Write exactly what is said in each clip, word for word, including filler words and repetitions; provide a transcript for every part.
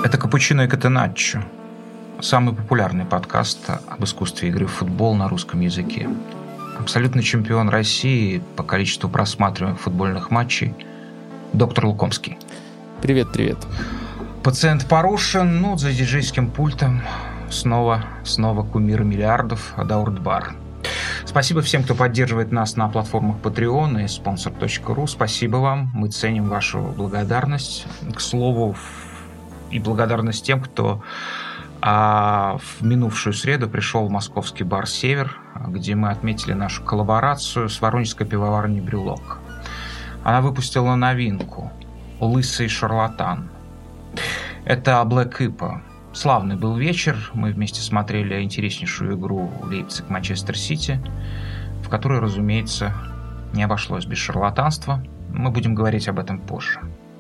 Это «Капучино и Катеначчо», самый популярный подкаст об искусстве игры в футбол на русском языке. Абсолютный чемпион России по количеству просматриваемых футбольных матчей доктор Лукомский. Привет, привет. Пациент Порушин, ну, за диджейским пультом снова, снова кумир миллиардов Даурт Бар. Спасибо всем, кто поддерживает нас на платформах Patreon и спонсор точка ру. Спасибо вам, мы ценим вашу благодарность. К слову, и благодарность тем, кто а, в минувшую среду пришел в московский бар «Север», где мы отметили нашу коллаборацию с воронежской пивоварней «Брюлок». Она выпустила новинку «Лысый шарлатан». Это Black ай пи эй. Славный был вечер. Мы вместе смотрели интереснейшую игру Лейпциг-Манчестер Сити, в которой, разумеется, не обошлось без шарлатанства. Мы будем говорить об этом позже.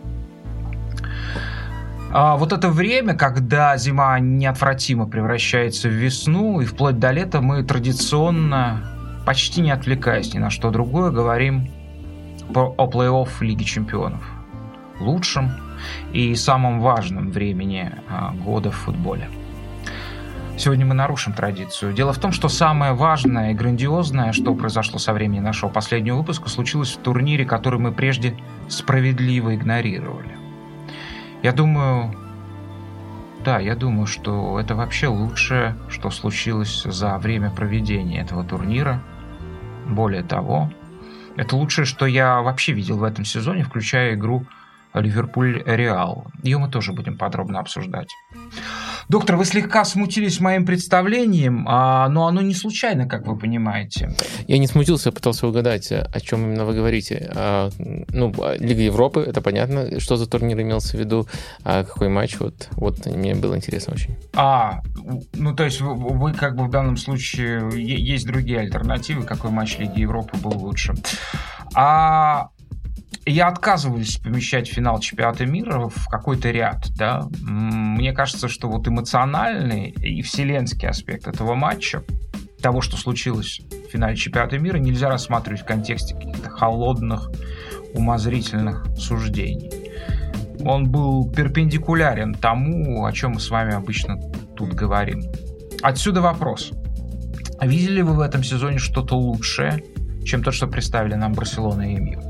А вот это время, когда зима неотвратимо превращается в весну, и вплоть до лета мы традиционно, почти не отвлекаясь ни на что другое, говорим о плей-офф Лиги Чемпионов. Лучшем и самом важном времени года в футболе. Сегодня мы нарушим традицию. Дело в том, что самое важное и грандиозное, что произошло со времени нашего последнего выпуска, случилось в турнире, который мы прежде справедливо игнорировали. Я думаю, да, я думаю, что это вообще лучшее, что случилось за время проведения этого турнира. Более того, это лучшее, что я вообще видел в этом сезоне, включая игру Ливерпуль-Реал. Ее мы тоже будем подробно обсуждать. Доктор, вы слегка смутились моим представлением, а, но оно не случайно, как вы понимаете. Я не смутился, я пытался угадать, о чем именно вы говорите. А, ну, Лига Европы, это понятно, что за турнир имелся в виду, а какой матч, вот, вот мне было интересно очень. А, ну то есть вы, вы как бы в данном случае, есть другие альтернативы, какой матч Лиги Европы был лучше. А... Я отказываюсь помещать финал чемпионата мира в какой-то ряд, да. Мне кажется, что вот эмоциональный и вселенский аспект этого матча, того, что случилось в финале чемпионата мира, нельзя рассматривать в контексте каких-то холодных, умозрительных суждений. Он был перпендикулярен тому, о чем мы с вами обычно тут говорим. Отсюда вопрос. Видели вы в этом сезоне что-то лучшее, чем то, что представили нам Барселона и МЮ?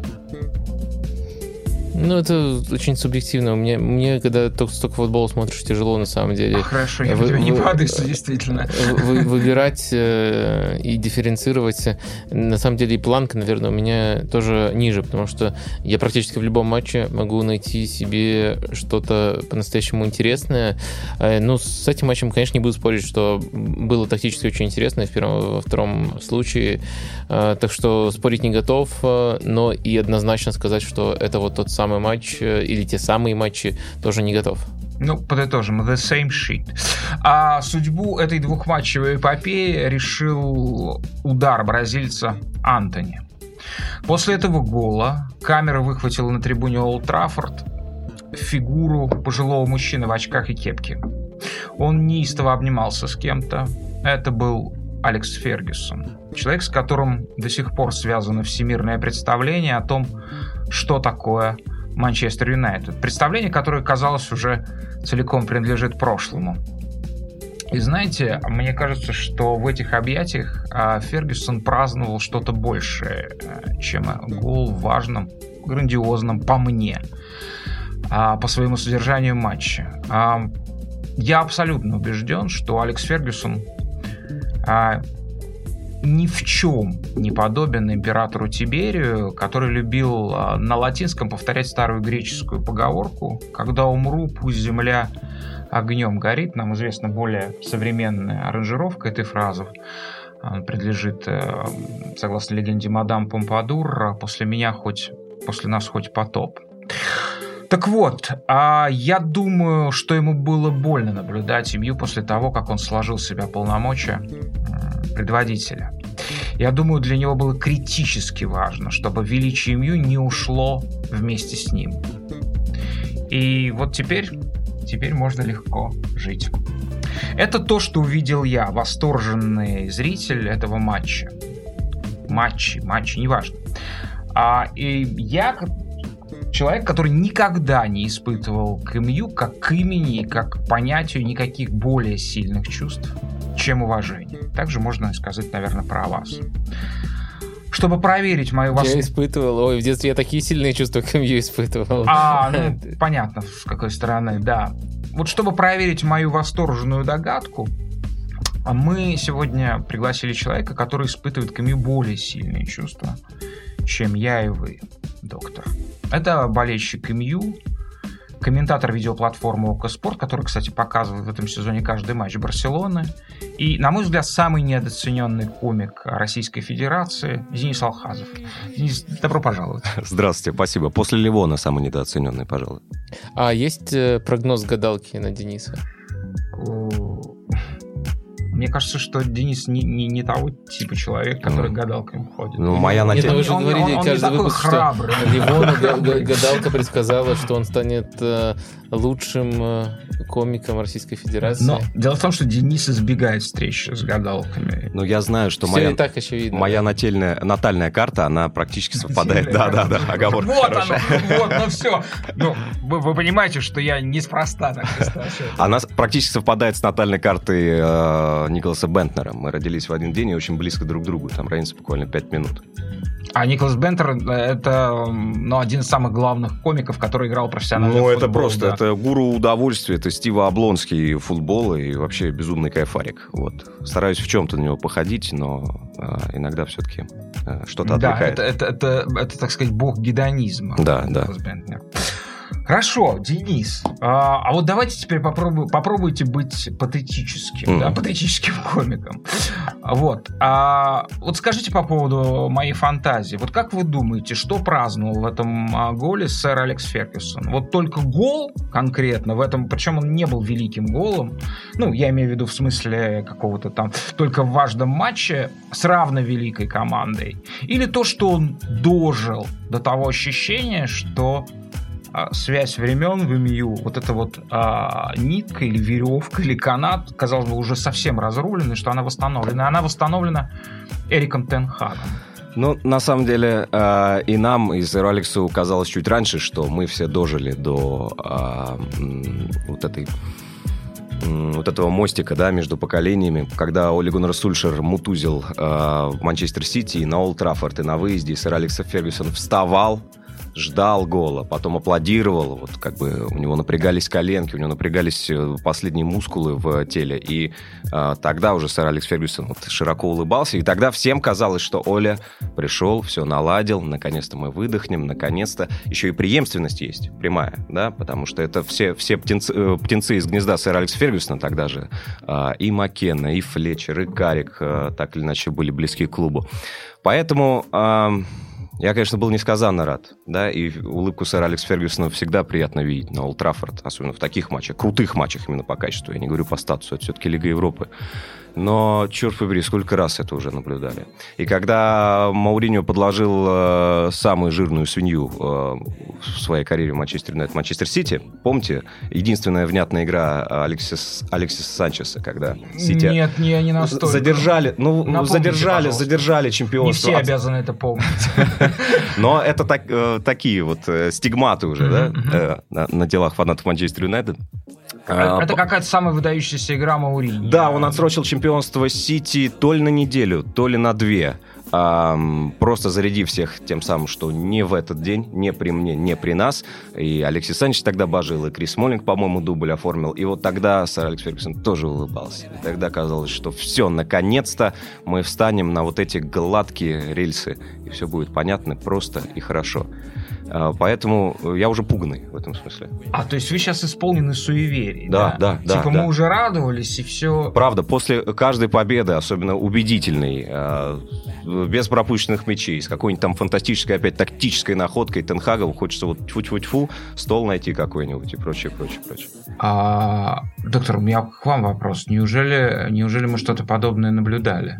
Ну, это очень субъективно. Мне, мне когда только столько футбола смотришь, тяжело на самом деле. А, хорошо, я вы, тебя не вы, подышу, действительно. Вы, выбирать э, и дифференцировать. На самом деле и планка, наверное, у меня тоже ниже, потому что я практически в любом матче могу найти себе что-то по-настоящему интересное. Э, ну, с этим матчем, конечно, не буду спорить, что было тактически очень интересно в первом и во втором случае. Э, так что спорить не готов, э, но и однозначно сказать, что это вот тот самый самый матч или те самые матчи тоже не готов. Ну, подытожим, the same shit. А судьбу этой двухматчевой эпопеи решил удар бразильца Антони. После этого гола камера выхватила на трибуне Олд Траффорд фигуру пожилого мужчины в очках и кепке. Он неистово обнимался с кем-то. Это был Алекс Фергюсон. Человек, с которым до сих пор связано всемирное представление о том, что такое Манчестер Юнайтед. Представление, которое, казалось, уже целиком принадлежит прошлому. И знаете, мне кажется, что в этих объятиях Фергюсон праздновал что-то большее, чем гол в важном, грандиозном, по мне, по своему содержанию матча. Я абсолютно убежден, что Алекс Фергюсон ни в чем не подобен императору Тиберию, который любил на латинском повторять старую греческую поговорку: «Когда умру, пусть земля огнем горит». Нам известна более современная аранжировка этой фразы. Она принадлежит, согласно легенде, мадам Помпадур: «После меня хоть, после нас хоть потоп». Так вот, я думаю, что ему было больно наблюдать МЮ после того, как он сложил в себя полномочия предводителя. Я думаю, для него было критически важно, чтобы величие МЮ не ушло вместе с ним. И вот теперь, теперь можно легко жить. Это то, что увидел я, восторженный зритель этого матча. Матчи, матчи, неважно. А, и я человек, который никогда не испытывал к МЮ как к имени, как к понятию никаких более сильных чувств, чем уважение. Также можно сказать, наверное, про вас. Чтобы проверить мою вас... Я испытывал, ой, в детстве я такие сильные чувства к МЮ испытывал. А, ну, понятно, с какой стороны, да. Вот чтобы проверить мою восторженную догадку, мы сегодня пригласили человека, который испытывает к МЮ более сильные чувства, чем я и вы, доктор. Это болельщик МЮ, комментатор видеоплатформы ОКО Спорт, который, кстати, показывает в этом сезоне каждый матч Барселоны. И, на мой взгляд, самый недооцененный комик Российской Федерации Денис Алхазов. Денис, добро пожаловать. Здравствуйте, спасибо. После Ливона самый недооцененный, пожалуй. А есть прогноз гадалки на Дениса? Мне кажется, что Денис не, не, не того типа человек, который mm. гадалками ходит. Ну, моя Нет, но вы же он, говорили он, он каждый выпуск, храбрый. что Ливону гадалка предсказала, что он станет лучшим комиком Российской Федерации. Но дело в том, что Денис избегает встреч с гадалками. Ну, я знаю, что Все моя, и так очевидно. моя натальная, натальная карта, она практически совпадает. Да, да, да, оговорка Вот хорошая. оно, вот, ну все. Ну, вы, вы понимаете, что я неспроста так представляю. Она практически совпадает с натальной картой э, Николаса Бентнера. Мы родились в один день и очень близко друг к другу. Там разница буквально пять минут. А Николас Бентнер — это ну, один из самых главных комиков, который играл профессионально Ну, в это футбол, просто, да. это гуру удовольствия, это Стива Облонский футбола и вообще безумный кайфарик. Вот. Стараюсь в чем-то на него походить, но э, иногда все-таки э, что-то отвлекает. Да, это, это, это, это, так сказать, бог гедонизма. Да, Николас да. Бентнер. Хорошо, Денис. А, а вот давайте теперь попробуй, попробуйте быть патетическим, mm. да, патетическим комиком. Вот. А, вот скажите по поводу моей фантазии. Вот как вы думаете, что праздновал в этом а, голе сэр Алекс Фергюсон? Вот только гол конкретно в этом, причем он не был великим голом, ну, я имею в виду в смысле какого-то там, только в важном матче с равновеликой командой? Или то, что он дожил до того ощущения, что связь времен в МЮ, вот эта вот а, нитка или веревка или канат, казалось бы, уже совсем разрулена, что она восстановлена. Она восстановлена Эриком Тен Хагом. Ну, на самом деле, э, и нам, и сэру Алексу казалось чуть раньше, что мы все дожили до э, вот этой вот этого мостика, да, между поколениями, когда Оле Гуннар Сульшер мутузил э, в Манчестер Сити и на Олд Траффорд, и на выезде, и сэр Алекс Фергюсон вставал, ждал гола, потом аплодировал, вот как бы у него напрягались коленки, у него напрягались последние мускулы в теле, и э, тогда уже сэр Алекс Фергюсон вот широко улыбался, и тогда всем казалось, что Оля пришел, все наладил, наконец-то мы выдохнем, наконец-то. Еще и преемственность есть, прямая, да, потому что это все, все птенцы, э, птенцы из гнезда сэра Алекса Фергюсона тогда же, э, и Маккенна, и Флетчер, и Карик, э, так или иначе были близки к клубу. Поэтому... Э, Я, конечно, был несказанно рад, да, и улыбку сэра Алекса Фергюсона всегда приятно видеть на Олд Траффорд, особенно в таких матчах, крутых матчах именно по качеству, я не говорю по статусу, это все-таки Лига Европы. Но, черт побери, сколько раз это уже наблюдали. И когда Мауриньо подложил э, самую жирную свинью э, в своей карьере в Манчестер Юнайтед, Манчестер Сити, помните, единственная внятная игра Алексис, Алексиса Санчеса, когда Сити... Нет, не, не настолько. Задержали, ну, Напомните, задержали, пожалуйста. задержали чемпионство. Не все обязаны это помнить. Но это так, э, такие вот э, стигматы уже, mm-hmm, да, э, на, на делах фанатов Манчестер Юнайтед. Это какая-то самая выдающаяся игра Мауриньо. Да, он отсрочил чемпионство Сити то ли на неделю, то ли на две. Просто зарядив всех тем самым, что не в этот день, не при мне, не при нас. И Алексис Санчес тогда божил, и Крис Смолинг, по-моему, дубль оформил. И вот тогда сэр Алекс Фергюсон тоже улыбался. И тогда казалось, что все, наконец-то мы встанем на вот эти гладкие рельсы, и все будет понятно, просто и хорошо. Поэтому я уже пуганный в этом смысле. А, то есть вы сейчас исполнены суеверий, да? Да, да. Типа да, мы да. уже радовались, и все... Правда, после каждой победы, особенно убедительной, без пропущенных мячей, с какой-нибудь там фантастической, опять, тактической находкой Тен Хага, хочется вот тьфу-тьфу-тьфу, стол найти какой-нибудь и прочее, прочее, прочее. А, доктор, у меня к вам вопрос. Неужели, неужели мы что-то подобное наблюдали?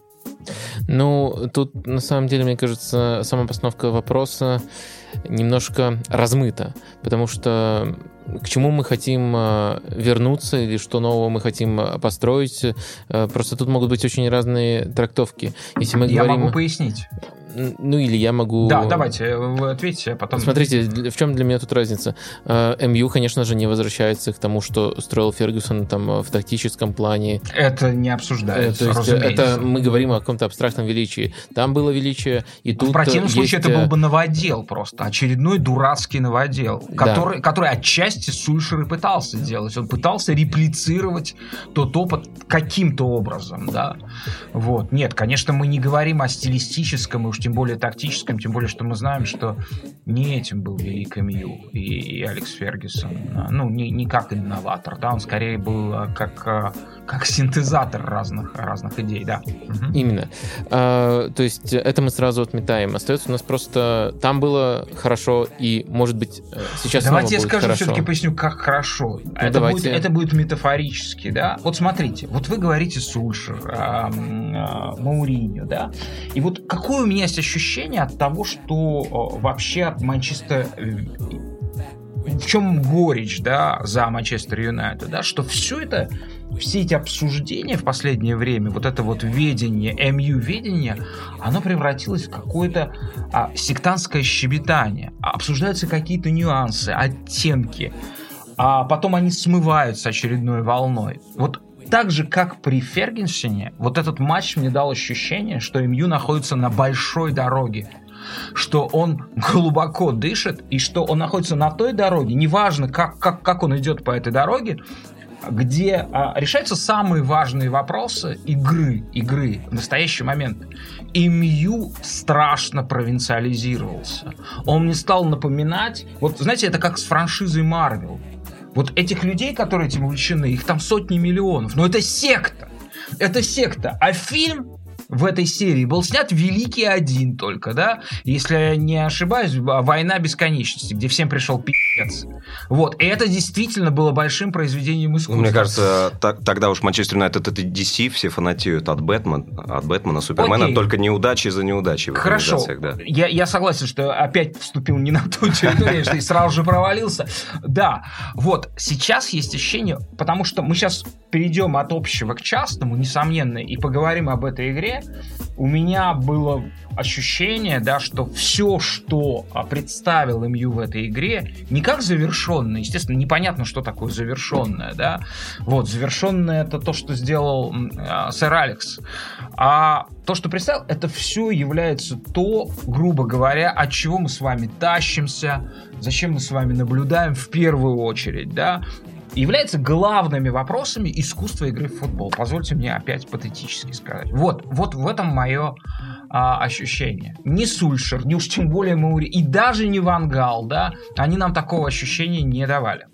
Ну, тут, на самом деле, мне кажется, сама постановка вопроса немножко размыта, потому что к чему мы хотим вернуться или что нового мы хотим построить, просто тут могут быть очень разные трактовки. Если мы Я говорим... могу пояснить. ну или я могу... Да, давайте, вы ответьте, а потом... Смотрите, в чем для меня тут разница? МЮ, конечно же, не возвращается к тому, что строил Фергюсон там в тактическом плане. Это не обсуждается, То есть разумеется. это мы говорим о каком-то абстрактном величии. Там было величие, и тут В противном есть... случае это был бы новодел просто, очередной дурацкий новодел, Да. который, который отчасти Сульшер и пытался делать. Он пытался реплицировать тот опыт каким-то образом, да. Вот. Нет, конечно, мы не говорим о стилистическом, и уж тем более тактическом, тем более, что мы знаем, что не этим был велик МЮ и, и Алекс Фергюсон. Ну, не, не как инноватор, да, он скорее был как, как синтезатор разных, разных идей, да. Угу. Именно. А, то есть это мы сразу отметаем. Остается у нас просто... Там было хорошо, и, может быть, сейчас Давайте я снова будет скажу, хорошо. все-таки поясню, как хорошо. Ну, это, давайте. будет, это будет метафорически, да. Вот смотрите, вот вы говорите Сульшер, а, а, Мауриньо, да. И вот какое у меня есть ощущение от того, что а, вообще от Манчестера... В чем горечь, да, за Манчестер Юнайтед, да, что все это, все эти обсуждения в последнее время, вот это вот ведение, МЮ-ведение, оно превратилось в какое-то а, сектантское щебетание. Обсуждаются какие-то нюансы, оттенки, а потом они смываются очередной волной. Вот так же, как при Фергюсоне, вот этот матч мне дал ощущение, что МЮ находится на большой дороге, что он глубоко дышит, и что он находится на той дороге, неважно, как, как, как он идет по этой дороге, где а, решаются самые важные вопросы игры, игры в настоящий момент. И МЮ страшно провинциализировался. Он мне стал напоминать, вот знаете, это как с франшизой Marvel. Вот этих людей, которые этим увлечены, их там сотни миллионов, но это секта. Это секта. А фильм в этой серии был снят «Великий один» только, да? Если я не ошибаюсь, «Война бесконечности», где всем пришел пи***ц. Вот. И это действительно было большим произведением искусства. Мне кажется, так, тогда уж Манчестер Юнайтед это ди си, все фанатеют от Бэтмена, от Бэтмена, Супермена, Окей. Только неудачи за неудачей в Хорошо. организациях, да. Я, я согласен, что опять вступил не на ту территорию, что и сразу же провалился. Да, вот, сейчас есть ощущение, потому что мы сейчас перейдем от общего к частному, несомненно, и поговорим об этой игре. У меня было ощущение, да, что все, что представил МЮ в этой игре, не как завершенное, естественно, непонятно, что такое завершенное, да, вот, завершенное это то, что сделал э, сэр Алекс, а то, что представил, это все является то, грубо говоря, от чего мы с вами тащимся, зачем мы с вами наблюдаем в первую очередь, да, являются главными вопросами искусства игры в футбол. Позвольте мне опять патетически сказать. Вот, вот в этом мое а, ощущение. Не Сульшер, не уж тем более Маури, и даже не Ван Гал, да, они нам такого ощущения не давали.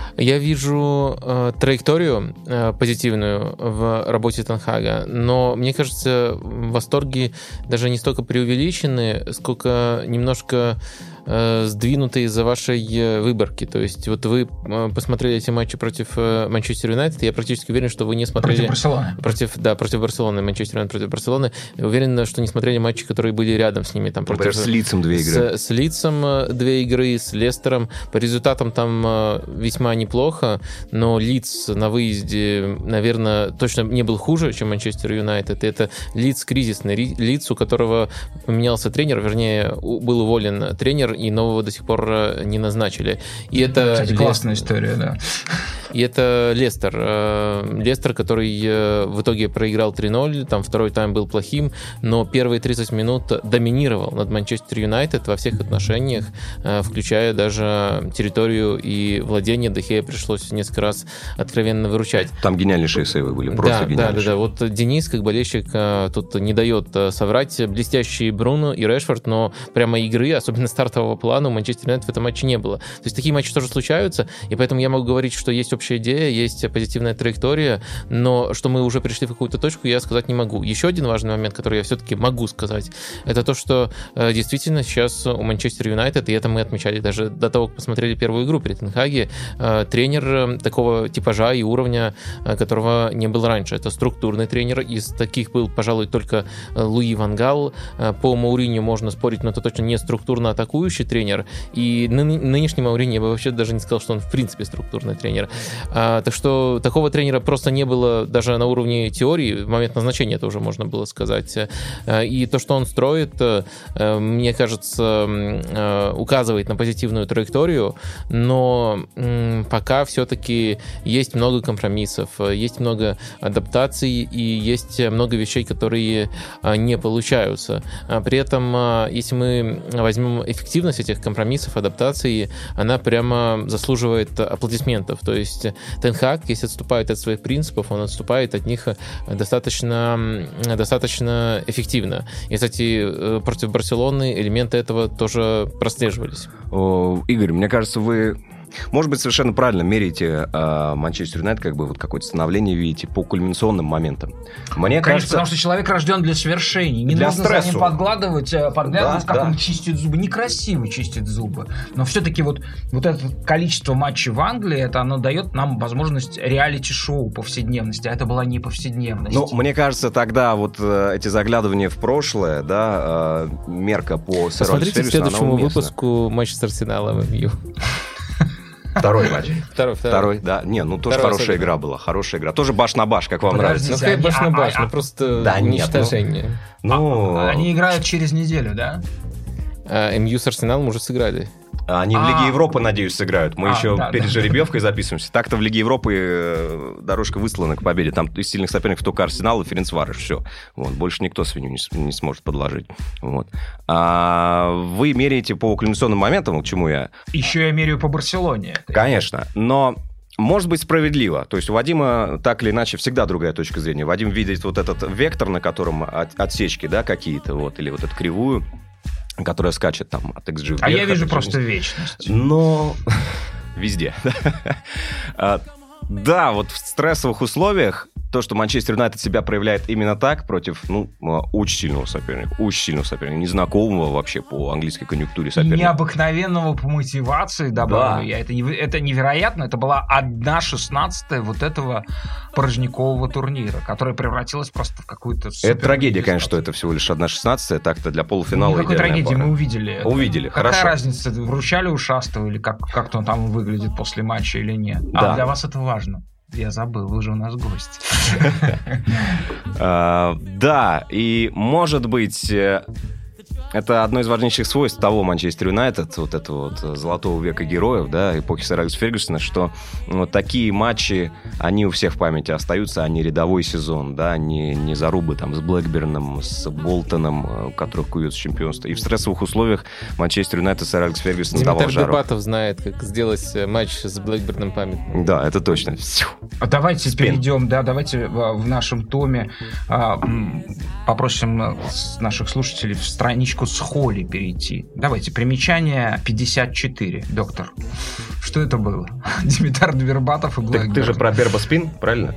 Я вижу э, траекторию э, позитивную в работе Тен Хага, но мне кажется, восторги даже не столько преувеличены, сколько немножко сдвинутые из-за вашей выборки. То есть вот вы посмотрели эти матчи против Манчестер Юнайтед, я практически уверен, что вы не смотрели... Против Барселоны. Против, да, против Барселоны, Манчестер Юнайтед против Барселоны. Я уверен, что не смотрели матчи, которые были рядом с ними. Там, Например, против, с Лидсом две игры. С, с Лидсом две игры, с Лестером. По результатам там весьма неплохо, но Лидс на выезде, наверное, точно не был хуже, чем Манчестер Юнайтед. Это Лидс кризисный. Лидс, у которого поменялся тренер, вернее, был уволен тренер, и нового до сих пор не назначили. И это Кстати, Лес... классная история, да. И это Лестер. Лестер, который в итоге проиграл три ноль, там второй тайм был плохим, но первые тридцать минут доминировал над Манчестер Юнайтед во всех отношениях, включая даже территорию и владение. Де Хея пришлось несколько раз откровенно выручать. Там гениальнейшие сейвы были, просто да, гениальнейшие. Да, да, да. Вот Денис, как болельщик, тут не дает соврать. Блестящие Бруно и Решфорд, но прямо игры, особенно стартового плана, у Манчестер Юнайтед в этом матче не было. То есть такие матчи тоже случаются, и поэтому я могу говорить, что есть общая идея, есть позитивная траектория, но что мы уже пришли в какую-то точку, я сказать не могу. Еще один важный момент, который я все-таки могу сказать, это то, что э, действительно сейчас у Манчестер Юнайтед, и это мы отмечали даже до того, как посмотрели первую игру при Тен Хаге, э, тренер такого типажа и уровня, э, которого не было раньше. Это структурный тренер, из таких был, пожалуй, только Луи Ван Гал. Э, по Мауриньо можно спорить, но это точно не структурно атакующий тренер, и ны- нынешний Мауриньо, я бы вообще даже не сказал, что он в принципе структурный тренер. А, так что такого тренера просто не было даже на уровне теории, в момент назначения это уже можно было сказать. И то, что он строит, мне кажется, указывает на позитивную траекторию, но пока все-таки есть много компромиссов, есть много адаптаций и есть много вещей, которые не получаются. При этом, если мы возьмем эффективность этих компромиссов, адаптаций, она прямо заслуживает аплодисментов. То есть Тен Хаг, если отступает от своих принципов, он отступает от них достаточно, достаточно эффективно. И, кстати, против Барселоны элементы этого тоже прослеживались. О, Игорь, мне кажется, вы... Может быть, совершенно правильно меряете э, Манчестер Юнайтед, как бы вот какое-то становление видите по кульминационным моментам. Мне Конечно, кажется... потому что человек рожден для свершений. Не для нужно стрессу. за ним подглядывать, подглядывать Да, как да. он чистит зубы. Некрасиво чистит зубы. Но все-таки вот, вот это количество матчей в Англии, это оно дает нам возможность реалити-шоу повседневности. А это была не повседневность. Ну, мне кажется, тогда вот э, эти заглядывания в прошлое, да, э, мерка по сэру Посмотрите Алекс Фергюсону, следующему она уместна. выпуску матч с Арсеналом эм ю. Второй матч. Второй, второй. Второй, да. Не, ну тоже Второй хорошая особенно. игра была. Хорошая игра. Тоже баш на баш, как вам Подождите, нравится. Ну, они- баш на а- баш, а- ну просто Да нет, ну- уничтожение. Ну, Они играют через неделю, да? А, эм ю с Арсеналом уже сыграли. они в А. Лиге Европы, надеюсь, сыграют. Мы А, еще да, перед да. жеребьевкой записываемся. Так-то в Лиге Европы э, дорожка выслана к победе. Там из сильных соперников только Арсенал и Ференцварош. Все. Вот. Больше никто свинью не, с- не сможет подложить. Вот. А вы меряете по кульминационным моментам, к чему я... Еще я меряю по Барселоне. Конечно, но может быть справедливо. То есть у Вадима так или иначе всегда другая точка зрения. Вадим видит вот этот вектор, на котором от- отсечки, да, какие-то, вот, или вот эту кривую, которая скачет там от икс джи вверх. А я от вижу икс джи просто вниз. вечность. Но везде. А, Да, вот в стрессовых условиях то, что Манчестер Юнайтед себя проявляет именно так против, ну, очень сильного соперника, очень сильного соперника, незнакомого вообще по английской конъюнктуре И соперника. необыкновенного по мотивации добавлю Да. я. Это, не- это невероятно. Это была одна шестнадцатая вот этого порожникового турнира, которая превратилась просто в какую-то... Это супер- трагедия, конечно, что это всего лишь одна шестнадцатая, так-то для полуфинала Никакой идеальная трагедии, пара. мы увидели это. Увидели, Какая хорошо. разница, вручали ушастого или как, как-то он там выглядит после матча или нет? Да. А для вас это важно. Я забыл, вы же у нас гость. А, Да, и может быть... э, Это одно из важнейших свойств того Манчестер Юнайтед, вот этого вот золотого века героев, да, эпохи сэра Алекса Фергюсона, что вот такие матчи, они у всех в памяти остаются, они рядовой сезон, да, не, не зарубы там с Блэкберном, с Болтоном, у которых куется чемпионство. И в стрессовых условиях Манчестер Юнайтед сэр Алекс Фергюсон давал Димитр жару. Бербатов знает, как сделать матч с Блэкберном памятным. Да, это точно. Фью. А давайте Спин. перейдем, да, давайте в, в нашем томе а, м, попросим э, с наших слушателей в страничку с Холли перейти. Давайте, примечание пятьдесят четыре, доктор. Что это было? Димитар Бербатов и Ты, Блэкберн. ты же про Берба Спин, правильно?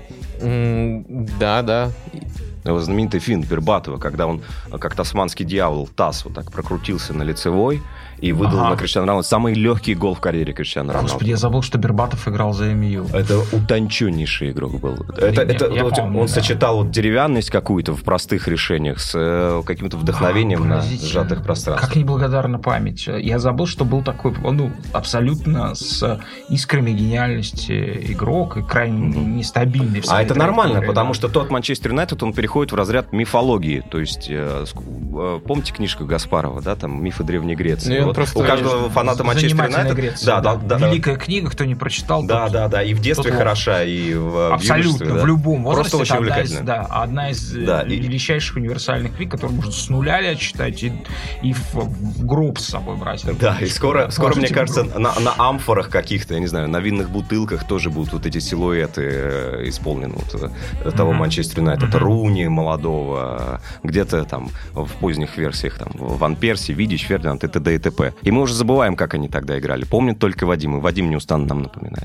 М, Да, да. Его знаменитый финт Бербатова, когда он, как тасманский дьявол, таз вот так прокрутился на лицевой и выдал Ага. на Криштиану Роналду самый легкий гол в карьере Криштиану Роналду. Господи, я забыл, что Бербатов играл за эм ю. Это утонченнейший игрок был. Это, Я- это, я вот помню, он да. сочетал вот деревянность какую-то в простых решениях с э, каким-то вдохновением А, на поразительно. сжатых пространствах. Как неблагодарна память. Я забыл, что был такой, ну, абсолютно с искрами гениальности игрок и крайне нестабильный. в А своей это нормально, траектории, потому да. что тот Манчестер Юнайтед, он переходит в разряд мифологии. То есть, э, ск- э, помните книжку Гаспарова, да, там «Мифы Древней Греции»? Ну, и он Вот просто у каждого фаната Манчестер Занимательная Юнайтед... Греция, Да, да, да, Великая книга, кто не прочитал, да, тот- да, да, и в детстве тот хороша, и в, в Абсолютно, юношестве, да. в любом возрасте. Просто очень это одна из, увлекательно. да, одна из э, Да, и- величайших универсальных книг, которую можно с нуля лет читать и, и в, в гроб с собой брать. Да, и скоро, скоро мне Положите в кажется, гроб. на, на амфорах каких-то, я не знаю, на винных бутылках тоже будут вот эти силуэты э, исполнены вот, э, того Мгм. Манчестер Юнайтед, Мгм. Руни молодого, где-то там в поздних версиях там Ван Перси, Видич, Фердинанд и т.д. и т.п. И мы уже забываем, как они тогда играли. Помнит только Вадим, и Вадим неустанно нам напоминает.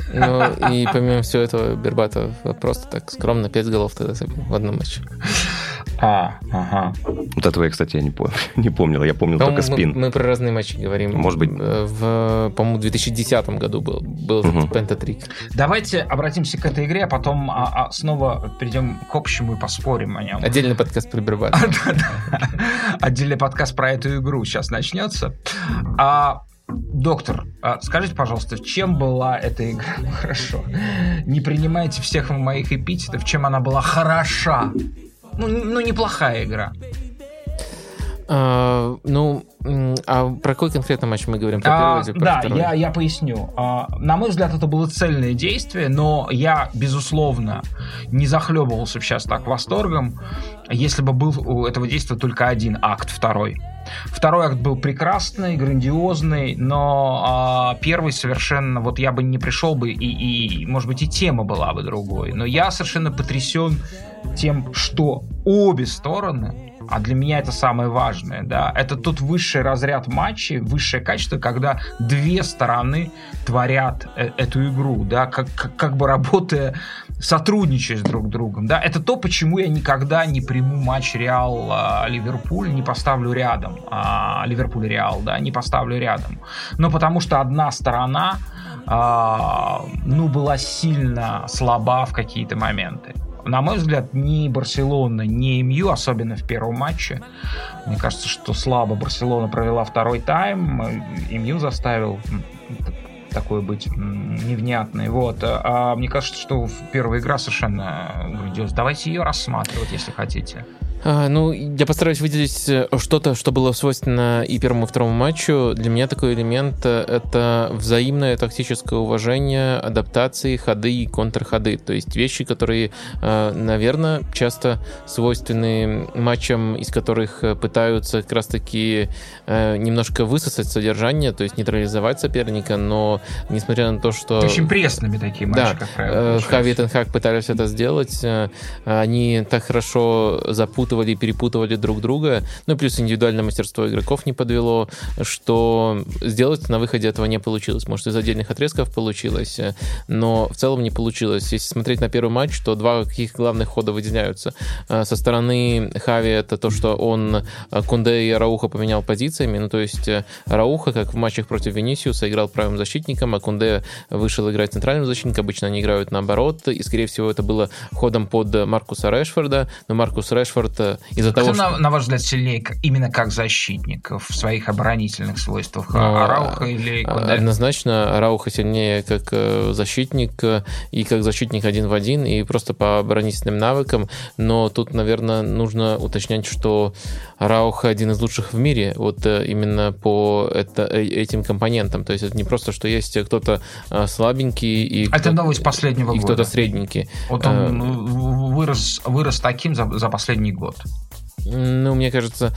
Ну, и помимо всего этого, Бербатов просто так скромно пять голов тогда забил в одном матче. А, ага. Вот этого я, кстати, я не, пом- не помнил. Я помнил По-моему, только мы, спин. мы про разные матчи говорим. Может быть. Э, В, по-моему, в две тысячи десятом году был, был Мгм. этот пентатрик. Давайте обратимся к этой игре, а потом а, а, снова перейдем к общему и поспорим о нем. Отдельный подкаст про Бербатова. Да-да. Отдельный подкаст про эту игру сейчас начнется. А Доктор, скажите, пожалуйста, чем была эта игра? Ну, хорошо. Не принимайте всех моих эпитетов, чем она была хороша. Ну, ну неплохая игра. Uh, ну, а про какой конкретно матч мы говорим? Про первый а, или про да, второй? я, я поясню. А, на мой взгляд, это было цельное действие, но я, безусловно, не захлебывался сейчас так восторгом, если бы был у этого действия только один акт, второй. Второй акт был прекрасный, грандиозный, но а, первый совершенно... Вот я бы не пришел бы, и, и, может быть, и тема была бы другой. Но я совершенно потрясен тем, что обе стороны... А для меня это самое важное, да, это тот высший разряд матчей, высшее качество, когда две стороны творят э- эту игру, да, как, как, как бы работая, сотрудничая с друг другом, да, это то, почему я никогда не приму матч Реал-Ливерпуль, не поставлю рядом, а, Ливерпуль-Реал, да, не поставлю рядом, но потому что одна сторона, а, ну, была сильно слаба в какие-то моменты. На мой взгляд, ни Барселона, ни МЮ, особенно в первом матче, мне кажется, что слабо Барселона провела второй тайм, МЮ заставил такое быть невнятной. Вот. А мне кажется, что первая игра совершенно грандиозная. Давайте ее рассматривать, если хотите. А, ну, я постараюсь выделить что-то, что было свойственно и первому, и второму матчу. Для меня такой элемент — это взаимное тактическое уважение, адаптации, ходы и контрходы. То есть вещи, которые, наверное, часто свойственны матчам, из которых пытаются как раз-таки немножко высосать содержание, то есть нейтрализовать соперника, но несмотря на то, что... Очень пресными такие матчи, да, как правило. Хави и Тен Хаг пытались это сделать, они так хорошо запутали и перепутывали друг друга, ну и плюс индивидуальное мастерство игроков не подвело, что сделать на выходе этого не получилось. Может, из отдельных отрезков получилось, но в целом не получилось. Если смотреть на первый матч, то два каких главных хода выделяются. Со стороны Хави это то, что он Кунде и Арауха поменял позициями, ну то есть Арауха, как в матчах против Винисиуса, играл правым защитником, а Кунде вышел играть центральным защитником, обычно они играют наоборот, и скорее всего это было ходом под Маркуса Решфорда, но Маркус Решфорд из-за Кто, того, на, что... на ваш взгляд, сильнее именно как защитник в своих оборонительных свойствах? А, Арауха или Кунде? Однозначно Арауха сильнее как защитник и как защитник один в один, и просто по оборонительным навыкам, но тут, наверное, нужно уточнять, что Арауха один из лучших в мире вот именно по это, этим компонентам, то есть это не просто, что есть кто-то слабенький и это новость последнего и года. Кто-то средненький. Вот он вырос, вырос таким за, за последний год. Ну, мне кажется,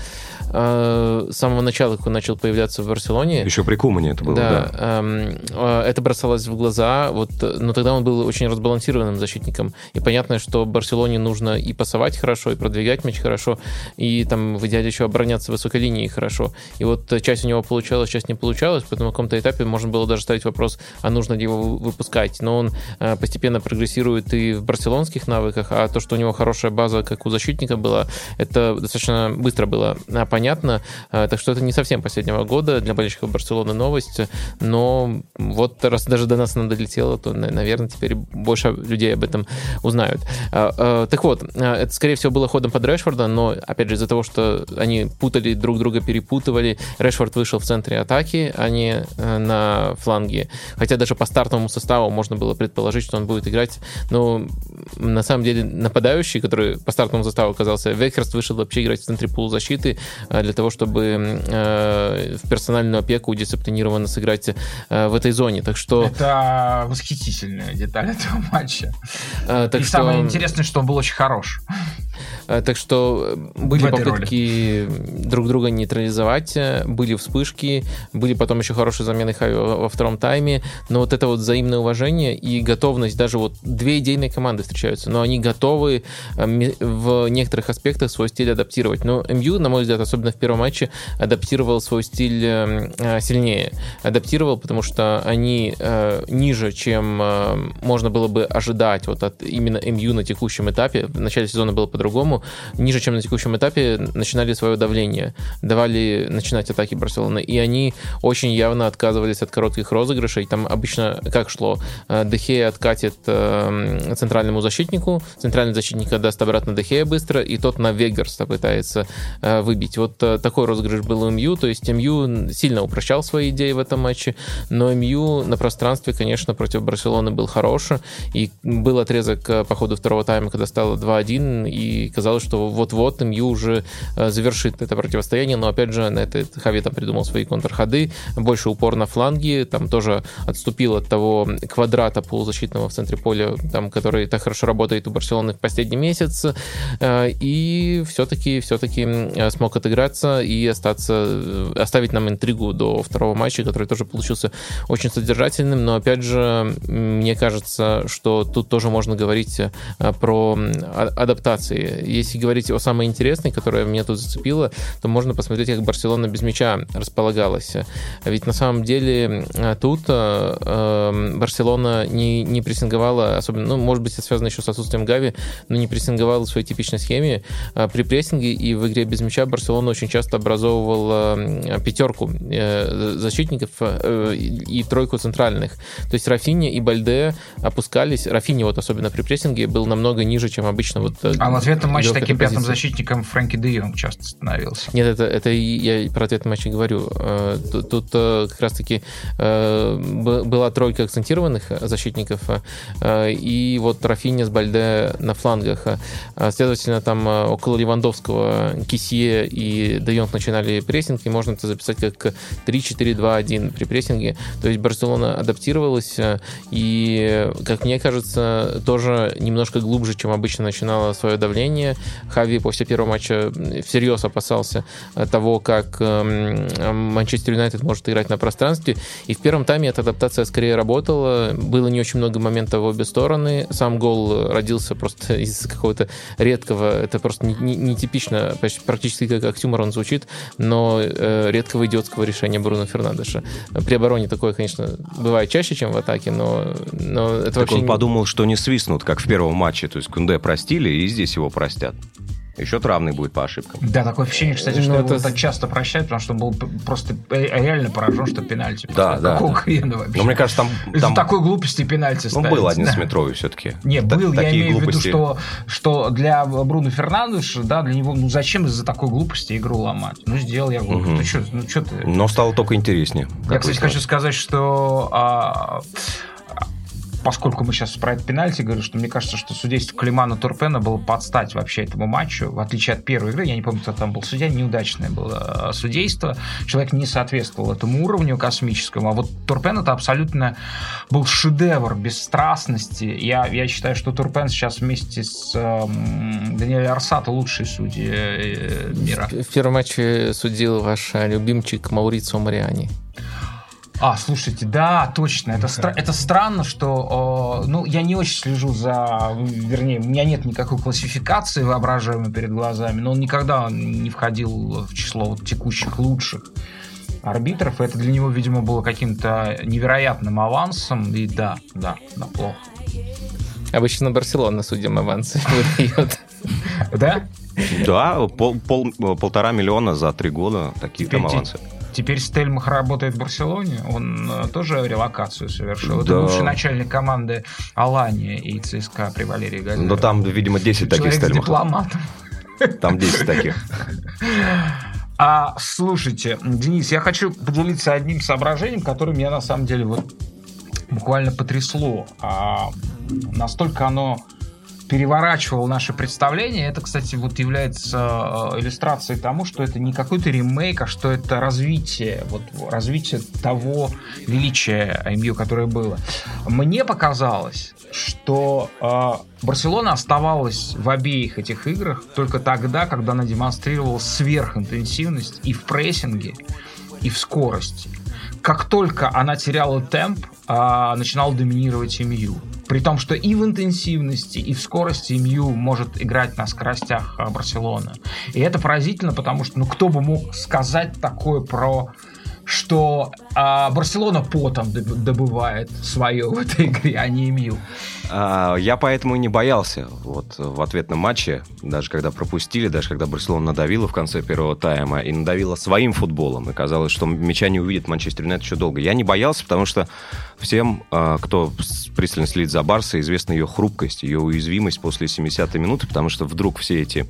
с самого начала, как он начал появляться в Барселоне... Еще при Кумане это было, да. да. Это бросалось в глаза, вот, но тогда он был очень разбалансированным защитником. И понятно, что Барселоне нужно и пасовать хорошо, и продвигать мяч хорошо, и там в идеале еще обороняться высокой линией хорошо. И вот часть у него получалась, часть не получалась, поэтому на каком-то этапе можно было даже ставить вопрос, а нужно ли его выпускать. Но он постепенно прогрессирует и в барселонских навыках, а то, что у него хорошая база, как у защитника была, это достаточно быстро было понятно. Так что это не совсем последнего года для болельщиков Барселоны новость, но вот раз даже до нас она долетела, то, наверное, теперь больше людей об этом узнают. Так вот, это, скорее всего, было ходом под Решфорда, но, опять же, из-за того, что они путали друг друга, перепутывали, Решфорд вышел в центре атаки, а не на фланге. Хотя даже по стартовому составу можно было предположить, что он будет играть, но на самом деле нападающий, который по стартовому составу оказался, Вейхерст, вышел вообще играть в центре полузащиты для того, чтобы э, в персональную опеку дисциплинированно сыграть э, в этой зоне. Так что... Это восхитительная деталь этого матча. Э, так И что... самое интересное, что он был очень хорош. Так что были попытки роли. друг друга нейтрализовать, были вспышки, были потом еще хорошие замены Хави во втором тайме, но вот это вот взаимное уважение и готовность, даже вот две идейные команды встречаются, но они готовы в некоторых аспектах свой стиль адаптировать. Но МЮ, на мой взгляд, особенно в первом матче, адаптировал свой стиль сильнее. Адаптировал, потому что они ниже, чем можно было бы ожидать вот от именно МЮ на текущем этапе. В начале сезона было по-другому. по-моему, ниже, чем на текущем этапе, начинали свое давление, давали начинать атаки Барселоны, и они очень явно отказывались от коротких розыгрышей. Там обычно как шло? Де Хея откатит э, центральному защитнику, центральный защитник отдаст обратно Де Хея быстро, и тот на Вегерста пытается э, выбить. Вот э, такой розыгрыш был у МЮ, то есть МЮ сильно упрощал свои идеи в этом матче, но МЮ на пространстве, конечно, против Барселоны был хорош, и был отрезок по ходу второго тайма, когда стало два один, и казалось, что вот-вот МЮ уже завершит это противостояние, но опять же на это Хави там придумал свои контрходы, больше упор на фланги, там тоже отступил от того квадрата полузащитного в центре поля, там, который так хорошо работает у Барселоны в последний месяц, и все-таки, все-таки смог отыграться и остаться, оставить нам интригу до второго матча, который тоже получился очень содержательным, но опять же, мне кажется, что тут тоже можно говорить про адаптации. Если говорить о самой интересной, которая меня тут зацепила, то можно посмотреть, как Барселона без мяча располагалась. Ведь на самом деле тут Барселона не, не прессинговала, особенно, ну, может быть, это связано еще с отсутствием Гави, но не прессинговала в своей типичной схеме. При прессинге и в игре без мяча Барселона очень часто образовывала пятерку защитников и тройку центральных. То есть Рафинья и Бальде опускались. Рафинья вот особенно при прессинге был намного ниже, чем обычно. Вот, а в ответном матче таким позиции. Пятым защитником Фрэнки де Йонг часто становился. Нет, это, это я про ответный матч и говорю. Тут, тут как раз-таки была тройка акцентированных защитников, и вот Рафинья с Бальде на флангах. Следовательно, там около Левандовского Кисье и де Йонг начинали прессинг, и можно это записать как три четыре два один при прессинге. То есть Барселона адаптировалась, и, как мне кажется, тоже немножко глубже, чем обычно начинала свое давление. Хави после первого матча всерьез опасался того, как Манчестер Юнайтед может играть на пространстве, и в первом тайме эта адаптация скорее работала. Было не очень много моментов в обе стороны. Сам гол родился просто из какого-то редкого, это просто нетипично, не, не практически как оксюморон звучит, но э, редкого идиотского решения Бруно Фернандеша. При обороне такое, конечно, бывает чаще, чем в атаке, но, но это так вообще... он не... подумал, что не свистнут, как в первом матче, то есть Кунде простили, и здесь его простят. Еще травный будет по ошибкам. Да, такое ощущение, кстати, что ну, его это... так часто прощают, потому что он был просто реально поражен, что пенальти. Да, да. Какого да. хрена вообще? Но мне кажется, там... там... такой глупости пенальти ставить. Ну, был одиннадцатиметровый все-таки. Не, был, Т- я имею глупости. в виду, что, что для Бруно Фернандеша, да, для него, ну зачем из-за такой глупости игру ломать? Ну, сделал я глупость. Угу. Ну, что ну, что ты... Но стало только интереснее. Я, кстати, хочу сказать, что... А... Поскольку мы сейчас про это пенальти говорю, что мне кажется, что судейство Климана Турпена было под стать вообще этому матчу, в отличие от первой игры, я не помню, кто там был судья, неудачное было судейство, человек не соответствовал этому уровню космическому, а вот Турпен это абсолютно был шедевр бесстрастности. Я, я считаю, что Турпен сейчас вместе с эм, Даниэлем Арсато лучшие судьи э, мира. В первом матче судил ваш любимчик Маурицио Мариани. А, слушайте, да, точно. Это, стра- это странно, что... Э, ну, я не очень слежу за... Вернее, у меня нет никакой классификации воображаемой перед глазами, но он никогда не входил в число вот текущих лучших арбитров. Это для него, видимо, было каким-то невероятным авансом. И да, да, да, плохо. Обычно Барселона судьям авансы выдает. Да? Да, пол, пол, полтора миллиона за три года такие там авансы. Теперь Стельмах работает в Барселоне, он тоже релокацию совершил. Да. Это бывший начальник команды Алания и ЦСКА при Валерии Газерове. Но там, видимо, десять таких Стельмахов. Дипломатом. Там десять таких. А, слушайте, Денис, я хочу поделиться одним соображением, которое меня на самом деле вот буквально потрясло. А, настолько оно переворачивал наше представление. Это, кстати, вот является иллюстрацией тому, что это не какой-то ремейк, а что это развитие, вот развитие того величия МЮ, которое было. Мне показалось, что э, Барселона оставалась в обеих этих играх только тогда, когда она демонстрировала сверхинтенсивность и в прессинге, и в скорости. Как только она теряла темп, э, начинал доминировать МЮ. При том, что и в интенсивности, и в скорости МЮ может играть на скоростях Барселоны. И это поразительно, потому что ну кто бы мог сказать такое про... что а, Барселона потом добывает свое в этой игре, а не МЮ. Я поэтому и не боялся вот, в ответном матче, даже когда пропустили, даже когда Барселона надавила в конце первого тайма и надавила своим футболом, и казалось, что мяча не увидит Манчестер Юнайтед еще долго. Я не боялся, потому что всем, кто пристально следит за Барсой, известна ее хрупкость, ее уязвимость после семидесятой минуты, потому что вдруг все эти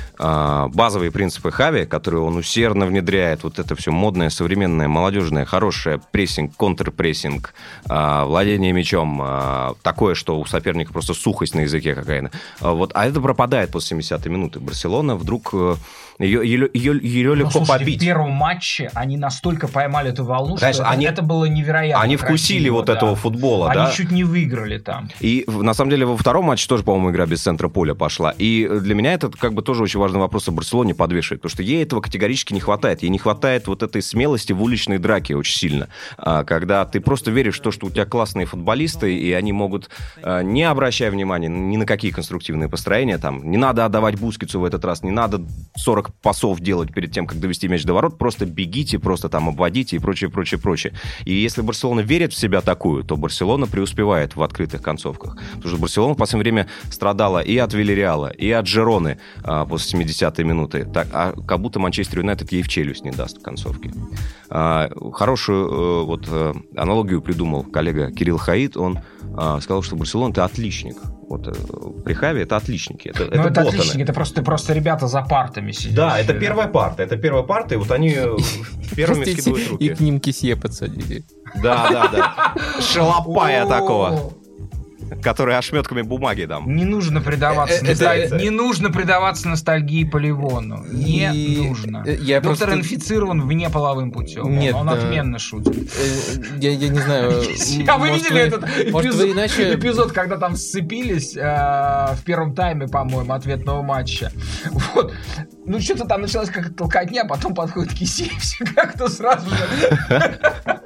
базовые принципы Хави, которые он усердно внедряет, вот это все модное, современное, молодежное, хорошее, прессинг, контрпрессинг, владение мячом, такое, что у соперника просто сухость на языке какая-то. Вот, а это пропадает после семидесятой минуты. Барселона вдруг... Ее, ее, ее, ее легко ну, слушайте, побить. В первом матче они настолько поймали эту волну, Конечно, что они, это, это было невероятно. Они красиво, вкусили вот да. этого футбола. Они да? чуть не выиграли там. И на самом деле во втором матче тоже, по-моему, игра без центра поля пошла. И для меня это как бы тоже очень важный вопрос о Барселоне подвешивать, потому что ей этого категорически не хватает. Ей не хватает вот этой смелости в уличной драке очень сильно. Когда ты просто веришь в то, что у тебя классные футболисты, и они могут, не обращая внимания ни на какие конструктивные построения, там, не надо отдавать Бускетсу в этот раз, не надо сорок пасов делать перед тем, как довести мяч до ворот, просто бегите, просто там обводите и прочее, прочее, прочее. И если Барселона верит в себя такую, то Барселона преуспевает в открытых концовках. Потому что Барселона в последнее время страдала и от Вильярреала, и от Жироны а, после семидесятой минуты. Так, а как будто Манчестер Юнайтед ей в челюсть не даст в концовке. А, хорошую а, вот, а, аналогию придумал коллега Кирилл Хаид. Он а, сказал, что Барселона — это отличник. Вот, при Хави это отличники. Это, ну, это, это отличники, это просто, просто ребята за партами сидят. Да, это первая парта. Это первая парта, и вот они первыми скидывают руки. И к ним Кисье подсадили. Да, да, да. Шалопая такого. Который ошметками бумаги там. Не нужно предаваться, это, носталь... это... не нужно предаваться ностальгии по Ливону. Не и... нужно. Я Доктор просто... инфицирован вне половым путем. Нет, он, он да. отменно шутит. Я, я не знаю. А вы видели этот эпизод, иначе... эпизод, когда там сцепились э, в первом тайме, по-моему, ответного матча? Вот. Ну, что-то там началась какая-то толкотня, потом подходит Кисей, все как-то сразу же.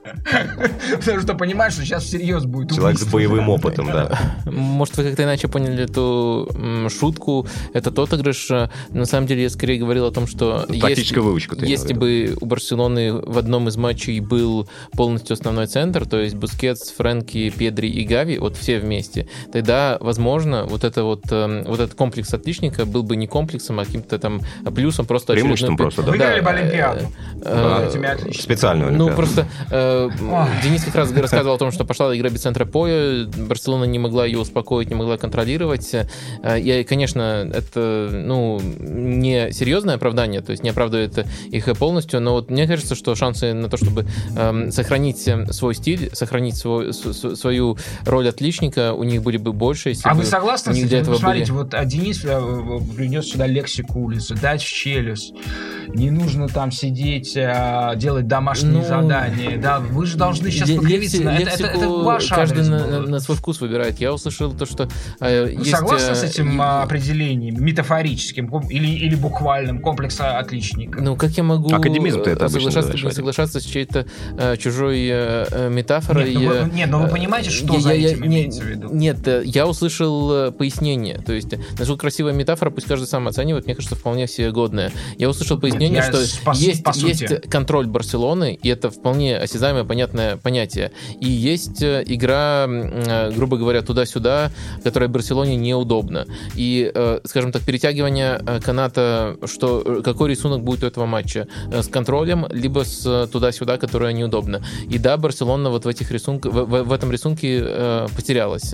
Потому что понимаешь, что сейчас всерьез будет. Человек с боевым опытом, да. Может, вы как-то иначе поняли эту м, шутку, этот отыгрыш. На самом деле, я скорее говорил о том, что тактическая выучка, если, если бы у Барселоны в одном из матчей был полностью основной центр, то есть Бускетс, Фрэнки, Педри и Гави, вот все вместе, тогда, возможно, вот, это вот, э, вот этот комплекс отличника был бы не комплексом, а каким-то там плюсом, просто преимуществом просто, да. Выиграли бы Олимпиаду. Э, э, специальную Олимпиаду. Ну, просто э, Денис как раз рассказывал о том, что пошла игра без центра поля, Барселона не могла ее успокоить, не могла контролировать. И, конечно, это, ну, не серьезное оправдание, то есть не оправдывает их полностью, но вот мне кажется, что шансы на то, чтобы э, сохранить свой стиль, сохранить свой, с, свою роль отличника, у них были бы больше, если а бы вы согласны с этим? этого Смотрите, были... вот Денис принес сюда лексику улицы, дать в челюсть, не нужно там сидеть, делать домашние ну, задания, да, вы же должны сейчас покривиться. Это, это, это ваш каждый адрес на, на свой вкус выбирает. Я услышал то, что э, Вы есть... согласны с этим э, определением, метафорическим или, или буквальным, комплекса отличника? Ну, как я могу Академизм-то это соглашаться, не соглашаться с чьей-то э, чужой э, метафорой? Нет, ну, вы, нет, но вы понимаете, что я, за я, этим я, имеется в виду? Нет, я услышал пояснение. То есть, насколько красивая метафора, пусть каждый сам оценивает, мне кажется, вполне всегодная. Я услышал пояснение, нет, что по, есть, по есть контроль Барселоны, и это вполне осязаемое, понятное понятие. И есть игра, грубо говоря, туда-сюда, которая Барселоне неудобна. И, скажем так, перетягивание каната, что, какой рисунок будет у этого матча, с контролем, либо с туда-сюда, которая неудобна. И да, Барселона вот в, этих рисунках, в, в этом рисунке э, потерялась.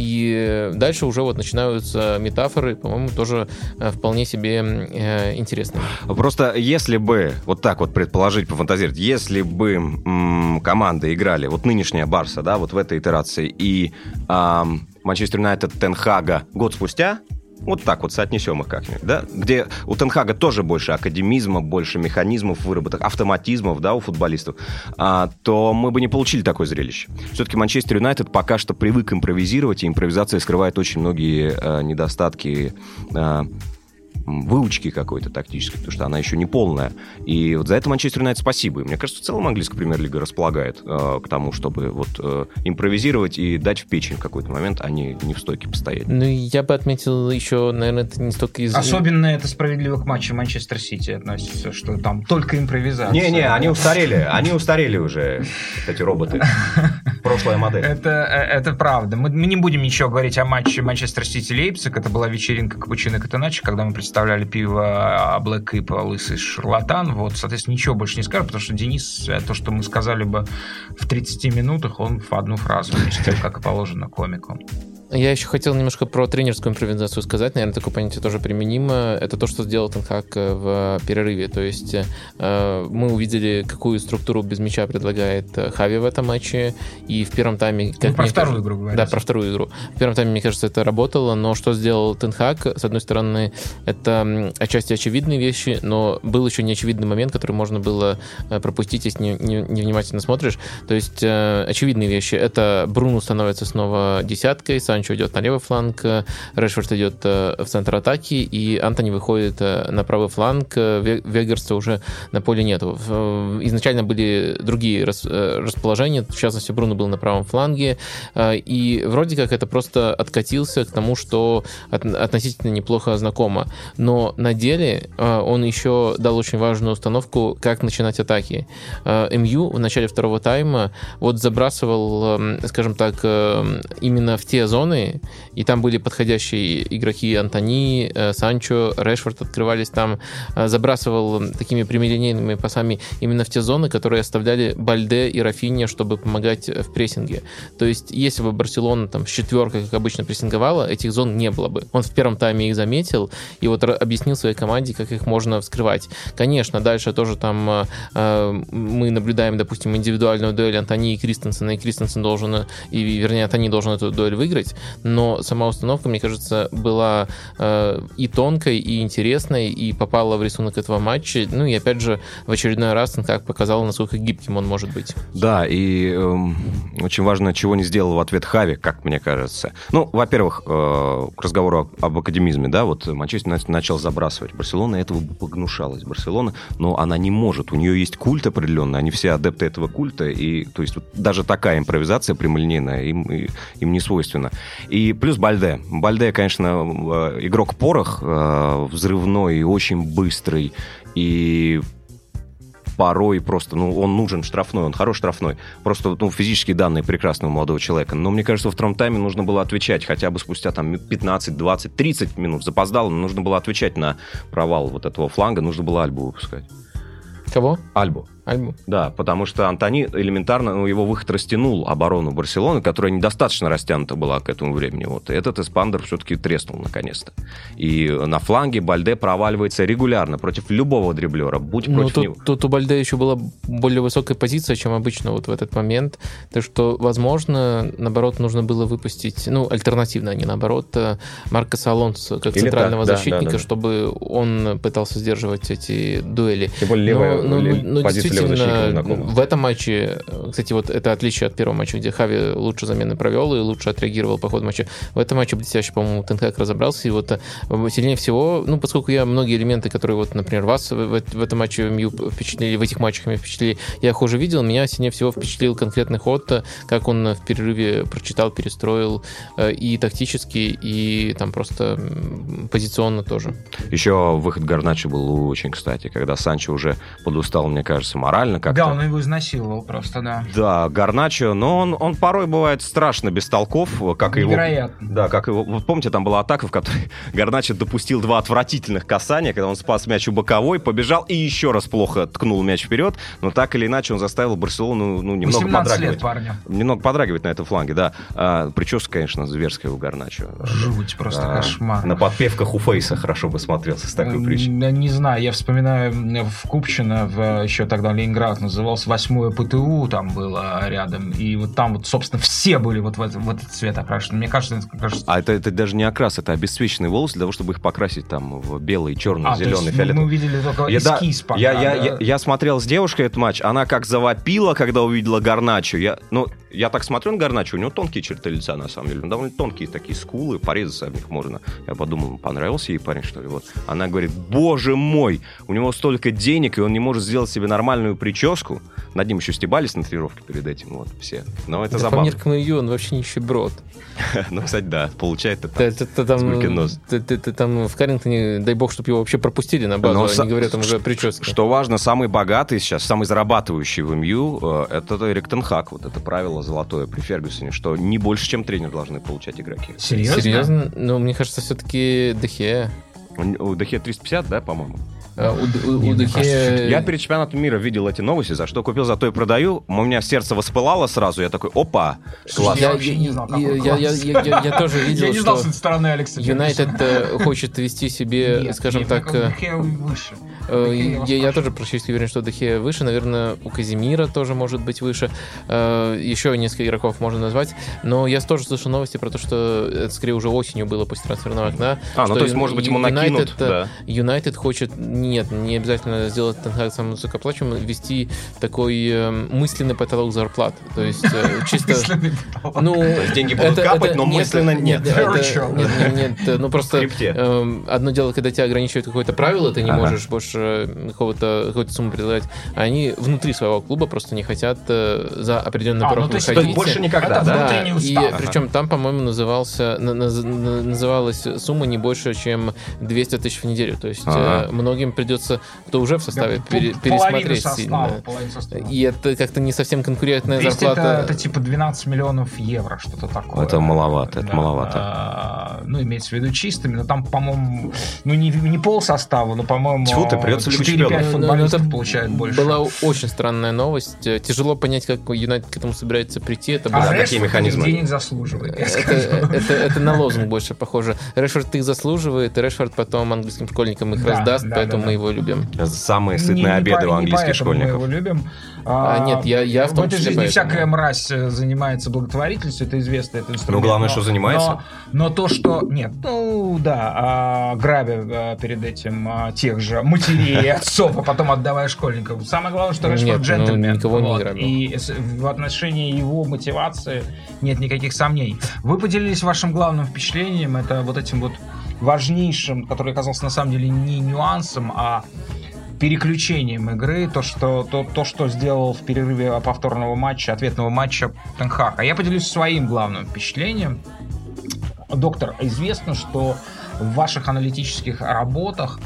И дальше уже вот начинаются метафоры, по-моему, тоже вполне себе э, интересные. Просто если бы, вот так вот предположить, пофантазировать, если бы м- команды играли, вот нынешняя Барса, да, вот в этой итерации, и Манчестер Юнайтед Тен Хага год спустя, вот так вот соотнесем их как-нибудь, да, где у Тен Хага тоже больше академизма, больше механизмов выработок, автоматизмов, да, у футболистов, а, то мы бы не получили такое зрелище. Все-таки Манчестер Юнайтед пока что привык импровизировать, и импровизация скрывает очень многие а, недостатки а, выучки какой-то тактической, потому что она еще не полная. И вот за это Манчестер Юнайтед спасибо. И мне кажется, в целом английская премьер-лига располагает э, к тому, чтобы вот э, импровизировать и дать в печень в какой-то момент, а не, не в стойке постоять. Ну, я бы отметил еще, наверное, это не столько из... Особенно это справедливо к матчу Манчестер Сити относится, что там только импровизация. Не-не, они устарели. Они устарели уже, эти роботы. Прошлая модель. Это, это правда. Мы, мы не будем ничего говорить о матче Манчестер Сити Лейпциг. Это была вечеринка капучино Катеначи, когда мы представляли пиво Black Kip, лысый шарлатан. Вот, соответственно, ничего больше не скажу, потому что Денис, то, что мы сказали бы в тридцати минутах, он в одну фразу вместил, как и положено комику. Я еще хотел немножко про тренерскую импровизацию сказать. Наверное, такое понятие тоже применимо. Это то, что сделал Тен Хаг в перерыве. То есть э, мы увидели, какую структуру без мяча предлагает Хави в этом матче. И в первом тайме... Как ну, про вторую кажется, игру говорить. Да, про вторую игру. В первом тайме, мне кажется, это работало. Но что сделал Тен Хаг? С одной стороны, это отчасти очевидные вещи, но был еще неочевидный момент, который можно было пропустить, если не, не, не внимательно смотришь. То есть э, очевидные вещи. Это Бруно становится снова десяткой, Санчо идет на левый фланг, Решфорд идет в центр атаки, и Антони выходит на правый фланг, Вегерса уже на поле нету. Изначально были другие расположения, в частности, Бруно был на правом фланге, и вроде как это просто откатился к тому, что относительно неплохо знакомо. Но на деле он еще дал очень важную установку, как начинать атаки. МЮ в начале второго тайма вот забрасывал, скажем так, именно в те зоны, и там были подходящие игроки Антони, Санчо, Решфорд открывались там, забрасывал такими прямолинейными пасами именно в те зоны, которые оставляли Бальде и Рафинья, чтобы помогать в прессинге. То есть, если бы Барселона там с четверкой, как обычно, прессинговала, этих зон не было бы. Он в первом тайме их заметил и вот объяснил своей команде, как их можно вскрывать. Конечно, дальше тоже там э, мы наблюдаем, допустим, индивидуальную дуэль Антони и Кристенсена, и Кристенсен должен, и, вернее, Антони должен эту дуэль выиграть, но сама установка, мне кажется, была э, и тонкой, и интересной, и попала в рисунок этого матча. Ну и опять же, в очередной раз он как показал, насколько гибким он может быть. Да, и э, очень важно, чего не сделал в ответ Хави, как мне кажется. Ну, во-первых, э, к разговору об академизме, да, вот Манчестер начал забрасывать. Барселона этого бы погнушалась. Барселона, но она не может. У нее есть культ определенный, они все адепты этого культа, и то есть вот, даже такая импровизация прямолинейная им, им не свойственна. И плюс Бальде. Бальде, конечно, игрок-порох, взрывной и очень быстрый. И порой просто, ну, он нужен штрафной, он хороший штрафной. Просто, ну, физические данные прекрасного молодого человека. Но мне кажется, во втором тайме нужно было отвечать хотя бы спустя там пятнадцать, двадцать, тридцать минут. Запоздало, но нужно было отвечать на провал вот этого фланга. Нужно было Альбу выпускать. Кого? Альбу. Альбу. Да, потому что Антони элементарно, ну, его выход растянул оборону Барселоны, которая недостаточно растянута была к этому времени. Вот. И этот эспандер все-таки треснул наконец-то. И на фланге Бальде проваливается регулярно против любого дриблера, будь ну, против тут, него. Тут у Бальде еще была более высокая позиция, чем обычно вот в этот момент. Так что, возможно, наоборот, нужно было выпустить, ну, альтернативно, а не наоборот, Маркоса Алонсо как Или центрального так, защитника, да, да, да. чтобы он пытался сдерживать эти дуэли. Тем более левая но, но, но, позиция. В этом матче, кстати, вот это отличие от первого матча, где Хави лучше замены провел и лучше отреагировал по ходу матча. В этом матче блестяще, по-моему, Тен Хаг разобрался. И вот сильнее всего, ну, поскольку я многие элементы, которые вот, например, вас в, в этом матче МЮ впечатлили, в этих матчах меня впечатлили, я их уже видел, меня сильнее всего впечатлил конкретный ход, как он в перерыве прочитал, перестроил и тактически, и там просто позиционно тоже. Еще выход Гарначо был очень кстати, когда Санчо уже подустал, мне кажется, морально как-то. Да, он его изнасиловал просто, да. Да, Гарначо, но он, он порой бывает страшно бестолков, как и его... Невероятно. Да, как его... Вот помните, там была атака, в которой Гарначо допустил два отвратительных касания, когда он спас мяч у боковой, побежал и еще раз плохо ткнул мяч вперед, но так или иначе он заставил Барселону, ну, немного подрагивать. Лет, парню. Немного подрагивать на этом фланге, да. А, прическа, конечно, зверская у Гарначо. Жуть, просто а, кошмар. На подпевках у Фейса хорошо бы смотрелся с такой прической. Я не знаю, я вспоминаю в Купчино, в, еще тогда Ленинград назывался, восьмое ПТУ там было рядом, и вот там вот, собственно, все были вот в этот, в этот цвет окрашены. Мне кажется, это кажется... А это, это даже не окрас, это обесцвеченные волосы для того, чтобы их покрасить там в белый, черный, а, зеленый, фиолетовый. Мы увидели только я, эскиз пока. Я, я, да? я, я смотрел с девушкой этот матч, она как завопила, когда увидела Гарначо. Я, ну, я так смотрю на Гарначо, у него тонкие черты лица, на самом деле. Довольно тонкие такие скулы, порезаться об них можно. Я подумал, понравился ей парень, что ли? Вот. Она говорит, боже мой, у него столько денег, и он не может сделать себе нормальную прическу. над ним еще стебались на тренировке перед этим, вот, все. Но это да забавно. По меркам эй ю он вообще нищеброд. Ну, кстати, да, получает это ты, ты, ты, там, ты, ты, ты там в Каррингтоне, дай бог, чтобы его вообще пропустили на базу, а не говорят там уже прически. Что важно, самый богатый сейчас, самый зарабатывающий в эм ю, это Эрик тен Хаг, вот это правило золотое при Фергюсоне, что не больше, чем тренер должны получать игроки. Серьезно? Серьезно? Ну, мне кажется, все-таки Де Геа. У Де Геа триста пятьдесят, да, по-моему? А, у, у, у Де Геа... Я перед чемпионатом мира видел эти новости, за что купил, за то и продаю. У меня сердце воспылало сразу, я такой, опа, класс. Я вообще не знал, какой я, я, я, я, я тоже видел, я не знал, что стороны Алекса Юнайтед хочет вести себе, нет, скажем нет, так... Де Геа выше. Я, я тоже практически уверен, что Де Геа выше. Наверное, у Казимира тоже может быть выше. Еще несколько игроков можно назвать. Но я тоже слышал новости про то, что это скорее уже осенью было после трансферного окна. А, ну то есть, может быть, ему накинут. Юнайтед да. хочет, нет, не обязательно сделать Тен Хаг самым высокоплачиваемым, ввести такой мысленный потолок зарплат. То есть чисто... Ну, то есть деньги будут капать, но мысленно нет. Нет, нет, ну просто одно дело, когда тебя ограничивает какое-то правило, ты не можешь больше какого-то, какой-то суммы предлагать, а они внутри своего клуба просто не хотят э, за определенный а, порог ну, то есть, выходить. Больше никогда, да? да. И ага. причем там, по-моему, назывался, на, на, называлась сумма не больше, чем двести тысяч в неделю. То есть ага. э, многим придется, кто уже в составе, да, пере, пересмотреть состава, сильно. И это как-то не совсем конкурентная зарплата. Это, это типа двенадцать миллионов евро, что-то такое. Это маловато, это да. маловато. А, ну, имеется в виду чистыми, но там, по-моему, ну не, не пол состава, но, по-моему, Тьфу, ты, придется четыре-пять футболистов ну, получают больше. Была очень странная новость. Тяжело понять, как Юнайтед к этому собирается прийти. Это а было... какие механизмы? Денег заслуживает. Это, это, это на лозунг больше похоже. Решфорд их заслуживает, и Решфорд потом английским школьникам их да, раздаст, да, поэтому да, мы да. его любим. Самые сытные не, обеды не, у английских школьников. Мы его любим. А, нет, я, я в том в числе этой жизни поэтому. Всякая мразь занимается благотворительностью, это известно, это инструмент. Ну, главное, но, что занимается. Но, но то, что... Нет, ну, да, а, грабя а, перед этим а, тех же матерей, отцов, а потом отдавая школьникам. Самое главное, что Решфорд джентльмен. Ну, никого вот, не грабил. И в отношении его мотивации нет никаких сомнений. Вы поделились вашим главным впечатлением, это вот этим вот важнейшим, который оказался на самом деле не нюансом, а переключением игры, то что, то, то, что сделал в перерыве повторного матча, ответного матча Тен Хаг. А я поделюсь своим главным впечатлением. Доктор, известно, что в ваших аналитических работах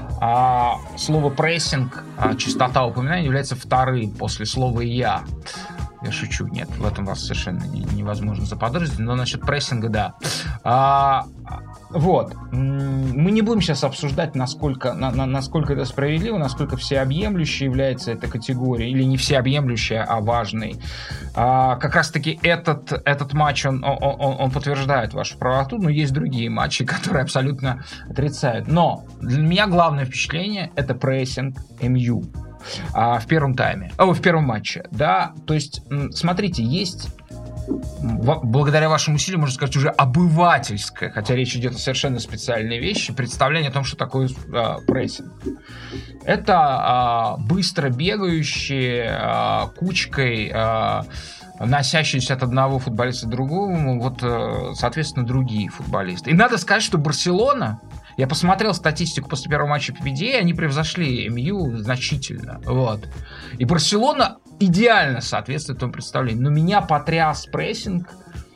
а, слово прессинг, а, частота упоминания является вторым после слова «я». Я шучу, нет, в этом вас совершенно не, невозможно заподозрить, но насчет прессинга, да. А, вот. Мы не будем сейчас обсуждать, насколько, на, на, насколько это справедливо, насколько всеобъемлющей является эта категория, или не всеобъемлющая, а важной. А, как раз-таки этот, этот матч, он, он, он, он подтверждает вашу правоту, но есть другие матчи, которые абсолютно отрицают. Но для меня главное впечатление — это прессинг эм ю. А, в первом тайме, о, в первом матче, да, то есть, смотрите, есть, в, благодаря вашим усилиям, можно сказать, уже обывательское, хотя речь идет о совершенно специальной вещи, представление о том, что такое а, прессинг. Это а, быстро бегающие а, кучкой, а, носящиеся от одного футболиста к другому, вот, соответственно, другие футболисты. И надо сказать, что Барселона, я посмотрел статистику после первого матча пи би ди, они превзошли эм ю значительно. Вот. И Барселона идеально соответствует этому представлению. Но меня потряс прессинг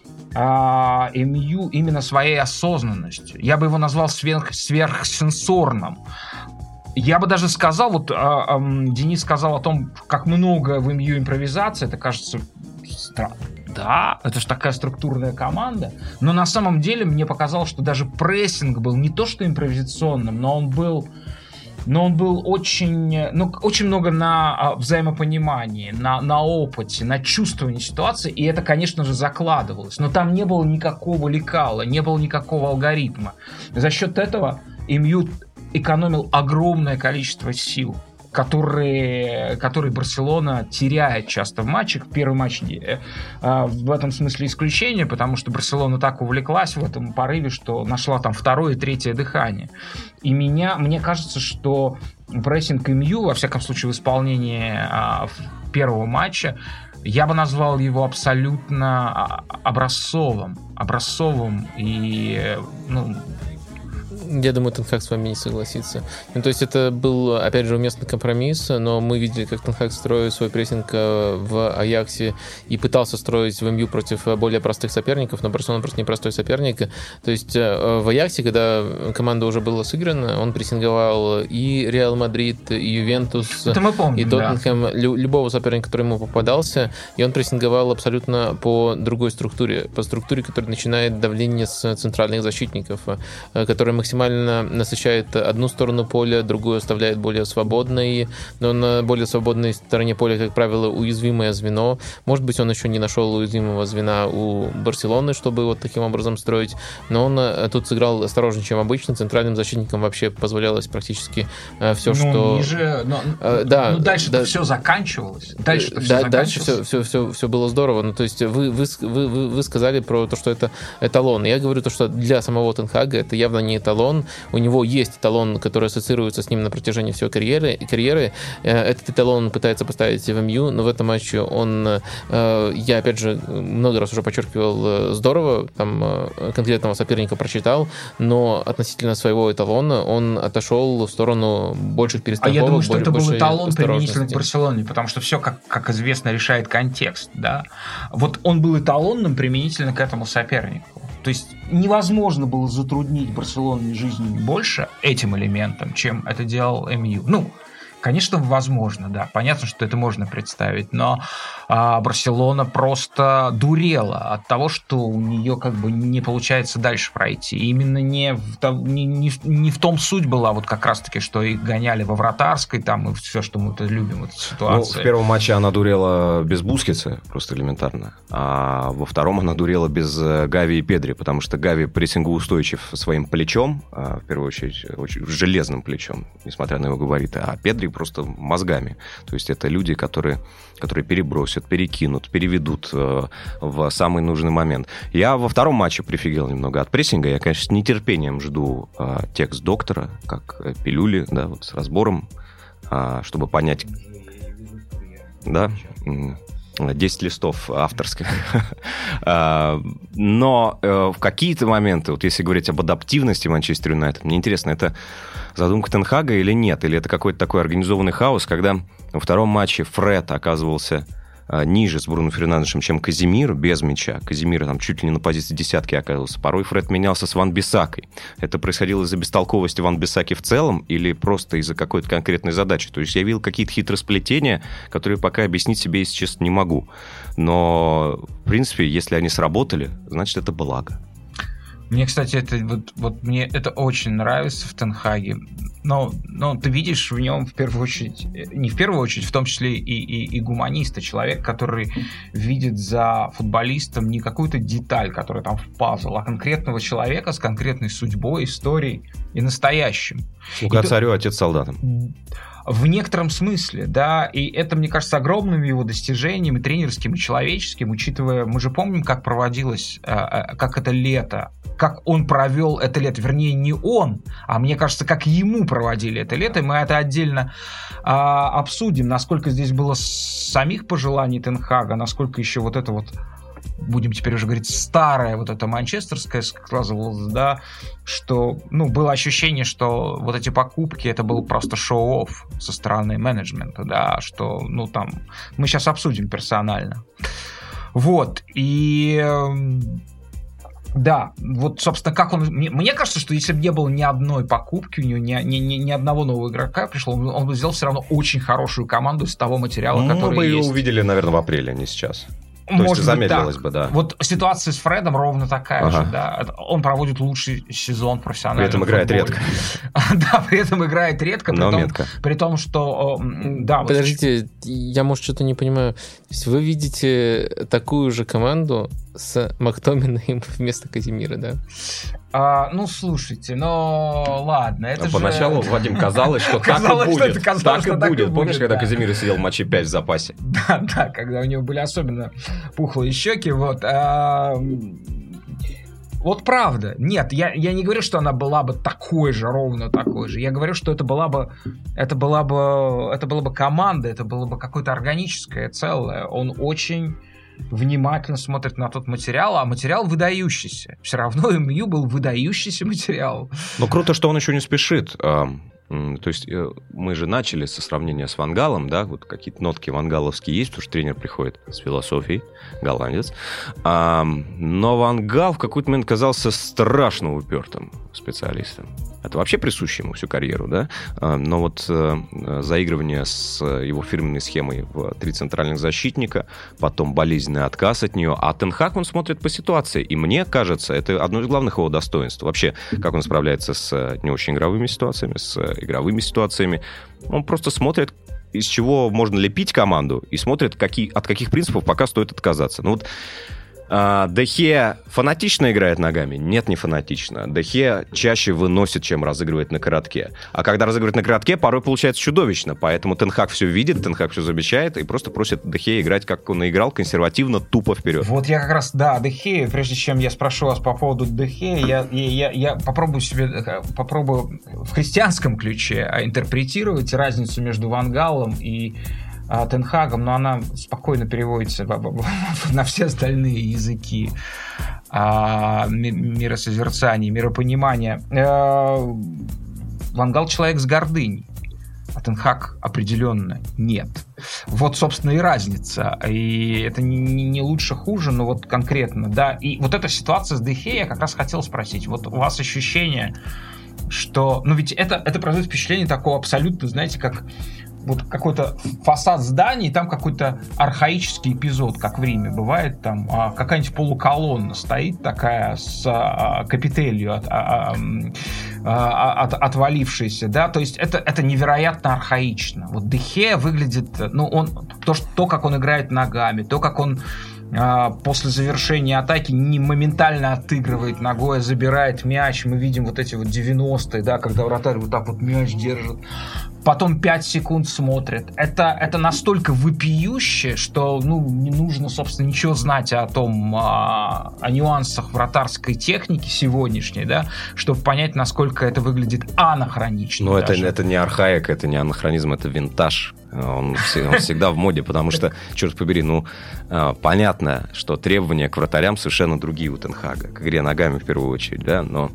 а, эм ю именно своей осознанностью. Я бы его назвал сверх, сверхсенсорным. Я бы даже сказал, вот а, а, Денис сказал о том, как много в эм ю импровизации, это кажется странно. Да, это же такая структурная команда. Но на самом деле мне показалось, что даже прессинг был не то что импровизационным, но он был, но он был очень, ну, очень много на взаимопонимании, на, на опыте, на чувствовании ситуации. И это, конечно же, закладывалось. Но там не было никакого лекала, не было никакого алгоритма. За счет этого эм ю экономил огромное количество сил, которые, которые Барселона теряет часто в матчах. Первый матч э, э, в этом смысле исключение, потому что Барселона так увлеклась в этом порыве, что нашла там второе и третье дыхание. И меня, мне кажется, что прессинг эм ю, во всяком случае в исполнении э, первого матча, я бы назвал его абсолютно образцовым. Образцовым и, ну, Я думаю, Тен Хаг с вами не согласится. Ну, то есть это был, опять же, уместный компромисс, но мы видели, как Тен Хаг строил свой прессинг в Аяксе и пытался строить в эм ю против более простых соперников, но Барселона просто непростой соперник. То есть в Аяксе, когда команда уже была сыграна, он прессинговал и Реал Мадрид, и Ювентус, это мы помним, и Тоттенхэм, да. любого соперника, который ему попадался, и он прессинговал абсолютно по другой структуре, по структуре, которая начинает давление с центральных защитников, которая максимально насыщает одну сторону поля, другую оставляет более свободной, но на более свободной стороне поля, как правило, уязвимое звено. Может быть, он еще не нашел уязвимого звена у Барселоны, чтобы вот таким образом строить, но он тут сыграл осторожнее, чем обычно. Центральным защитникам вообще позволялось практически все, ну, что... Ниже, но, а, да, ну, дальше-то да, все заканчивалось. Дальше-то все да, заканчивалось. Дальше все, все, все, все было здорово. Ну, то есть вы, вы, вы, вы сказали про то, что это эталон. Я говорю то, что для самого Тен Хага это явно не эталон. У него есть эталон, который ассоциируется с ним на протяжении всей карьеры. карьеры. Этот эталон он пытается поставить в эм ю, но в этом матче он, я опять же много раз уже подчеркивал, здорово, там конкретного соперника прочитал, но относительно своего эталона он отошел в сторону больших перестраховок. А я думаю, что это был эталон применительно к Барселоне, потому что все, как, как известно, решает контекст. Да? Вот он был эталонным применительно к этому сопернику. То есть невозможно было затруднить Барселоне жизнь больше этим элементом, чем это делал эм ю. Ну, конечно, возможно, да. Понятно, что это можно представить, но а, Барселона просто дурела от того, что у нее как бы не получается дальше пройти. И именно не в, не, не, не в том суть была вот как раз-таки, что их гоняли во вратарской, там, и все, что мы любим, эта ситуация. Ну, в первом матче она дурела без Бускетса, просто элементарно. А во втором она дурела без Гави и Педри, потому что Гави прессингоустойчив своим плечом, в первую очередь, очень железным плечом, несмотря на его габариты, а Педри просто мозгами. То есть это люди, которые, которые перебросят, перекинут, переведут э, в самый нужный момент. Я во втором матче прифигел немного от прессинга. Я, конечно, с нетерпением жду э, текст доктора, как э, пилюли, да, вот с разбором, э, чтобы понять... Да, десять листов авторских. Но в какие-то моменты, вот если говорить об адаптивности Манчестер Юнайтед, мне интересно, это задумка Тен Хага или нет? Или это какой-то такой организованный хаос, когда во втором матче Фред оказывался ниже с Бруно Фернандешем, чем Казимир, без мяча. Казимир там чуть ли не на позиции десятки оказывался. Порой Фред менялся с Ван Бисакой. Это происходило из-за бестолковости Ван Бисаки в целом или просто из-за какой-то конкретной задачи? То есть я видел какие-то хитросплетения, которые пока объяснить себе, если честно, не могу. Но, в принципе, если они сработали, значит, это благо. Мне, кстати, это вот, вот мне это очень нравится в Тен Хаге. Но, но ты видишь в нем в первую очередь, не в первую очередь, в том числе и, и, и гуманиста, человек, который видит за футболистом не какую-то деталь, которая там в пазл, а конкретного человека с конкретной судьбой, историей и настоящим. Слуга царю, отец солдатам. В некотором смысле, да, и это, мне кажется, огромным его достижением и тренерским, и человеческим, учитывая, мы же помним, как проводилось, как это лето, как он провел это лето, вернее, не он, а мне кажется, как ему проводили это лето, и мы это отдельно а, обсудим, насколько здесь было самих пожеланий Тен Хага, насколько еще вот это вот, будем теперь уже говорить, старая вот эта манчестерская сказывалась, да, что, ну, было ощущение, что вот эти покупки, это был просто шоу-офф со стороны менеджмента, да, что, ну, там, мы сейчас обсудим персонально. Вот, и... Да, вот, собственно, как он... Мне, мне кажется, что если бы не было ни одной покупки, у него ни, ни, ни, ни одного нового игрока пришло, он, он бы сделал все равно очень хорошую команду из того материала, ну, который мы бы есть. ее увидели, наверное, в апреле, а не сейчас. То Может есть замедлилось быть, бы, да. Вот ситуация с Фредом ровно такая ага. же, да. Он проводит лучший сезон профессионального При этом играет редко. Да, при этом играет редко. Но метко. При том, что... Да, подождите, я, может, что-то не понимаю. То есть вы видите такую же команду с Мактоминой вместо Казимира, да? А, ну, слушайте, ну, ладно, это а же... Поначалу, Вадим, казалось, что так и будет. Так и будет. Помнишь, когда Казимир сидел в матче пять в запасе? Да, да, когда у него были особенно пухлые щеки, вот. Вот правда. Нет, я, я не говорю, что она была бы такой же, ровно такой же. Я говорю, что это была бы, это была бы, это была бы команда, это было бы какое-то органическое целое. Он очень внимательно смотрит на тот материал, а материал выдающийся. Все равно эм ю был выдающийся материал. Ну, круто, что он еще не спешит. То есть мы же начали со сравнения с Ван Галом, да, вот какие-то нотки вангаловские есть, потому что тренер приходит с философией, голландец. Но Ван Гал в какой-то момент казался страшно упертым специалистом. Это вообще присуще ему всю карьеру, да? Но вот заигрывание с его фирменной схемой в три центральных защитника, потом болезненный отказ от нее, а Тен Хаг он смотрит по ситуации. И мне кажется, это одно из главных его достоинств. Вообще, как он справляется с не очень игровыми ситуациями, с игровыми ситуациями. Он просто смотрит, из чего можно лепить команду, и смотрит, какие, от каких принципов пока стоит отказаться. Ну вот Де Хеа фанатично играет ногами? Нет, не фанатично. Де Хеа чаще выносит, чем разыгрывает на коротке. А когда разыгрывает на коротке, порой получается чудовищно. Поэтому Тен Хаг все видит, Тен Хаг все замечает и просто просит Де Хеа играть, как он и играл, консервативно, тупо вперед. Вот я как раз, да, Де Хеа, прежде чем я спрошу вас по поводу Де Хеа, я, я, я, я попробую себе, попробую в христианском ключе интерпретировать разницу между Ван Галом и Тен Хагом, но она спокойно переводится на все остальные языки миросозерцания, миропонимания. Ван Гал человек с гордыней, а Тен Хаг определенно нет. Вот, собственно, и разница. И это не, не лучше, хуже, но вот конкретно, да. И вот эта ситуация с Де Хеа я как раз хотел спросить. Вот у вас ощущение, что... Ну, ведь это, это производит впечатление такого абсолютно, знаете, как... вот какой-то фасад здания, и там какой-то архаический эпизод, как в Риме бывает, там а, какая-нибудь полуколонна стоит такая с а, капителью от, а, а, от, отвалившейся, да, то есть это, это невероятно архаично. Вот Де Хеа выглядит, ну, он, то, что, то, как он играет ногами, то, как он а, после завершения атаки не моментально отыгрывает ногой, а забирает мяч, мы видим вот эти вот девяностые, да, когда вратарь вот так вот мяч держит, потом пять секунд смотрит. Это, это настолько вопиюще, что ну, не нужно, собственно, ничего знать о том, о, о нюансах вратарской техники сегодняшней, да, чтобы понять, насколько это выглядит анахронично. Но это, это не архаик, это не анахронизм, это винтаж. Он, он всегда в моде, потому что, черт побери, ну, понятно, что требования к вратарям совершенно другие у Тен Хага, к игре ногами в первую очередь, да, но...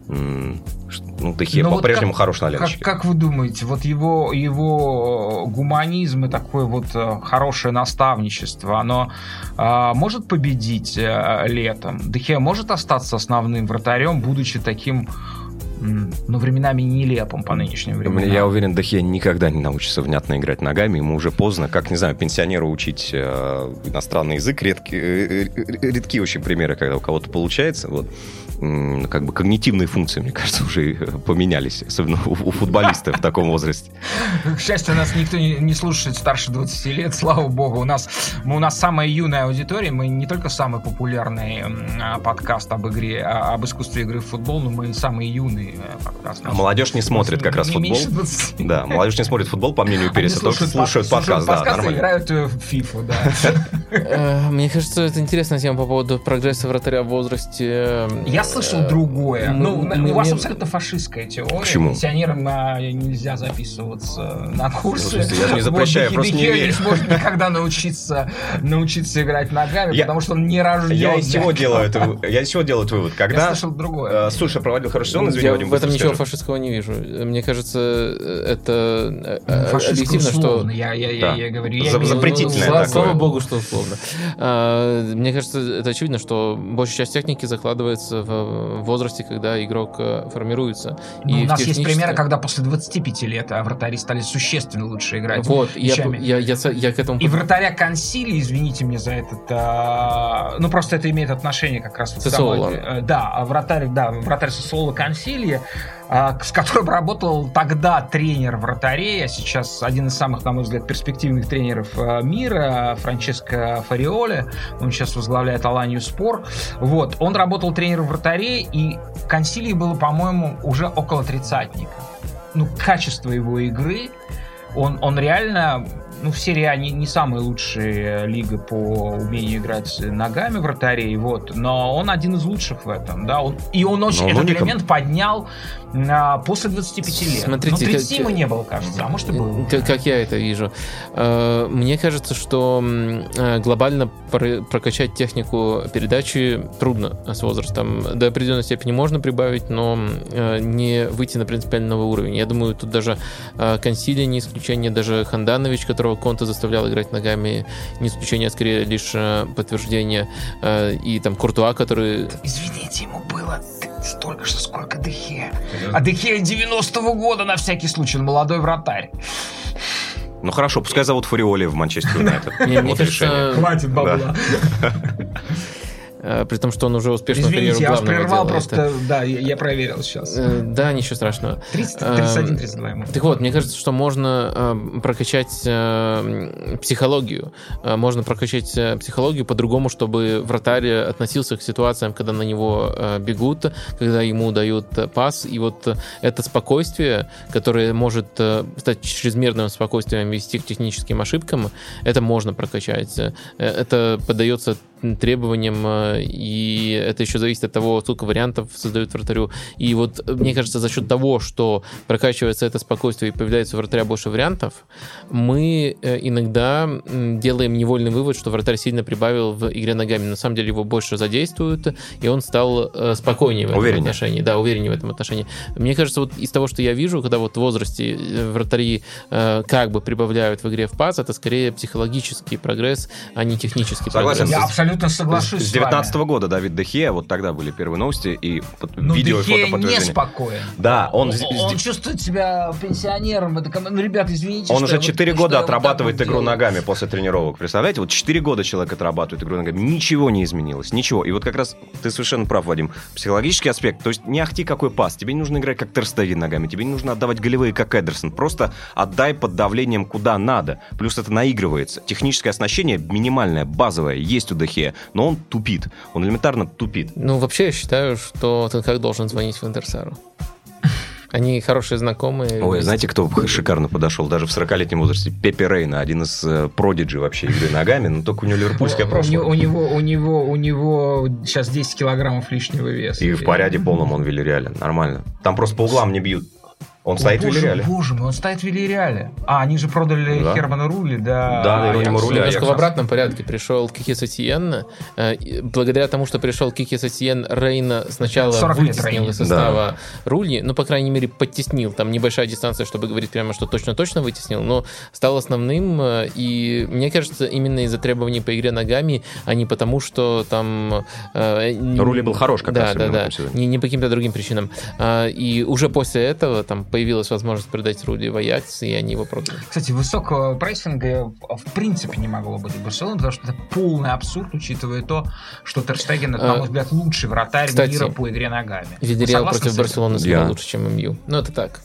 Ну, Де Хеа по-прежнему вот хорош на ленточке. Как, как вы думаете, вот его, его гуманизм и такое вот хорошее наставничество, оно а, может победить а, летом? Де Хеа может остаться основным вратарем, будучи таким, ну, временами нелепым по нынешним временам? Я уверен, Де Хеа никогда не научится внятно играть ногами, ему уже поздно, как, не знаю, пенсионеру учить э, иностранный язык, редки, э, редки очень примеры, когда у кого-то получается, вот. Как бы когнитивные функции, мне кажется, уже поменялись, особенно у, у футболистов в таком возрасте. К счастью, нас никто не, не слушает старше двадцати лет, слава богу. У нас, мы, у нас самая юная аудитория, мы не только самый популярный а, подкаст об игре, а, об искусстве игры в футбол, но мы и самый юный подкаст. А молодежь не смотрит как раз футбол. Да, молодежь не смотрит футбол, по мнению Переса, только слушают подкаст. Да, нормально. Играют в фифу, да. Мне кажется, это интересная тема по поводу прогресса вратаря в возрасте. Я слышал другое. Мы, ну, мы, у вас мне... абсолютно фашистская теория. Почему? Пенсионерам а, нельзя записываться на курсы. Ну, я же не запрещаю, вот, просто не верю. Не сможет никогда научиться, научиться играть ногами, я, потому что он не рожден. Я из чего делаю это? Я из чего делаю этот вывод? Когда я слышал другое. Суша проводил хороший сезон, извини, я Вадим, в этом ничего скажу. фашистского не вижу. Мне кажется, это ну, объективно, что... Я, я, да. я, я говорю, За, я запретительное ну, такое. Слава богу, что условно. А, мне кажется, это очевидно, что большая часть техники закладывается в возрасте, когда игрок формируется. Ну, и у нас технически... есть примеры, когда после двадцати пяти лет вратари стали существенно лучше играть. Вот, я, я, я, я к этому... И вратаря Консилии, извините меня за этот... А... Ну, просто это имеет отношение как раз... Сосоло. Вот, да, вратарь, да, вратарь Сосоло Консилии, а, с которым работал тогда тренер вратарей, а сейчас один из самых, на мой взгляд, перспективных тренеров мира, Франческо Фариоли. Он сейчас возглавляет Аланью Спор. Вот, он работал тренером вратарей, и Консилии было, по-моему, уже около тридцатника. Ну, качество его игры, он, он реально ну, в серии А не, не самая лучшая лига по умению играть ногами вратарей, вот, но он один из лучших в этом, да, он, и он очень этот уникам. элемент поднял а, после двадцати пяти лет. Смотрите, ну, тридцати как, ему не было, кажется, а может и было. Как, как я это вижу. Мне кажется, что глобально прокачать технику передачи трудно с возрастом. До определенной степени можно прибавить, но не выйти на принципиально новый уровень. Я думаю, тут даже Консилия не исключение, даже Ханданович, которого Конте заставлял играть ногами, не исключение, а скорее лишь подтверждение. И там Куртуа, который... Извините, ему было столько же, сколько Дехе. А Дехе девяностого года, на всякий случай, он молодой вратарь. Ну хорошо, пускай зовут Фариоли в Манчестер Юнайтед. Мне кажется... Хватит бабла. При том, что он уже успешно карьеру главного делает. Извините, я вас прервал, просто, да, я проверил сейчас. Да, ничего страшного. тридцать один тридцать два ему. Так вот, мне кажется, что можно прокачать психологию. Можно прокачать психологию по-другому, чтобы вратарь относился к ситуациям, когда на него бегут, когда ему дают пас. И вот это спокойствие, которое может стать чрезмерным спокойствием, вести к техническим ошибкам, это можно прокачать. Это поддается требованиям, и это еще зависит от того, сколько вариантов создают вратарю. И вот мне кажется, за счет того, что прокачивается это спокойствие и появляется у вратаря больше вариантов, мы иногда делаем невольный вывод, что вратарь сильно прибавил в игре ногами. На самом деле его больше задействуют, и он стал спокойнее в этом увереннее. отношении. Да, увереннее в этом отношении. Мне кажется, вот из того, что я вижу, когда вот в возрасте вратари как бы прибавляют в игре в пас, это скорее психологический прогресс, а не технический Согласен. прогресс. Я абсолютно соглашусь с девятнадцатого года Давид де Геа, вот тогда были первые новости, и ну, видео и фото подтверждение. неспокоен. Да, он... Он, он чувствует себя пенсионером. Это, ну, ребят, извините, Он уже четыре года вот отрабатывает вот игру делаю. ногами после тренировок. Представляете? Вот четыре года человек отрабатывает игру ногами. Ничего не изменилось. Ничего. И вот как раз ты совершенно прав, Вадим. Психологический аспект. То есть не ахти какой пас. Тебе не нужно играть как Тер Стеген ногами. Тебе не нужно отдавать голевые, как Эдерсон. Просто отдай под давлением куда надо. Плюс это наигрывается. Техническое оснащение минимальное, базовое, есть у де Геа, но он тупит. Он элементарно тупит. Ну, вообще, я считаю, что ты как должен звонить в Интерсару. Они хорошие знакомые. Ой, знаете, кто шикарно подошел даже в сорокалетнем возрасте? Пепе Рейна, один из продиджи вообще игры ногами, но только у него ливерпульское прошлое. У него, у него, у него сейчас десять килограммов лишнего веса. И в порядке полном он в Вильяреале. Нормально. Там просто по углам не бьют. Он О, стоит боже, в Вильяреале. Боже мой, он стоит в Вильяреале. А, они же продали да. Хермана Рули, да. Да, Иеронима Рули. Немножко в обратном порядке пришел Кики Сетьен. Благодаря тому, что пришел Кики Сетьен, Рейна сначала вытеснил из состава да. Рули, ну, по крайней мере, подтеснил. Там небольшая дистанция, чтобы говорить прямо, что точно-точно вытеснил, но стал основным. И мне кажется, именно из-за требований по игре ногами, а не потому, что там... Рули был хорош как да, раз. Да, да, да. Не, не по каким-то другим причинам. И уже после этого там появилась возможность продать Рули в Аякс, и они его продали. Кстати, высокого прессинга в принципе не могло быть в Барселоне, потому что это полный абсурд, учитывая то, что Тер Стеген, это, на мой взгляд, лучший вратарь Кстати, мира по игре ногами. Вильяреал против Барселоны сыграл лучше, чем эм ю. Ну, это так.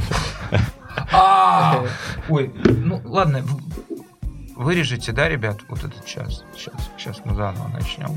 Ой, ну ладно, вырежете, да, ребят, вот этот час. Сейчас, сейчас мы заново начнем.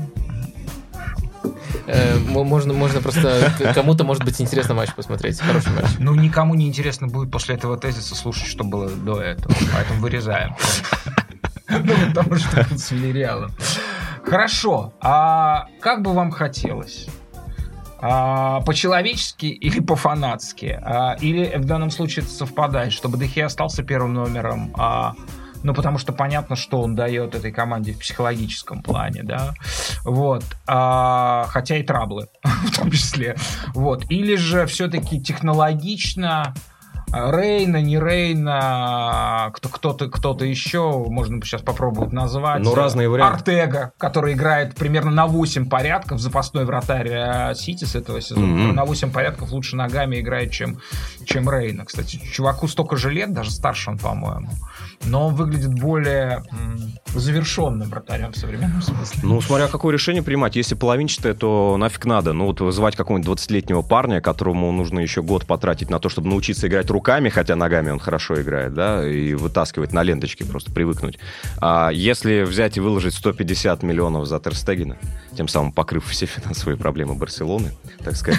Можно, можно просто... Кому-то, может быть, интересно матч посмотреть. Хороший матч. Ну, никому не интересно будет после этого тезиса слушать, что было до этого. Поэтому вырезаем. Ну, потому что тут с Вильяреалом. Хорошо. А как бы вам хотелось? По-человечески или по-фанатски? Или в данном случае это совпадает, чтобы де Геа остался первым номером, ну, потому что понятно, что он дает этой команде в психологическом плане, да, вот, а, хотя и траблы в том числе, вот, или же все-таки технологично Рейна, не Рейна, кто, кто-то, кто-то еще, можно сейчас попробовать назвать. Ну, разные варианты. Артега, который играет примерно на восемь порядков, запасной вратарь Сити с этого сезона, mm-hmm. на восемь порядков лучше ногами играет, чем, чем Рейна. Кстати, чуваку столько же лет, даже старше он, по-моему, но он выглядит более м- завершенным вратарем в современном смысле. Ну, смотря какое решение принимать. Если половинчатое, то нафиг надо. Ну, вот вызывать какого-нибудь двадцатилетнего парня, которому нужно еще год потратить на то, чтобы научиться играть руками, руками, хотя ногами он хорошо играет, да, и вытаскивать на ленточке, просто привыкнуть. А если взять и выложить сто пятьдесят миллионов за Тер Стегена, тем самым покрыв все финансовые проблемы Барселоны, так сказать,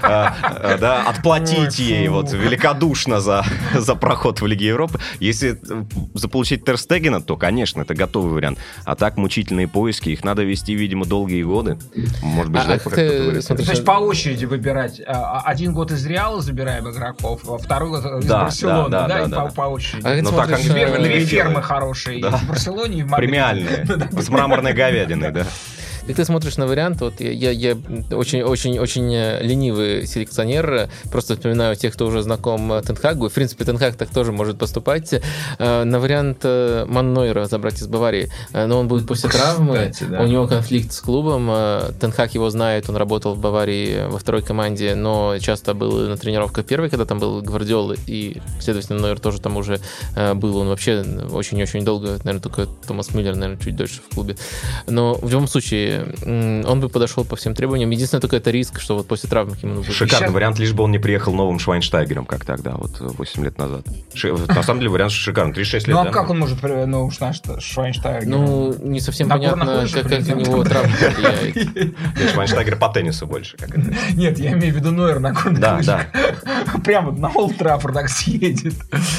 да, отплатить ей вот великодушно за проход в Лиге Европы, если заполучить Тер Стегена, то, конечно, это готовый вариант. А так мучительные поиски, их надо вести, видимо, долгие годы. Может быть, ждать, пока кто-то вылезет. То есть по очереди выбирать. Один год из Реала забираем игроков, второй год из Барселоны, да, и по очереди. Две фермы хорошие в Барселоне и в Мадриде. Премиальные, с мраморной говядиной, да. Как ты смотришь на вариант, вот я, я, я очень, очень, очень ленивый селекционер, просто вспоминаю тех, кто уже знаком Тен Хагу, в принципе, Тен Хаг так тоже может поступать, на вариант Ману Нойера забрать из Баварии, но он будет после травмы, кстати, да. У него конфликт с клубом, Тен Хаг его знает, он работал в Баварии во второй команде, но часто был на тренировках первой, когда там был Гвардиола, и, следовательно, Нойер тоже там уже был, он вообще очень-очень долго, наверное, только Томас Мюллер, наверное, чуть дольше в клубе, но в любом случае он бы подошел по всем требованиям. Единственное, только это риск, что вот после травмы ему нужно... Шикарный сейчас... вариант, лишь бы он не приехал новым Швайнштайгером, как тогда, вот восемь лет назад. Ши... На самом деле вариант шикарный, тридцать шесть лет. Ну а да, как он может приехать новым Швайнштайгером? Ну, не совсем на понятно, как, как на него травма влияет. Нет, Швайнштайгер по теннису больше. Как это. Нет, я имею в виду Нойер на горных да, лыжах. Да. Прямо на Олд Траффорд так съедет.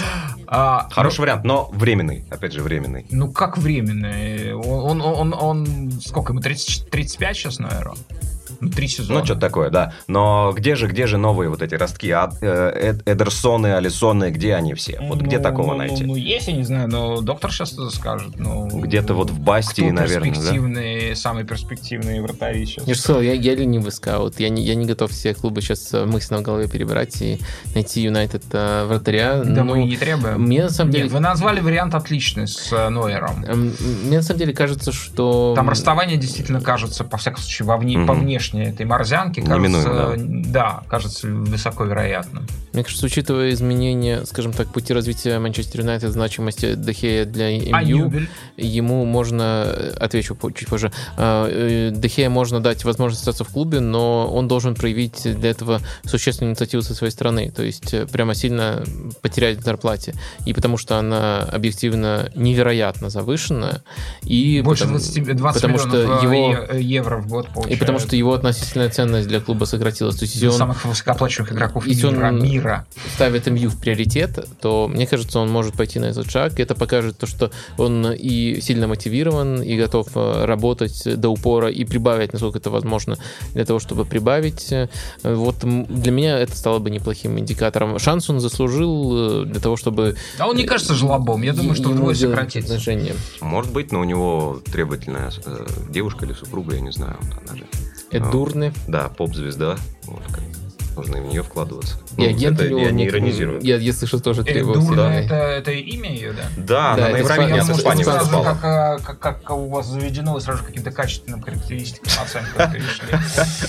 А, Хороший ну, вариант, но временный, опять же, временный. Ну, как временный? Он, он, он, он сколько ему, тридцать, тридцать пять сейчас, наверное? Ну, три сезона. Ну, что-то такое, да. Но где же, где же новые вот эти ростки? А, э, Эдерсоны, Алисоны, где они все? Вот где ну, такого ну, найти? Ну, есть, я не знаю, но доктор сейчас это скажет. Ну, где-то вот в Бастии, наверное, перспективные, да? Самые перспективные вратари сейчас. Я же сказал, я, я ленивый скаут. Я не, я не готов все клубы сейчас мысленно в голове перебирать и найти Юнайтед э, вратаря. Да но мы не требуем. Мне, на самом деле... Нет, вы назвали вариант отличный с э, Нойером. Мне, на самом деле, кажется, что... Там расставание действительно кажется, по всякому случаю, во вне, mm-hmm. по внешней этой морзянке, кажется, да. да, кажется высоко вероятным. Мне кажется, учитывая изменения, скажем так, пути развития Манчестер Юнайтед, значимости Де Гея для эм ю, а ему можно, отвечу чуть позже, Де Гея можно дать возможность остаться в клубе, но он должен проявить для этого существенную инициативу со своей стороны, то есть прямо сильно потерять в зарплате. И потому что она объективно невероятно завышенная. И больше потому, двадцать, двадцать потому миллионов что его, евро в год получается. И потому что его относительная ценность для клуба сократилась. То есть, если он, самых высокооплачиваемых игроков если мира, он мира ставит эм ю в приоритет, то, мне кажется, он может пойти на этот шаг. Это покажет то, что он и сильно мотивирован, и готов работать до упора, и прибавить, насколько это возможно, для того, чтобы прибавить. Вот для меня это стало бы неплохим индикатором. Шанс он заслужил для того, чтобы... А он не кажется жлобом. Я думаю, что вдвое сократится. Отношения. Может быть, но у него требовательная э, девушка или супруга, я не знаю. Она же... Эдурне. Да, поп-звезда. Вот, нужно в нее вкладываться. И ну, агент это его, я не иронизирую. Я, я слышу, тоже требовался. Эдурне, да. это, это имя ее, да? Да, да она на Евровидении с Испанией выступала. Как, как, как у вас заведено, вы сразу каким-то качественным характеристикам оценкам перешли.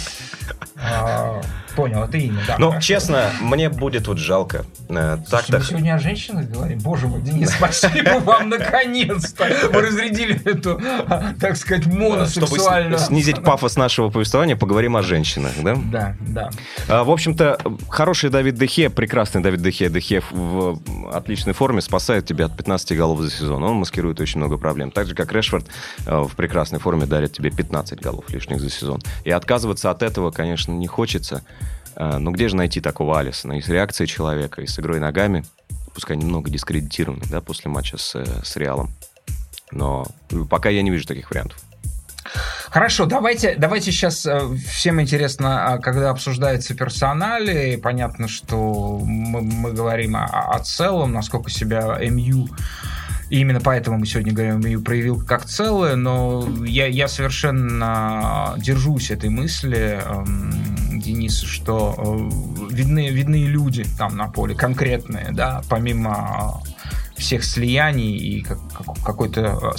Понял, это имя, да. Ну, честно, мне будет вот жалко. Так, мы сегодня о женщинах говорим. Боже мой, Денис, спасибо вам наконец-то. Вы разрядили эту, так сказать, моносексуальную... Чтобы снизить пафос нашего повествования, поговорим о женщинах, да? Да, да. В общем-то, хороший Давид Де Гея, прекрасный Давид Де Гея, Де Гея в отличной форме спасает тебя от пятнадцати голов за сезон. Он маскирует очень много проблем. Так же, как Решфорд в прекрасной форме дарит тебе пятнадцать голов лишних за сезон. И отказываться от этого, конечно, не хочется. Но где же найти такого Алисона? И с реакцией человека, и с игрой ногами, пускай немного дискредитированный, да, после матча с, с Реалом. Но пока я не вижу таких вариантов. Хорошо, давайте, давайте сейчас всем интересно, когда обсуждается персонали, понятно, что мы, мы говорим о, о целом, насколько себя эм ю, и именно поэтому мы сегодня говорим, эм ю проявил как целое, но я, я совершенно держусь этой мысли, Денис, что видны, видны люди там на поле, конкретные, да, помимо всех слияний и как, какой-то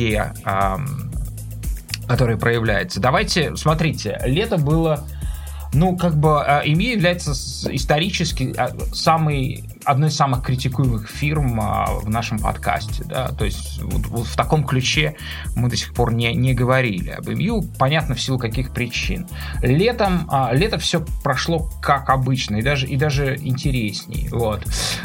сверхидея, которая проявляется. Давайте, смотрите, лето было Ну, как бы эм ю является исторически самой, одной из самых критикуемых фирм в нашем подкасте, да, то есть вот, вот в таком ключе мы до сих пор не, не говорили об эм ю, понятно, в силу каких причин. Летом, лето все прошло как обычно, и даже, и даже интересней, вот.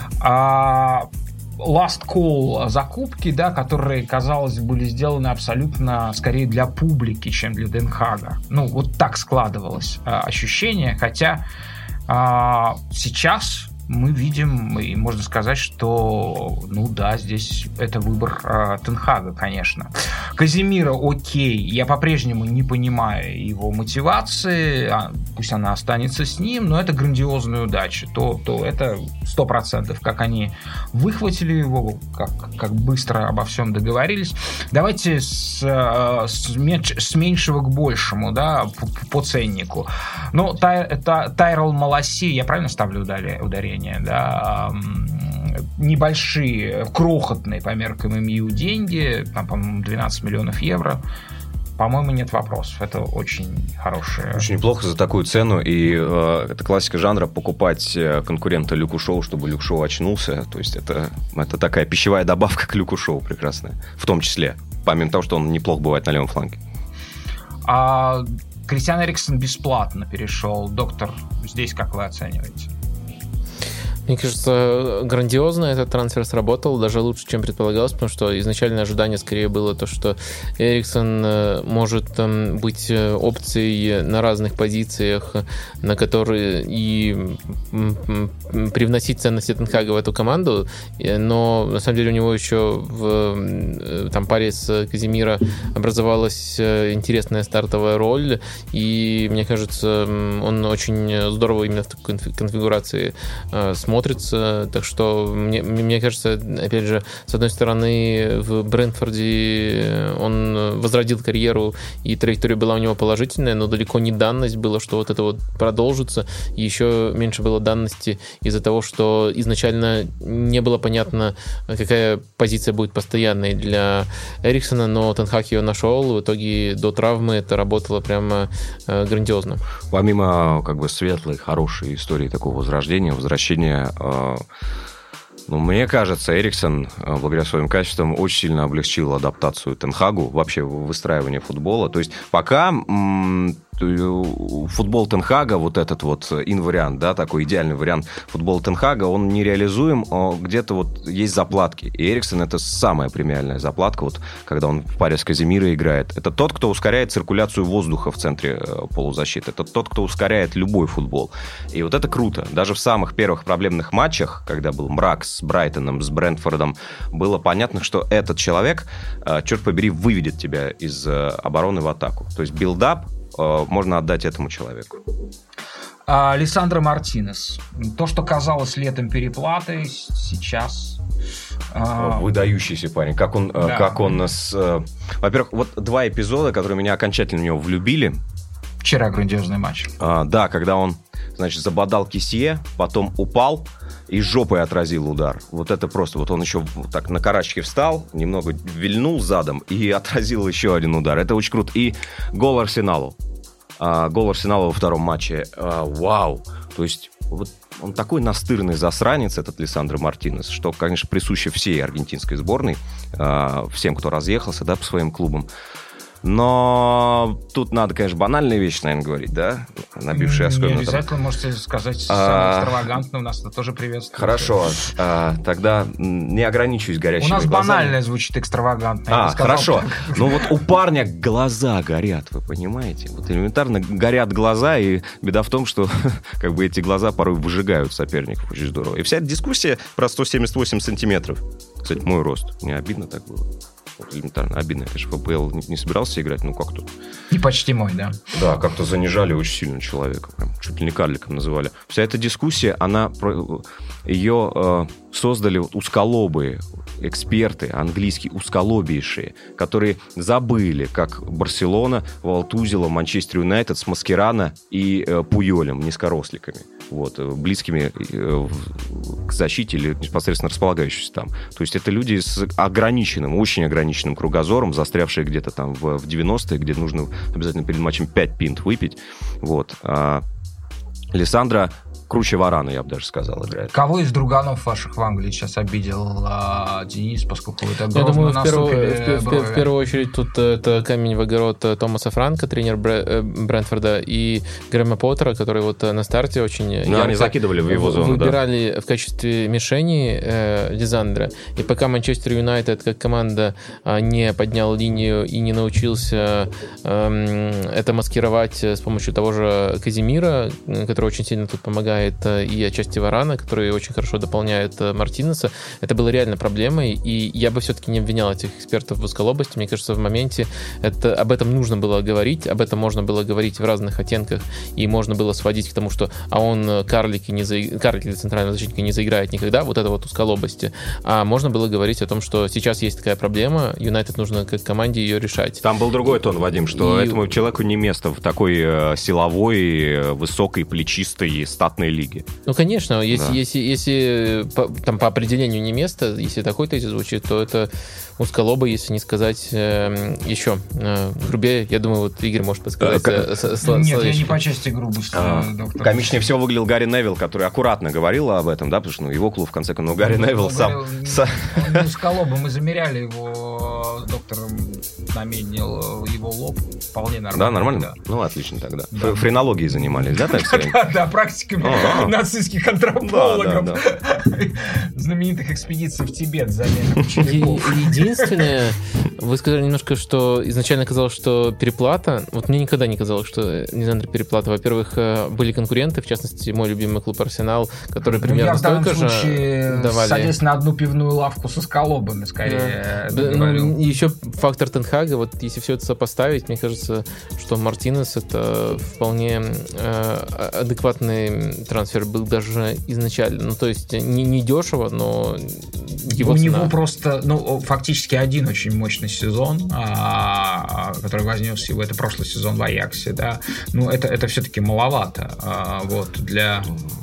А last call закупки, да, которые, казалось, были сделаны абсолютно скорее для публики, чем для Ден Хага. Ну, вот так складывалось а, ощущение, хотя а, сейчас мы видим, и можно сказать, что, ну да, здесь это выбор э, Тен Хага, конечно. Казимира окей, я по-прежнему не понимаю его мотивации, а, пусть она останется с ним, но это грандиозная удача. То, то это сто процентов, как они выхватили его, как, как быстро обо всем договорились. Давайте с, с, меньш, с меньшего к большему, да, по, по ценнику. Ну, Тай, Тай, Тайрол Маласи, я правильно ставлю ударение? Да, небольшие, крохотные по меркам эм ю деньги, там, по-моему, двенадцать миллионов евро. По-моему, нет вопросов. Это очень хорошее. Очень неплохо за такую цену. И э, это классика жанра — покупать конкурента Люку Шоу, чтобы Люк Шоу очнулся. То есть это, это такая пищевая добавка к Люку Шоу прекрасная. В том числе. Помимо того, что он неплохо бывает на левом фланге. А Кристиан Эриксон бесплатно перешел. Доктор, здесь как вы оцениваете? Мне кажется, грандиозно этот трансфер сработал, даже лучше, чем предполагалось, потому что изначальное ожидание скорее было то, что Эриксон может там быть опцией на разных позициях, на которые и привносить ценности Тен Хага в эту команду, но на самом деле у него еще в там, паре с Казимиро образовалась интересная стартовая роль, и мне кажется, он очень здорово именно в такой конфигурации смотрится. смотрится, так что мне, мне кажется, опять же, с одной стороны, в Брентфорде он возродил карьеру, и траектория была у него положительная, но далеко не данность было, что вот это вот продолжится, и еще меньше было данности из-за того, что изначально не было понятно, какая позиция будет постоянной для Эриксона, но Тен Хаг ее нашел, в итоге до травмы это работало прямо грандиозно. Помимо как бы светлой, хорошей истории такого возрождения, возвращения, ну, мне кажется, Эриксон, благодаря своим качествам, очень сильно облегчил адаптацию Тен Хагу, вообще выстраивание футбола. То есть пока м- футбол Тен Хага, вот этот вот инвариант, да, такой идеальный вариант футбола Тен Хага, он нереализуем, где-то вот есть заплатки. И Эриксон — это самая премиальная заплатка, вот когда он в паре с Казимиро играет. Это тот, кто ускоряет циркуляцию воздуха в центре полузащиты. Это тот, кто ускоряет любой футбол. И вот это круто. Даже в самых первых проблемных матчах, когда был мрак с Брайтоном, с Брентфордом, было понятно, что этот человек, черт побери, выведет тебя из обороны в атаку. То есть билдап можно отдать этому человеку. Лиссандро Мартинес. То, что казалось летом переплатой, сейчас... Выдающийся парень. Как он, да. как он с... Во-первых, вот два эпизода, которые меня окончательно в него влюбили. Вчера грандиозный матч. А, да, когда он, значит, забодал Кисье, потом упал и жопой отразил удар. Вот это просто... Вот он еще вот так на карачке встал, немного вильнул задом и отразил еще один удар. Это очень круто. И гол Арсеналу. А, гол Арсенала во втором матче. А, вау! То есть вот он такой настырный засранец, этот Лиссандро Мартинес, что, конечно, присуще всей аргентинской сборной, а, всем, кто разъехался, да, по своим клубам. Но тут надо, конечно, банальные вещи, наверное, говорить, да? Набившие оскомину. Не обязательно, там... можете сказать, самое экстравагантное, у нас это тоже приветствуется. Хорошо, а, тогда не ограничиваюсь горящими глазами. У нас глазами. Банальное звучит экстравагантно. А, хорошо. Ну вот у парня глаза горят, вы понимаете? Вот элементарно горят глаза, и беда в том, что как бы эти глаза порой выжигают соперников очень здорово. И вся эта дискуссия про сто семьдесят восемь сантиметров. Кстати, мой рост. Мне обидно так было. Вот, элементарно обидно. Я, конечно, в АПЛ не, не собирался играть, ну как-то... И почти мой, да. Да, как-то занижали очень сильно человека. Прям, чуть ли не карликом называли. Вся эта дискуссия, она... Ее э, создали узколобые эксперты, английские узколобейшие, которые забыли, как Барселона волтузила Манчестер Юнайтед с Маскерано и э, Пуйолем, низкоросликами. Вот, близкими э, к защите или непосредственно располагающимися там. То есть это люди с ограниченным, очень ограниченным кругозором, застрявшие где-то там в, в девяностые, где нужно обязательно перед матчем пять пинт выпить. Вот. А Лиссандро круче Варана, я бы даже сказал, играет. Кого из друганов ваших в Англии сейчас обидел а, Денис, поскольку вы так Я грозно думаю, в первую, в, брови? в первую очередь тут это камень в огород Томаса Франка, тренер Брентфорда, и Грэма Поттера, который вот на старте очень... Ну, они закидывали в его зону, выбирали да. в качестве мишени э, Лизандра. И пока Манчестер Юнайтед как команда э, не поднял линию и не научился э, это маскировать с помощью того же Казимира, который очень сильно тут помогает, и отчасти Варана, который очень хорошо дополняет Мартинеса, это было реально проблемой, и я бы все-таки не обвинял этих экспертов в узколобости. Мне кажется, в моменте это, об этом нужно было говорить, об этом можно было говорить в разных оттенках, и можно было сводить к тому, что а он карлики, не за... карлики для центрального защитника не заиграет никогда, вот это вот узколобости. А можно было говорить о том, что сейчас есть такая проблема, Юнайтед нужно как команде ее решать. Там был другой тон, Вадим, что и... этому человеку не место в такой э, силовой, высокой, плечистой, статной лиге. Ну, конечно, если, да. если, если по, там по определению не место, если такой тезис звучит, то это узколобый, если не сказать э, еще э, грубее. Я думаю, вот Игорь может подсказать. Э, э, э, нет, я не по части грубости, а, доктор. Комичнее всего выглядел Гарри Невилл, который аккуратно говорил об этом, да, потому что ну, его клуб, в конце концов, ну, Гарри Невилл сам... Он не узколобый, мы замеряли его, доктор наменил его лоб, вполне нормально. Да, нормально? Ну, отлично тогда. Френологией занимались, да, так сказать? Да, практиками нацистских антропологов, знаменитых экспедиций в Тибет замены учеников. Единственное, вы сказали немножко, что изначально казалось, что переплата. Вот мне никогда не казалось, что Лизандро переплата. Во-первых, были конкуренты, в частности, мой любимый клуб Арсенал, который примерно ну, столько же давали. Садясь на одну пивную лавку со усколобами, скорее. Да. Ну, еще фактор Тенхага, вот если все это сопоставить, мне кажется, что Мартинес это вполне э, адекватный трансфер был даже изначально. Ну, то есть не, не дешево, но его у цена... него просто, ну, фактически один очень мощный сезон, а, который вознес его, это прошлый сезон в Аяксе, да, ну, это, это все-таки маловато, а, вот, для...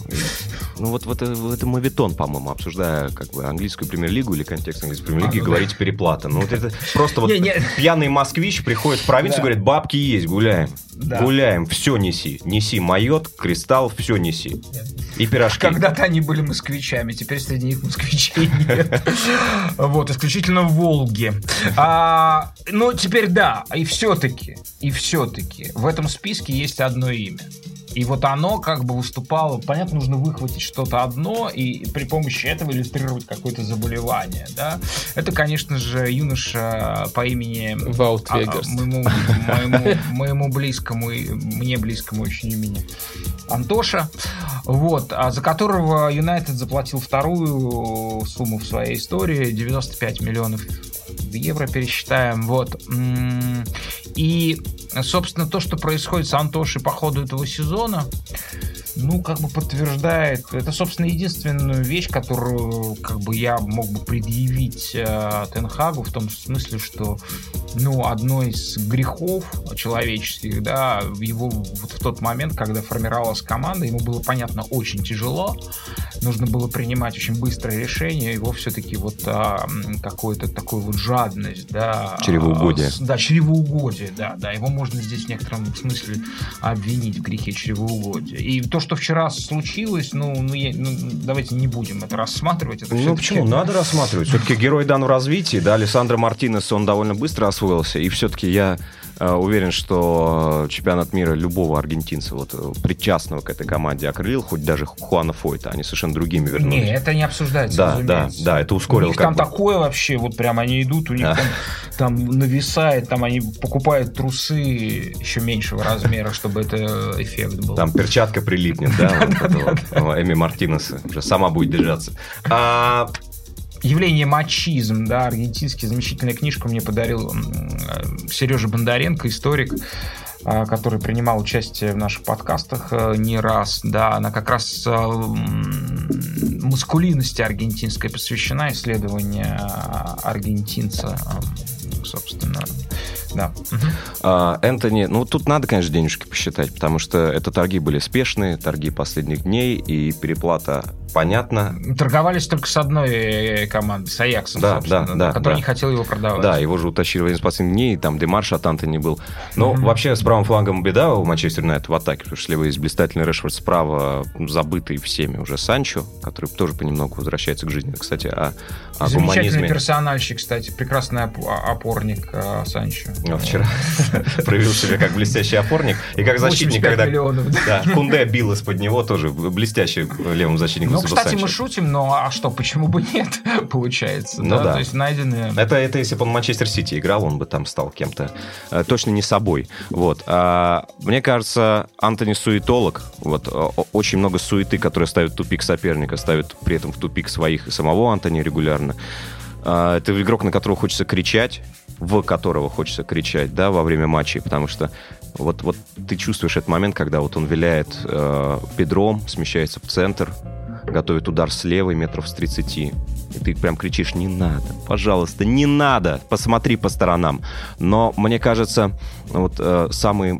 Ну, вот, вот, вот это мовитон, по-моему, обсуждая как бы английскую премьер-лигу или контекст английской премьер-лиги, а, говорите да. переплата. Ну, вот это просто вот не, не. пьяный москвич приходит в провинцию и да. говорит, бабки есть, гуляем. Да. Гуляем, все неси. Неси майот, кристалл, все неси. Нет. И пирожки. Когда-то они были москвичами, теперь среди них москвичей нет. Вот, исключительно в Волге. Ну, теперь да, и все-таки, и все-таки в этом списке есть одно имя. И вот оно как бы выступало, понятно, нужно выхватить что-то одно и при помощи этого иллюстрировать какое-то заболевание, да. Это, конечно же, юноша по имени... Ваут Вегас. А, моему, моему, моему близкому, мне близкому очень имени Антоша, вот, а за которого Юнайтед заплатил вторую сумму в своей истории, девяносто пять миллионов евро пересчитаем, вот. И, собственно, то, что происходит с Антошей по ходу этого сезона, ну, как бы подтверждает, это, собственно, единственную вещь, которую, как бы, я мог бы предъявить э, Тенхагу, в том смысле, что, ну, одно из грехов человеческих, да, его вот в тот момент, когда формировалась команда, ему было, понятно, очень тяжело, нужно было принимать очень быстрое решение, его все-таки вот а, какой-то такой вот жадность, да. Чревоугодие. А, да, чревоугодие, да, да, его можно здесь в некотором смысле обвинить в грехе чревоугодия. И то, что вчера случилось, ну, ну, я, ну давайте не будем это рассматривать. Это ну почему? Надо рассматривать. Все-таки герой дан в развитии, да, Лиссандро Мартинес, он довольно быстро освоился, и все-таки я э, уверен, что чемпионат мира любого аргентинца, вот, причастного к этой команде, окрылил, хоть даже Хуана Фойта, они совершенно другими вернулись. Не, это не обсуждается, да, да, да, это ускорило. У них там бы. такое вообще, вот прям они идут, у них а. там, там нависает, там они покупают трусы еще меньшего размера, чтобы это эффект был. Там перчатка прилипнет, да, Эми Мартинеса, уже сама будет держаться. Явление мачизм, да, аргентинский, замечательная книжка мне подарил Сережа Бондаренко, историк, который принимал участие в наших подкастах не раз, да, она как раз маскулинности аргентинской посвящена, исследование аргентинца, собственно, Да. А, Энтони, ну тут надо, конечно, денежки посчитать, потому что это торги были спешные, торги последних дней, и переплата понятна. Торговались только с одной командой, с Аяксом, да, собственно, да, да, который да. не хотел его продавать. Да, его же утащили в один из последних дней, там демарш от Антони был. Но mm-hmm. вообще с правым флангом беда у Манчестер Юнайтед в атаке, потому что слева есть блистательный Решфорд, справа забытый всеми уже Санчо, который тоже понемногу возвращается к жизни. Кстати, о, о Замечательный гуманизме. персональщик, кстати, прекрасный опорник э, Санчо. Ну, вчера проявил себя как блестящий опорник, и как защитник, когда да, Кунде бил из-под него, тоже блестящий левым защитником. Ну, кстати, мы шутим, но а что, почему бы нет, получается? Ну да? да. То есть найдены... Это, это если бы он в Манчестер Сити играл, он бы там стал кем-то э, точно не собой. Вот. А, мне кажется, Антони суетолог. Вот, о, очень много суеты, которая ставит в тупик соперника, ставит при этом в тупик своих и самого Антони регулярно. А, это игрок, на которого хочется кричать, в которого хочется кричать, да, во время матчей, потому что вот, вот ты чувствуешь этот момент, когда вот он виляет э, бедром, смещается в центр, готовит удар с левой метров с тридцати. И ты прям кричишь: не надо, пожалуйста, не надо, посмотри по сторонам. Но мне кажется, вот э, самые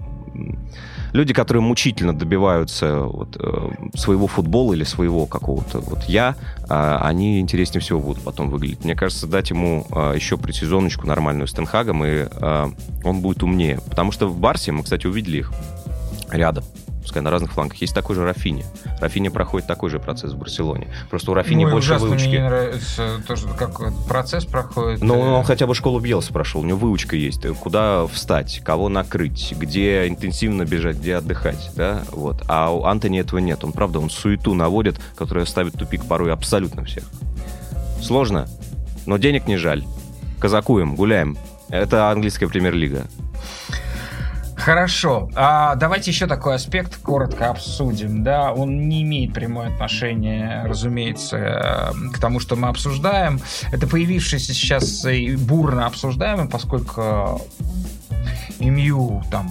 люди, которые мучительно добиваются вот, э, своего футбола или своего какого-то вот я, э, они интереснее всего будут потом выглядеть. Мне кажется, дать ему э, еще предсезоночку нормальную с Тен Хагом, и э, он будет умнее. Потому что в Барсе мы, кстати, увидели их рядом. Пускай на разных флангах. Есть такой же Рафини. Рафини проходит такой же процесс в Барселоне. Просто у Рафини ну, больше выучки. Мне не нравится то, что как процесс проходит. Ну, он хотя бы школу Бьелса прошел. У него выучка есть. Куда встать, кого накрыть, где интенсивно бежать, где отдыхать. Да? Вот. А у Антони этого нет. Он, правда, он суету наводит, которая ставит в тупик порой абсолютно всех. Сложно, но денег не жаль. Казакуем, гуляем. Это английская премьер-лига. Хорошо. А давайте еще такой аспект коротко обсудим. Да, он не имеет прямое отношения, разумеется, к тому, что мы обсуждаем. Это появившийся сейчас и бурно обсуждаемый, поскольку эм ю там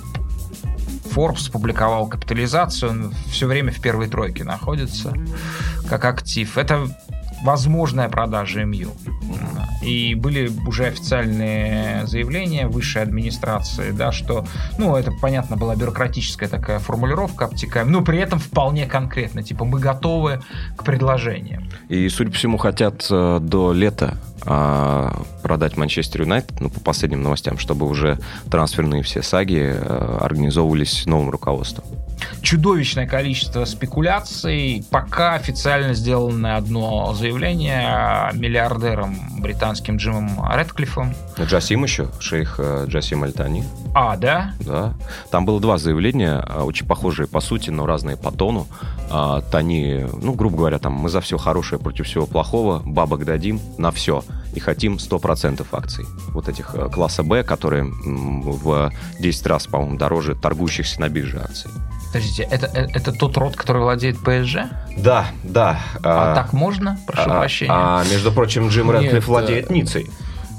Forbes публиковал капитализацию, он все время в первой тройке находится как актив. Это возможная продажа эм ю. И были уже официальные заявления высшей администрации, да, что, ну, это, понятно, была бюрократическая такая формулировка обтекаемая, но при этом вполне конкретно, типа, мы готовы к предложениям. И, судя по всему, хотят э, до лета э, продать Манчестер Юнайтед, ну, по последним новостям, чтобы уже трансферные все саги э, организовывались новым руководством. Чудовищное количество спекуляций. Пока официально сделано одно заявление миллиардером британским Джимом Рэдклиффом. Джасим еще, шейх Джасим Аль-Тани. А, да? Да. Там было два заявления, очень похожие по сути, но разные по тону. Тани, ну, грубо говоря, там, мы за все хорошее против всего плохого, бабок дадим на все. И хотим сто процентов акций. Вот этих класса Б, которые в десять раз, по-моему, дороже торгующихся на бирже акций. Подождите, это, это тот род, который владеет пэ эс жэ? Да, да. А, а так можно? Прошу а, прощения. А, между прочим, Джим Рэдклифф владеет Ниццей.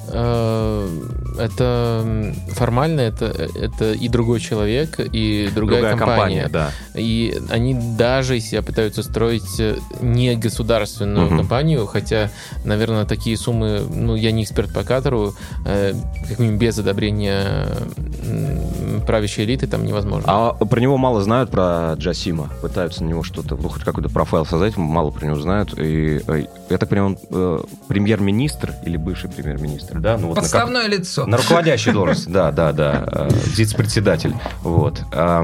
Это формально это, это и другой человек, и другая, другая компания. компания, да. И они даже из себя пытаются строить не государственную uh-huh. компанию, хотя, наверное, такие суммы, ну, я не эксперт по Катару, э, как минимум без одобрения правящей элиты там невозможно. А про него мало знают, про Джасима. Пытаются на него что-то, ну, хоть какой-то профайл создать, мало про него знают. И, я так понимаю, он э, премьер-министр или бывший премьер-министр, да? Ну, вот подставное на как... лицо. На руководящей должности, да, да, да. Вице-председатель. Вот.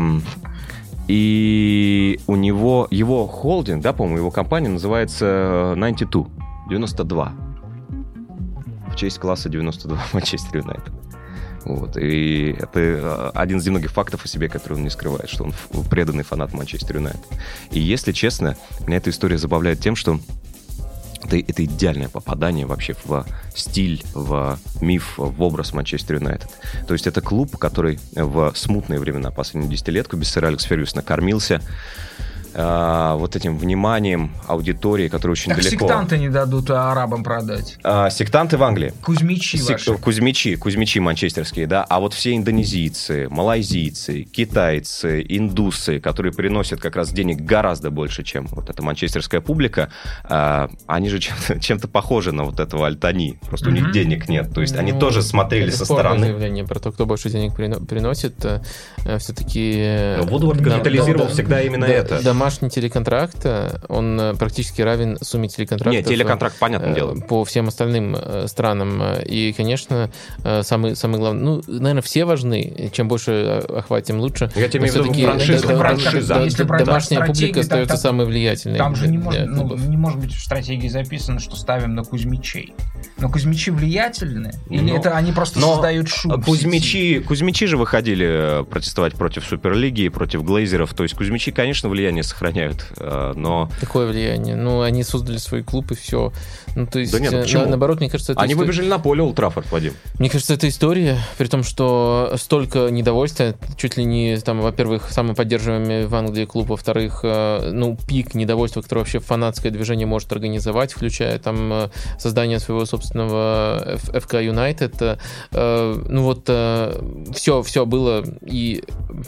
И у него, его холдинг, да, по-моему, его компания называется девяносто два. девяносто два. В честь класса девяносто два Манчестер Юнайтед. Вот. И это один из немногих фактов о себе, который он не скрывает, что он преданный фанат Манчестер Юнайтед. И, если честно, меня эта история забавляет тем, что это, это идеальное попадание вообще в стиль, в миф, в образ Манчестер Юнайтед. То есть это клуб, который в смутные времена, последнюю десятилетку, без сэра Алекса Фергюсона кормился а, вот этим вниманием аудитории, которая очень так далеко. Сектанты не дадут арабам продать. А, сектанты в Англии. Кузьмичи Сек... ваши. Кузьмичи, Кузьмичи манчестерские, да. А вот все индонезийцы, малайзийцы, китайцы, индусы, которые приносят как раз денег гораздо больше, чем вот эта манчестерская публика, а, они же чем-то, чем-то похожи на вот этого Альтани. Просто mm-hmm. у них денег нет. То есть ну, они тоже смотрели со стороны. Заявление про то, кто больше денег приносит, все-таки... Но Вудвард капитализировал всегда именно да, это. Домашний телеконтракт, он практически равен сумме телеконтрактов. Нет, телеконтракт, понятное дело. По всем остальным странам. И, конечно, самый, самый главный... Ну, наверное, все важны. Чем больше охват, тем лучше. Я тебе имею в виду франшиза. Да, франшиза. Если домашняя публика остается там, самой влиятельной. Там же не может, ну, не может быть в стратегии записано, что ставим на Кузьмичей. Но Кузьмичи влиятельны? Или но, это они просто создают шум? Кузьмичи, Кузьмичи же выходили протестовать против Суперлиги и против Глейзеров. То есть Кузьмичи, конечно, влияние сохраняют, но... Какое влияние? Ну, они создали свой клуб, и все. Ну, то есть, да нет, ну почему? На, наоборот, мне кажется... Это они история... выбежали на поле Олд Траффорд, Вадим. Мне кажется, это история, при том, что столько недовольства, чуть ли не, там, во-первых, самый поддерживаемый в Англии клуб, во-вторых, ну, пик недовольства, который вообще фанатское движение может организовать, включая там создание своего собственного эф ка Юнайтед. Ну, вот все, все было, и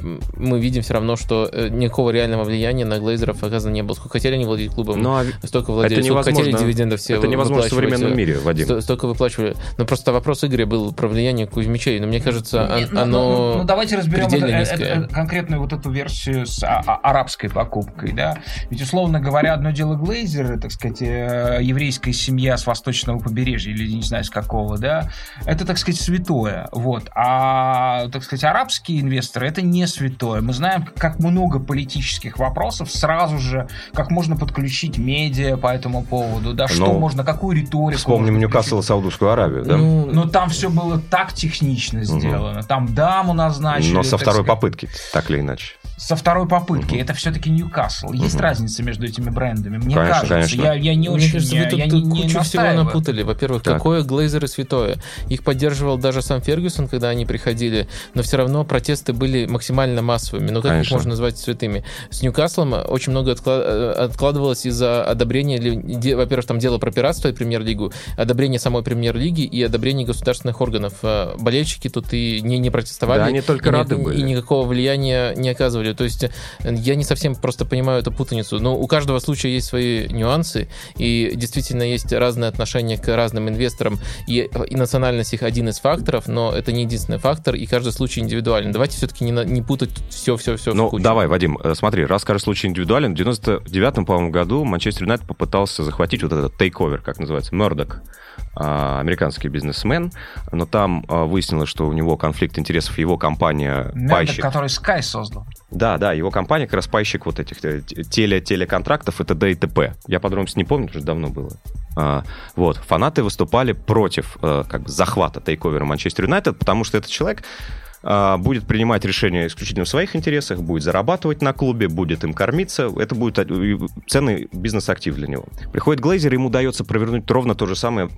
мы видим все равно, что никакого реального влияния на Глейзеров, оказывается, не было. Сколько хотели они владеть клубом, но столько владели, сколько хотели дивидендов все. Это невозможно в современном мире, Вадим. Столько выплачивали. Но просто вопрос Игоря был про влияние Кузьмичей, но мне кажется, Нет, оно ну, ну, ну, давайте разберем это, это, это, конкретную вот эту версию с а- а- арабской покупкой, да. Ведь, условно говоря, одно дело Глейзеры, так сказать, еврейская семья с восточного побережья, или не знаю с какого, да, это, так сказать, святое, вот. А, так сказать, арабские инвесторы — это не святое. Мы знаем, как много политических вопросов сразу же, как можно подключить медиа по этому поводу, да, что ну, можно, какую риторику. Вспомним Ньюкасл и Саудовскую Аравию, да? Ну, но там все было так технично сделано, угу. Там даму назначили. Но со второй сказать, попытки, так или иначе. Со второй попытки. Угу. Это все-таки Ньюкасл. Есть угу. разница между этими брендами. Мне конечно, кажется, конечно. Я, я не Мне очень... кажется, я, вы тут я не, не кучу настаиваю. всего напутали. Во-первых, так. какое Глейзеры святое? Их поддерживал даже сам Фергюсон, когда они приходили, но все равно протесты были максимально массовыми. Но как конечно. их можно назвать святыми? С Ньюкаслом очень много откладывалось из-за одобрения, во-первых, там дело про пиратство и премьер-лигу, одобрение самой премьер-лиги и одобрение государственных органов. Болельщики тут и не, не протестовали. Да, они только и рады ни, были. И никакого влияния не оказывали. То есть я не совсем просто понимаю эту путаницу. Но у каждого случая есть свои нюансы, и действительно есть разные отношения к разным инвесторам, и, и национальность их один из факторов, но это не единственный фактор, и каждый случай индивидуален. Давайте все-таки не, не путать все-все-все. Ну, давай, Вадим, смотри, раз каждый случай индивидуален, в девяносто девятом, по-моему, году Манчестер Юнайтед попытался захватить вот этот тейк-овер, как называется, Мёрдок, американский бизнесмен, но там выяснилось, что у него конфликт интересов, его компания Мёрдок, пайщик. который Sky создал. Да, да, его компания как раз пайщик вот этих теле-телеконтрактов и т.д. и т.п. Я подробности не помню, потому что давно было. А, вот, фанаты выступали против как бы захвата тейк-овера Манчестер Юнайтед, потому что этот человек будет принимать решения исключительно в своих интересах, будет зарабатывать на клубе, будет им кормиться. Это будет ценный бизнес-актив для него. Приходит Глейзер, ему удается провернуть ровно то же самое,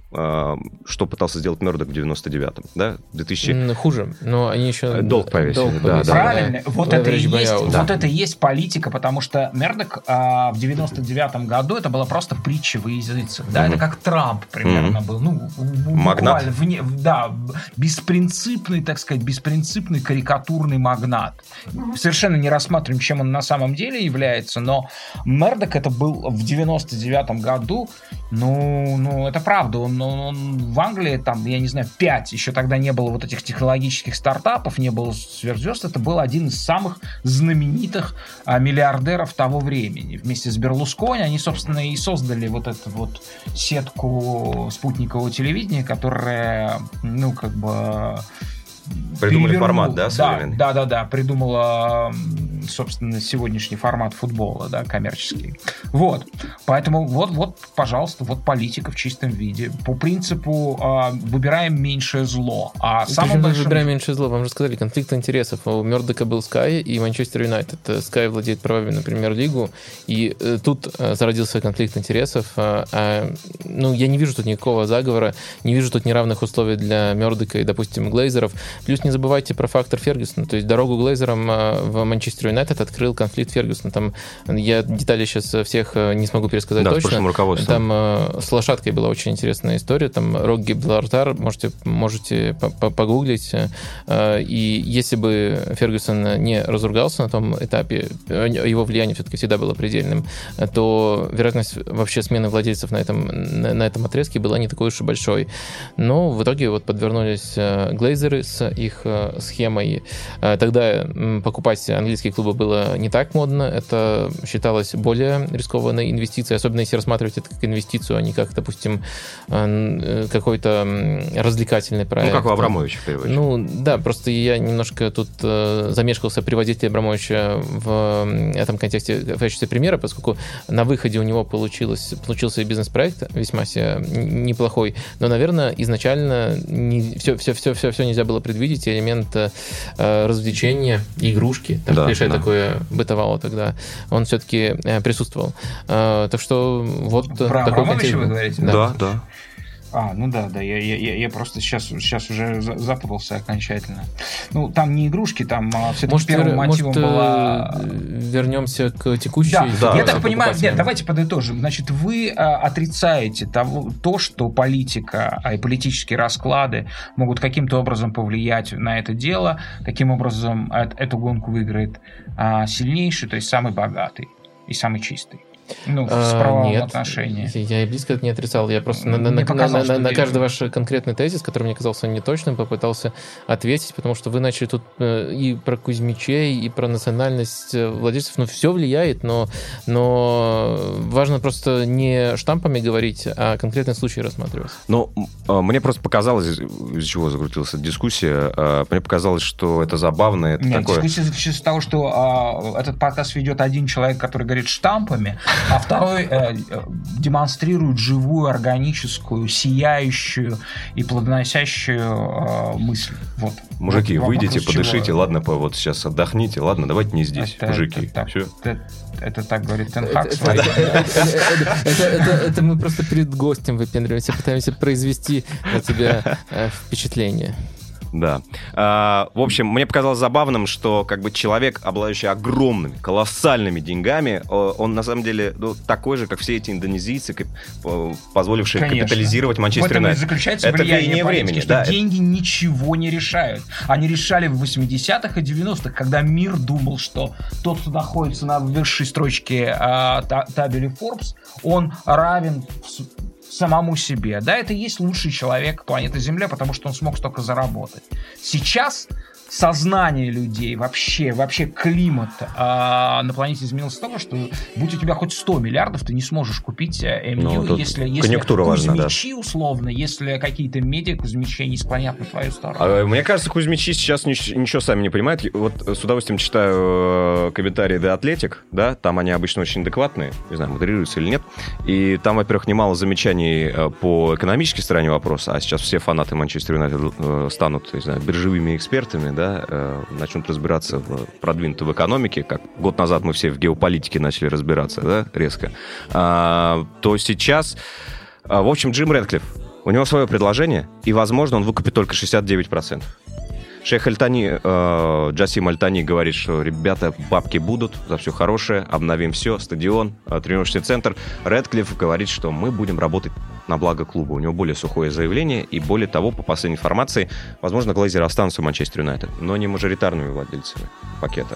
что пытался сделать Мёрдок в девяносто девятом. Да? две тысячи... Хуже, но они еще... Долг повесили. Долг да, повесили. Правильно. Да. Вот, это и есть, да. вот это и есть политика, потому что Мёрдок а, в девяносто девятом году это была просто притча во языцах. Да? Mm-hmm. Это как Трамп примерно mm-hmm. был. Ну, магнат. Вне, да, беспринципный, так сказать, беспринципный карикатурный магнат. Совершенно не рассматриваем, чем он на самом деле является, но Мёрдок это был в девяносто девятом году, ну, ну это правда, он, он, он в Англии, там, я не знаю, пять, еще тогда не было вот этих технологических стартапов, не было сверхзвезд, это был один из самых знаменитых а, миллиардеров того времени. Вместе с Берлускони они, собственно, и создали вот эту вот сетку спутникового телевидения, которая, ну, как бы... Придумали формат, да, современный? Да, да, да, да, придумала, собственно, сегодняшний формат футбола, да, коммерческий. Вот, поэтому вот, вот, пожалуйста, вот политика в чистом виде. По принципу э, выбираем меньшее зло. А самым большим... Выбираем меньшее зло, вам же сказали, конфликт интересов. У Мёрдока был Sky и Манчестер Юнайтед. Sky владеет правами на премьер-лигу, и э, тут э, зародился конфликт интересов. Э, э, ну, я не вижу тут никакого заговора, не вижу тут неравных условий для Мёрдока и, допустим, Глейзеров. Плюс не забывайте про фактор Фергюсона, то есть дорогу Глейзерам в Манчестер Манчестер Юнайтед открыл конфликт Фергюсона. Там я детали сейчас всех не смогу пересказать да, точно. Там э, с лошадкой была очень интересная история. Там Рок Гибралтар, можете, можете погуглить. Э, и если бы Фергюсон не разругался на том этапе, его влияние все-таки всегда было предельным, то вероятность вообще смены владельцев на этом, на, на этом отрезке была не такой уж и большой. Но в итоге вот подвернулись глейзеры с их схемой. Тогда покупать английские клубы было не так модно. Это считалось более рискованной инвестицией, особенно если рассматривать это как инвестицию, а не как, допустим, какой-то развлекательный проект. Ну, как у Абрамовича, в первую очередь. Ну, да, просто я немножко тут замешкался приводить Абрамовича в этом контексте в качестве примера, поскольку на выходе у него получилось, получился бизнес-проект весьма себе неплохой, но, наверное, изначально не, все, все, все, все, все нельзя было предвидеть, элемент э, развлечения, игрушки, так, да, да. такое бытовало тогда, он все-таки э, присутствовал. Э, так что вот Про такой контекст. Вы говорите? Да, да. да. А, ну да, да, я, я, я просто сейчас, сейчас уже запутался окончательно. Ну, там не игрушки, там все-таки может, первым мотивом может, была... вернемся к текущей... Да, да я да, так понимаю, нет, давайте подытожим. Значит, вы а, отрицаете того, то, что политика, а и политические расклады могут каким-то образом повлиять на это дело, каким образом эту гонку выиграет а, сильнейший, то есть самый богатый и самый чистый. Ну, в правовом Нет, отношении. Я и близко это не отрицал. Я просто на, на, показал, на, на, на каждый ваш конкретный тезис, который мне казался неточным, попытался ответить, потому что вы начали тут и про Кузьмичей, и про национальность владельцев. Ну, все влияет, но, но важно просто не штампами говорить, а конкретные случаи рассматривать. Ну, мне просто показалось, из-за чего закрутилась эта дискуссия, мне показалось, что это забавно. Это Нет, такое... дискуссия заключается в том, что а, этот подкаст ведет один человек, который говорит штампами, а второй э, демонстрирует живую, органическую, сияющую и плодоносящую э, мысль. Вот. Мужики, вот, выйдите, подышите, чего... ладно, вот сейчас отдохните, ладно, давайте не здесь, это, мужики. Это, Все. Это, это так говорит Тен Хаг. Это мы просто перед гостем выпендриваемся, пытаемся произвести на тебя впечатление. Да. А, в общем, мне показалось забавным, что как бы человек, обладающий огромными, колоссальными деньгами, он на самом деле ну, такой же, как все эти индонезийцы, позволившие Конечно. капитализировать Манчестер Юнайтед. В этом и заключается это влияние времени, что да. деньги ничего не решают. Они решали в восьмидесятых и девяностых, когда мир думал, что тот, кто находится на высшей строчке а, табеля Forbes, он равен в самому себе. Да, это и есть лучший человек планеты Земля, потому что он смог столько заработать. Сейчас сознание людей, вообще, вообще климат а, на планете изменился с того, что будь у тебя хоть сто миллиардов, ты не сможешь купить эм ю, ну, если, если Кузьмичи, да. условно, если какие-то медиа Кузьмичи не склонят на твою сторону. А, мне кажется, Кузьмичи сейчас ничего, ничего сами не понимают. Вот с удовольствием читаю комментарии The Athletic, да, там они обычно очень адекватные, не знаю, модерируются или нет, и там, во-первых, немало замечаний по экономической стороне вопроса, а сейчас все фанаты Манчестер Юнайтед станут, не знаю, биржевыми экспертами, да, начнут разбираться в продвинутой в экономике, как год назад мы все в геополитике начали разбираться, да, резко, а, то сейчас, а, в общем, Джим Рэдклифф, у него свое предложение, и, возможно, он выкупит только шестьдесят девять процентов. Шейх Аль-Тани, э, Джасим Аль-Тани говорит, что, ребята, бабки будут, за все хорошее, обновим все, стадион, э, тренировочный центр. Рэдклифф говорит, что мы будем работать на благо клуба. У него более сухое заявление, и более того, по последней информации, возможно, глейзеры останутся в Манчестер Юнайтед, но не мажоритарными владельцами пакета.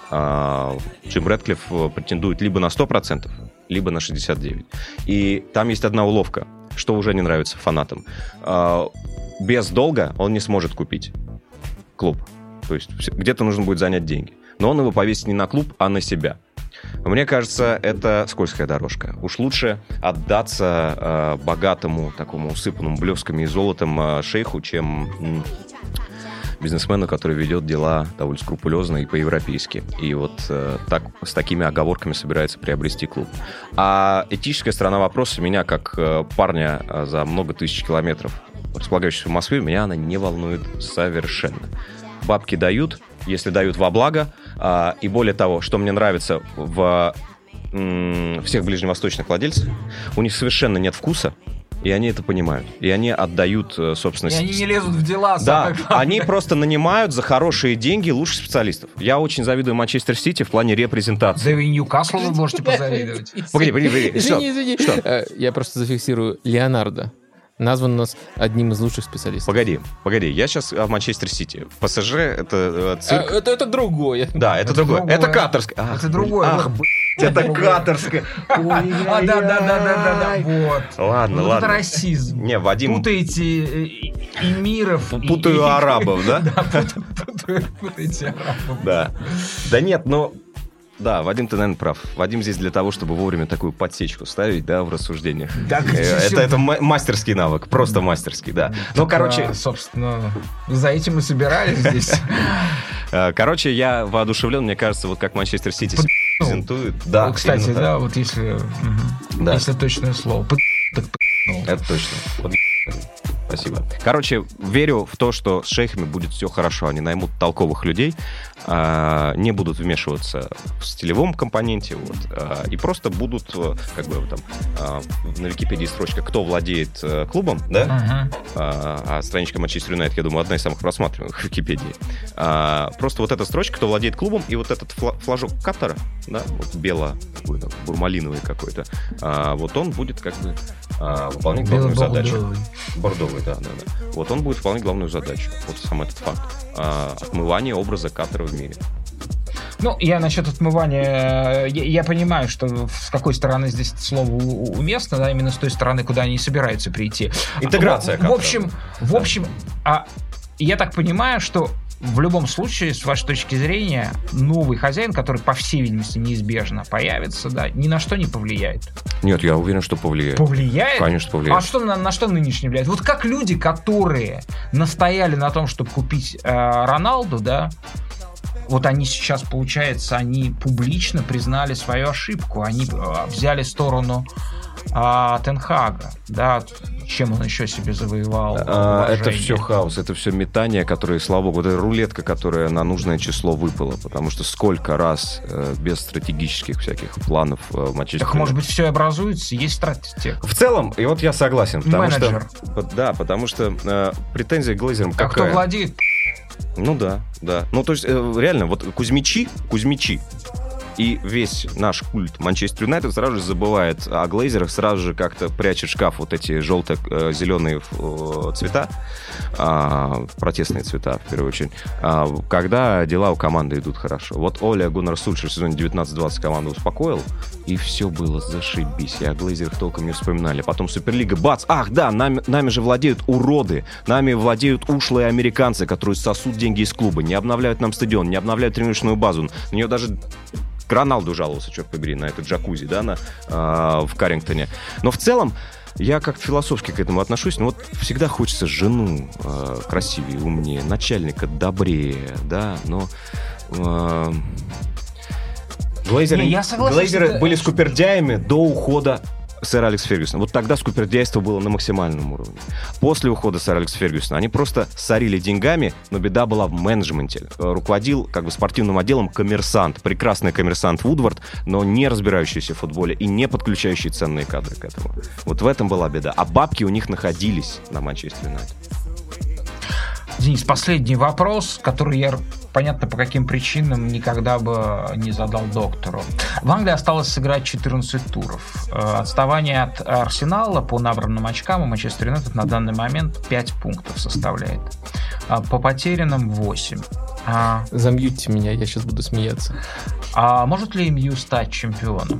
А, Джим Рэдклифф претендует либо на сто процентов, либо на шестьдесят девять процентов. И там есть одна уловка, что уже не нравится фанатам. А, без долга он не сможет купить клуб. То есть где-то нужно будет занять деньги. Но он его повесит не на клуб, а на себя. Мне кажется, это скользкая дорожка. Уж лучше отдаться э, богатому, такому усыпанному блесками и золотом э, шейху, чем м, бизнесмену, который ведет дела довольно скрупулезно и по-европейски. И вот э, так, с такими оговорками собирается приобрести клуб. А этическая сторона вопроса меня, как э, парня э, за много тысяч километров, располагающихся в Москве, меня она не волнует совершенно. Бабки дают, если дают во благо. А, и более того, что мне нравится в м, всех ближневосточных владельцев, у них совершенно нет вкуса И они это понимают. И они отдают, собственно... И они не лезут в дела. Да, они просто нанимают за хорошие деньги лучших специалистов. Я очень завидую Манчестер Сити в плане репрезентации. Да и Ньюкаслу вы можете позавидовать. Погоди, погоди, погоди. Извини, извини. Что? Я просто зафиксирую. Леонардо назван у нас одним из лучших специалистов. Погоди, погоди. Я сейчас в Манчестер Сити. ПСЖ — это цирк. А, это, это другое. Да, это, это другое. другое. Это катарское. Ах, это другое. Ах, блядь, это катарское. А, да, да, да, да, да, вот. Ладно, ладно. Это расизм. Не, Вадим... Путаете эмиров. Путаю арабов, да? Да, путаете арабов. Да. Да нет, но... Да, Вадим, ты, наверное, прав. Вадим здесь для того, чтобы вовремя такую подсечку ставить, да, в рассуждениях. Да, это, это мастерский навык, просто мастерский, да. Ну, так, короче... Собственно, за этим мы собирались здесь. Короче, я воодушевлен, мне кажется, вот как Манчестер Сити презентует. Да, кстати, да, вот если... Да. Если точное слово. Это точно. Спасибо. Короче, верю в то, что с шейхами будет все хорошо. Они наймут толковых людей, а, не будут вмешиваться в стилевом компоненте, вот, а, и просто будут, как бы там, а, на Википедии строчка «Кто владеет а, клубом?», да? Uh-huh. А, а страничка Манчестер Юнайтед, я думаю, одна из самых просматриваемых в Википедии. А, просто вот эта строчка «Кто владеет клубом?» и вот этот фла- флажок Катара, да, вот бело-бурмалиновый какой-то, а, вот он будет как бы а, выполнять главную задачу. Бордовый, да, да, да. Вот он будет выполнять главную задачу. Вот сам этот факт. А, отмывание образа Катара в мире. Ну, я насчет отмывания... Я, я понимаю, что с какой стороны здесь это слово уместно, да, именно с той стороны, куда они собираются прийти. Интеграция в, в общем, в да. общем, а, я так понимаю, что в любом случае, с вашей точки зрения, новый хозяин, который, по всей видимости, неизбежно появится, да, ни на что не повлияет. Нет, я уверен, что повлияет. Повлияет? Конечно, повлияет. А что, на, на что нынешний влияет? Вот как люди, которые настояли на том, чтобы купить э, Роналду, да, вот они сейчас, получается, они публично признали свою ошибку. Они э, взяли сторону э, Тен Хага, да, чем он еще себе завоевал а, это все хаос, это все метание, которое, слава богу, это рулетка, которая на нужное число выпала, потому что сколько раз э, без стратегических всяких планов э, в Манчестер. Так, может быть, все образуется, есть стратегия. В целом, и вот я согласен, потому Менеджер. что... Да, потому что э, претензия к Глейзерам как какая? Кто владеет? Ну да, да. Ну, то есть, э, реально, вот Кузьмичи, Кузьмичи, и весь наш культ Манчестер Юнайтед сразу же забывает о Глейзерах, сразу же как-то прячет в шкаф вот эти желто-зеленые цвета, протестные цвета, в первую очередь, когда дела у команды идут хорошо. Вот Оля Гуннар Сульшер в сезоне девятнадцать двадцать команду успокоил, и все было зашибись. И о Глейзерах толком не вспоминали. Потом Суперлига, бац, ах, да, нами, нами же владеют уроды, нами владеют ушлые американцы, которые сосут деньги из клуба, не обновляют нам стадион, не обновляют тренировочную базу. На нее даже... Роналду жаловался, черт побери, на этот джакузи, да, на, э, в Каррингтоне. Но в целом я как-то философски к этому отношусь. Но вот всегда хочется жену э, красивее, умнее, начальника добрее, да, но... Э, Глейзеры, Не, согласен, Глейзеры что... были скупердяями до ухода сэра Алекса Фергюсона. Вот тогда скупердяйство было на максимальном уровне. После ухода сэра Алекса Фергюсона они просто сорили деньгами, но беда была в менеджменте. Руководил как бы спортивным отделом коммерсант, прекрасный коммерсант Вудвард, но не разбирающийся в футболе и не подключающий ценные кадры к этому. Вот в этом была беда. А бабки у них находились на Манчестер Юнайтед. Денис, последний вопрос, который я, понятно, по каким причинам никогда бы не задал доктору. В Англии осталось сыграть четырнадцать туров. Отставание от Арсенала по набранным очкам у Манчестер Юнайтед на данный момент пять пунктов составляет. По потерянным восемь. А... Замьютьте меня, я сейчас буду смеяться. А может ли эм ю стать чемпионом?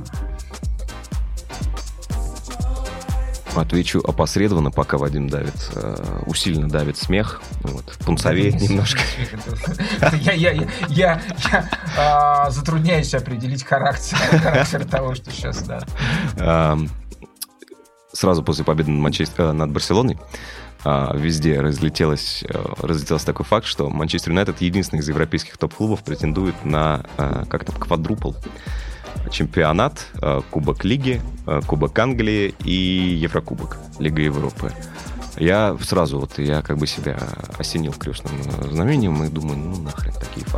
Отвечу опосредованно, пока Вадим давит, э, усиленно давит смех, вот, пунцовеет немножко. Я, я, я, я, я а, затрудняюсь определить характер, характер того, что сейчас, да. А, сразу после победы над, Манчестер, над Барселоной а, везде разлетелось, разлетелся такой факт, что Манчестер Юнайтед единственный из европейских топ-клубов претендует на а, как-то квадрупл. Чемпионат, Кубок Лиги, Кубок Англии и Еврокубок, Лига Европы. Я сразу вот, я как бы себя осенил крестным знамением и думаю, ну нахрен такие факты.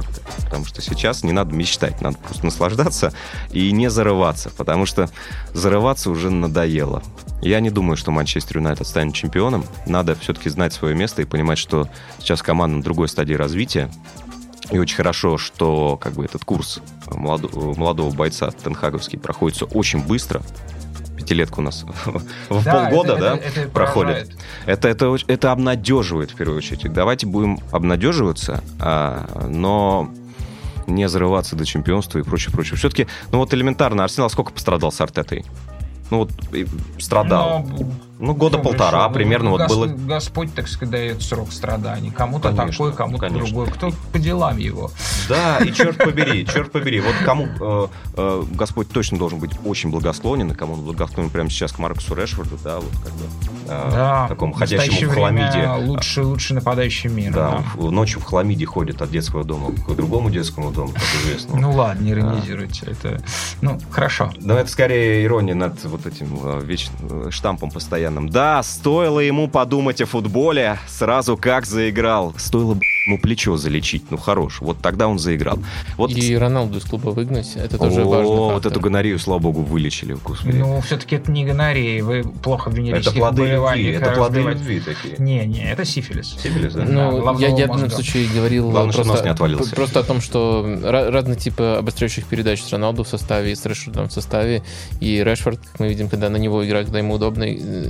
потому что сейчас не надо мечтать, надо просто наслаждаться и не зарываться, потому что зарываться уже надоело. Я не думаю, что Манчестер Юнайтед станет чемпионом. Надо все-таки знать свое место и понимать, что сейчас команда на другой стадии развития. И очень хорошо, что как бы этот курс молодого, молодого бойца тенхаговский проходится очень быстро. Пятилетка у нас в да, полгода это, да, это, это проходит. Это, это, это обнадеживает в первую очередь. Давайте будем обнадеживаться, а, но не зарываться до чемпионства и прочее, прочее. Все-таки, ну вот элементарно, Арсенал сколько пострадал с Артетой? Ну вот страдал. Но, ну, года полтора ну, примерно. Ну, вот Гос- было... Господь, так сказать, дает срок страданий. Кому-то конечно, такой, кому-то конечно. другой. Кто по делам его. Да, и черт побери, черт побери. Вот кому э, э, Господь точно должен быть очень благосклонен, и кому он благосклонен прямо сейчас к Маркусу Решфорду, да, вот как бы э, да, такому ходящему в хламиде. Лучший, лучший нападающий мира. Да, да, ночью в хламиде ходит от детского дома к другому детскому дому, как известно. Ну ладно, не иронизируйте. А. Это, ну, хорошо. Но это скорее ирония над вот этим вечным штампом постоянным. Да, стоило ему подумать о футболе, сразу как заиграл. Стоило бы ему плечо залечить. Ну, хорош. Вот тогда он заиграл. Вот... И Роналду из клуба выгнать, это тоже важный фактор. Вот эту гонорею, слава богу, вылечили. Господи. Ну, все-таки это не гонорея. Вы плохо в венерических это плоды любви, это плоды любви такие. Не, не, это сифилис. Сифилис, да? Ну, да, я, я в данном случае говорил Главное, просто, не отвалился. просто о том, что разные типы обостряющих передач с Роналду в составе и с Решфордом в составе. И Решфорд, как мы видим, когда на него играют, когда ему удобно,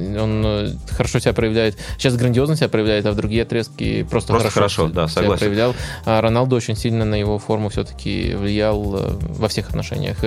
он хорошо себя проявляет. Сейчас грандиозно себя проявляет, а в другие отрезки просто, просто хорошо, хорошо да, себя согласен. проявлял. А Роналду очень сильно на его форму все-таки влиял во всех отношениях.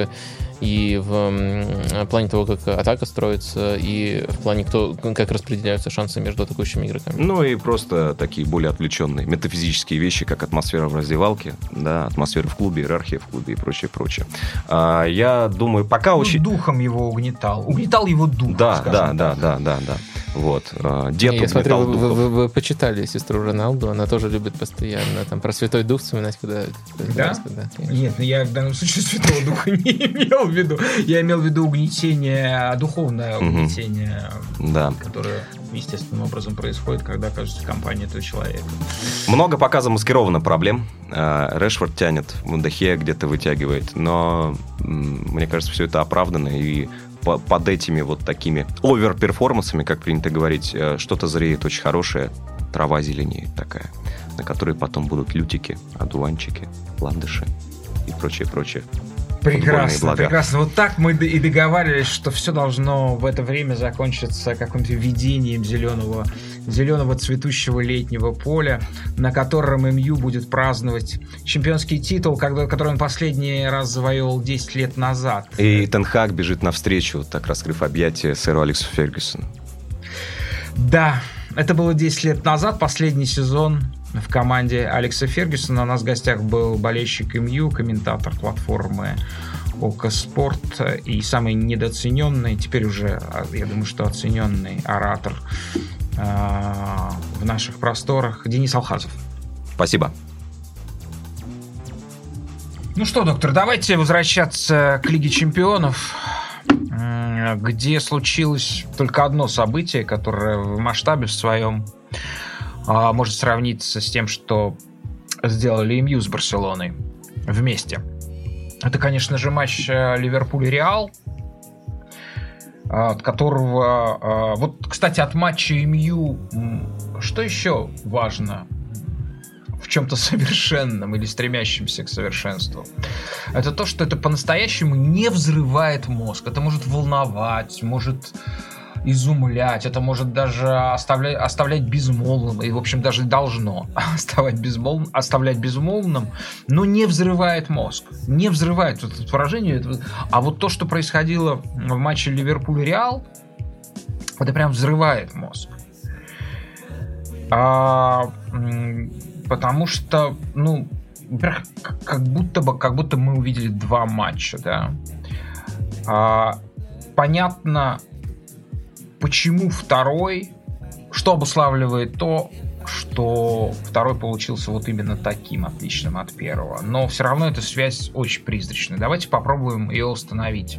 И в плане того, как атака строится, и в плане того, как распределяются шансы между атакующими игроками. Ну и просто такие более отвлеченные метафизические вещи, как атмосфера в раздевалке, да, атмосфера в клубе, иерархия в клубе и прочее, прочее. А, я думаю, пока ну, очень... Духом его угнетал. Угнетал его дух, да, да, так. да, да, да, да. Вот. Дед Я смотрю, вы, духов. Вы, вы, вы почитали сестру Роналду, она тоже любит постоянно там про Святой Дух вспоминать, когда... Да? да Нет, я в данном случае Святого Духа не имел в виду. Я имел в виду угнетение, духовное угнетение, угу. да. которое естественным образом происходит, когда окажется в компании этого человека. Много пока замаскировано проблем. Решфорд тянет, Мундахе где-то вытягивает, но мне кажется, все это оправдано, и под этими вот такими овер-перформансами, как принято говорить, что-то зреет очень хорошее, трава зеленеет такая, на которой потом будут лютики, одуванчики, ландыши и прочее, прочее. Прекрасно, прекрасно. Вот так мы и договаривались, что все должно в это время закончиться каким-то видением зеленого, зеленого цветущего летнего поля, на котором эм ю будет праздновать чемпионский титул, который он последний раз завоевал десять лет назад. И Тен Хаг бежит навстречу, так раскрыв объятия сэру Алексу Фергюсону. Да, это было десять лет назад, последний сезон в команде Алекса Фергюсона. У нас в гостях был болельщик эм ю, комментатор платформы ОКО Спорт и самый недооцененный, теперь уже, я думаю, что оцененный оратор э, в наших просторах Денис Алхазов. Спасибо. Ну что, доктор, давайте возвращаться к Лиге Чемпионов, где случилось только одно событие, которое в масштабе в своем может сравниться с тем, что сделали эм ю с Барселоной вместе. Это, конечно же, матч Ливерпуль-Реал, от которого... Вот, кстати, от матча эм ю что еще важно в чем-то совершенном или стремящемся к совершенству? Это то, что это по-настоящему не взрывает мозг. Это может волновать, может... изумлять, это может даже оставлять, оставлять безмолвным, и, в общем, даже должно оставлять безмолвным, оставлять безмолвным, но не взрывает мозг. Не взрывает. Вот это выражение. Это... А вот то, что происходило в матче Ливерпуль-Реал, это прям взрывает мозг. А, потому что, ну, во-первых, как будто бы, как будто мы увидели два матча, да. А, понятно, почему второй, что обуславливает то, что второй получился вот именно таким отличным от первого. Но все равно эта связь очень призрачная. Давайте попробуем ее установить.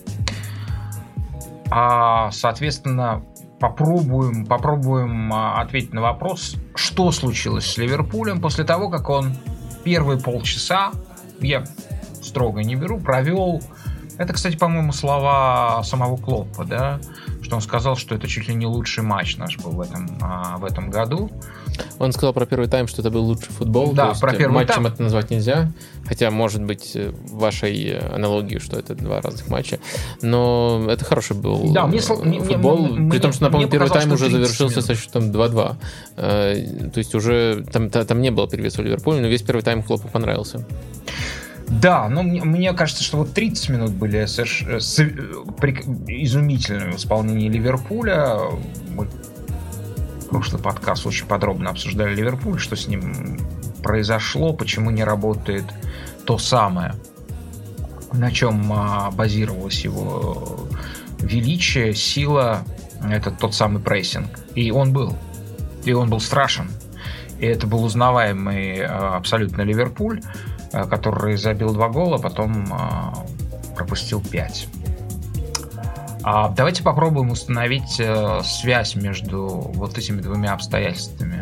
А, соответственно, попробуем, попробуем ответить на вопрос, что случилось с Ливерпулем после того, как он первые полчаса, я строго не беру, провел... Это, кстати, по-моему, слова самого Клоппа, да, что он сказал, что это чуть ли не лучший матч наш был в этом, а, в этом году. Он сказал про первый тайм, что это был лучший футбол. Да, то есть про первый матчем тайм. это назвать нельзя. Хотя, может быть, в вашей аналогии, что это два разных матча. Но это хороший был да, мне, футбол. Мне, при том, что, напомню, первый тайм уже завершился минут. со счетом два-два. То есть уже там, там не было перевеса у Ливерпуля, но весь первый тайм Клоппу понравился. Да, но мне, мне кажется, что вот тридцать минут были соверш... с... при... изумительными в исполнении Ливерпуля. Мы прошлый подкаст очень подробно обсуждали Ливерпуль, что с ним произошло, почему не работает то самое, на чем а, базировалось его величие, сила, это тот самый прессинг. И он был. И он был страшен. И это был узнаваемый а, абсолютно Ливерпуль, который забил два гола, потом э, пропустил пять. А давайте попробуем установить э, связь между вот этими двумя обстоятельствами.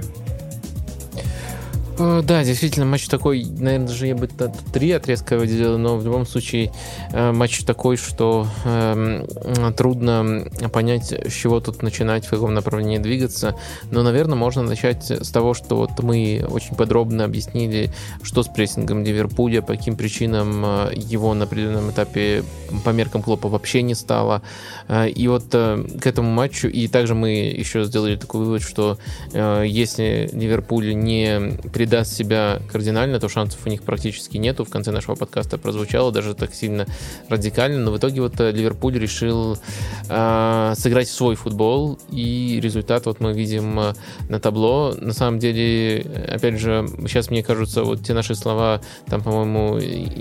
Да, действительно, матч такой, наверное, даже я бы три отрезка выделил, но в любом случае матч такой, что э, трудно понять, с чего тут начинать, в каком направлении двигаться. Но, наверное, можно начать с того, что вот мы очень подробно объяснили, что с прессингом Ливерпуля, по каким причинам его на определенном этапе по меркам Клоппа вообще не стало. И вот к этому матчу, и также мы еще сделали такой вывод, что э, если Ливерпуль не даст себя кардинально, то шансов у них практически нету. В конце нашего подкаста прозвучало даже так сильно радикально, но в итоге вот Ливерпуль решил э, сыграть в свой футбол, и результат вот мы видим на табло. На самом деле, опять же, сейчас мне кажется, вот те наши слова, там, по-моему,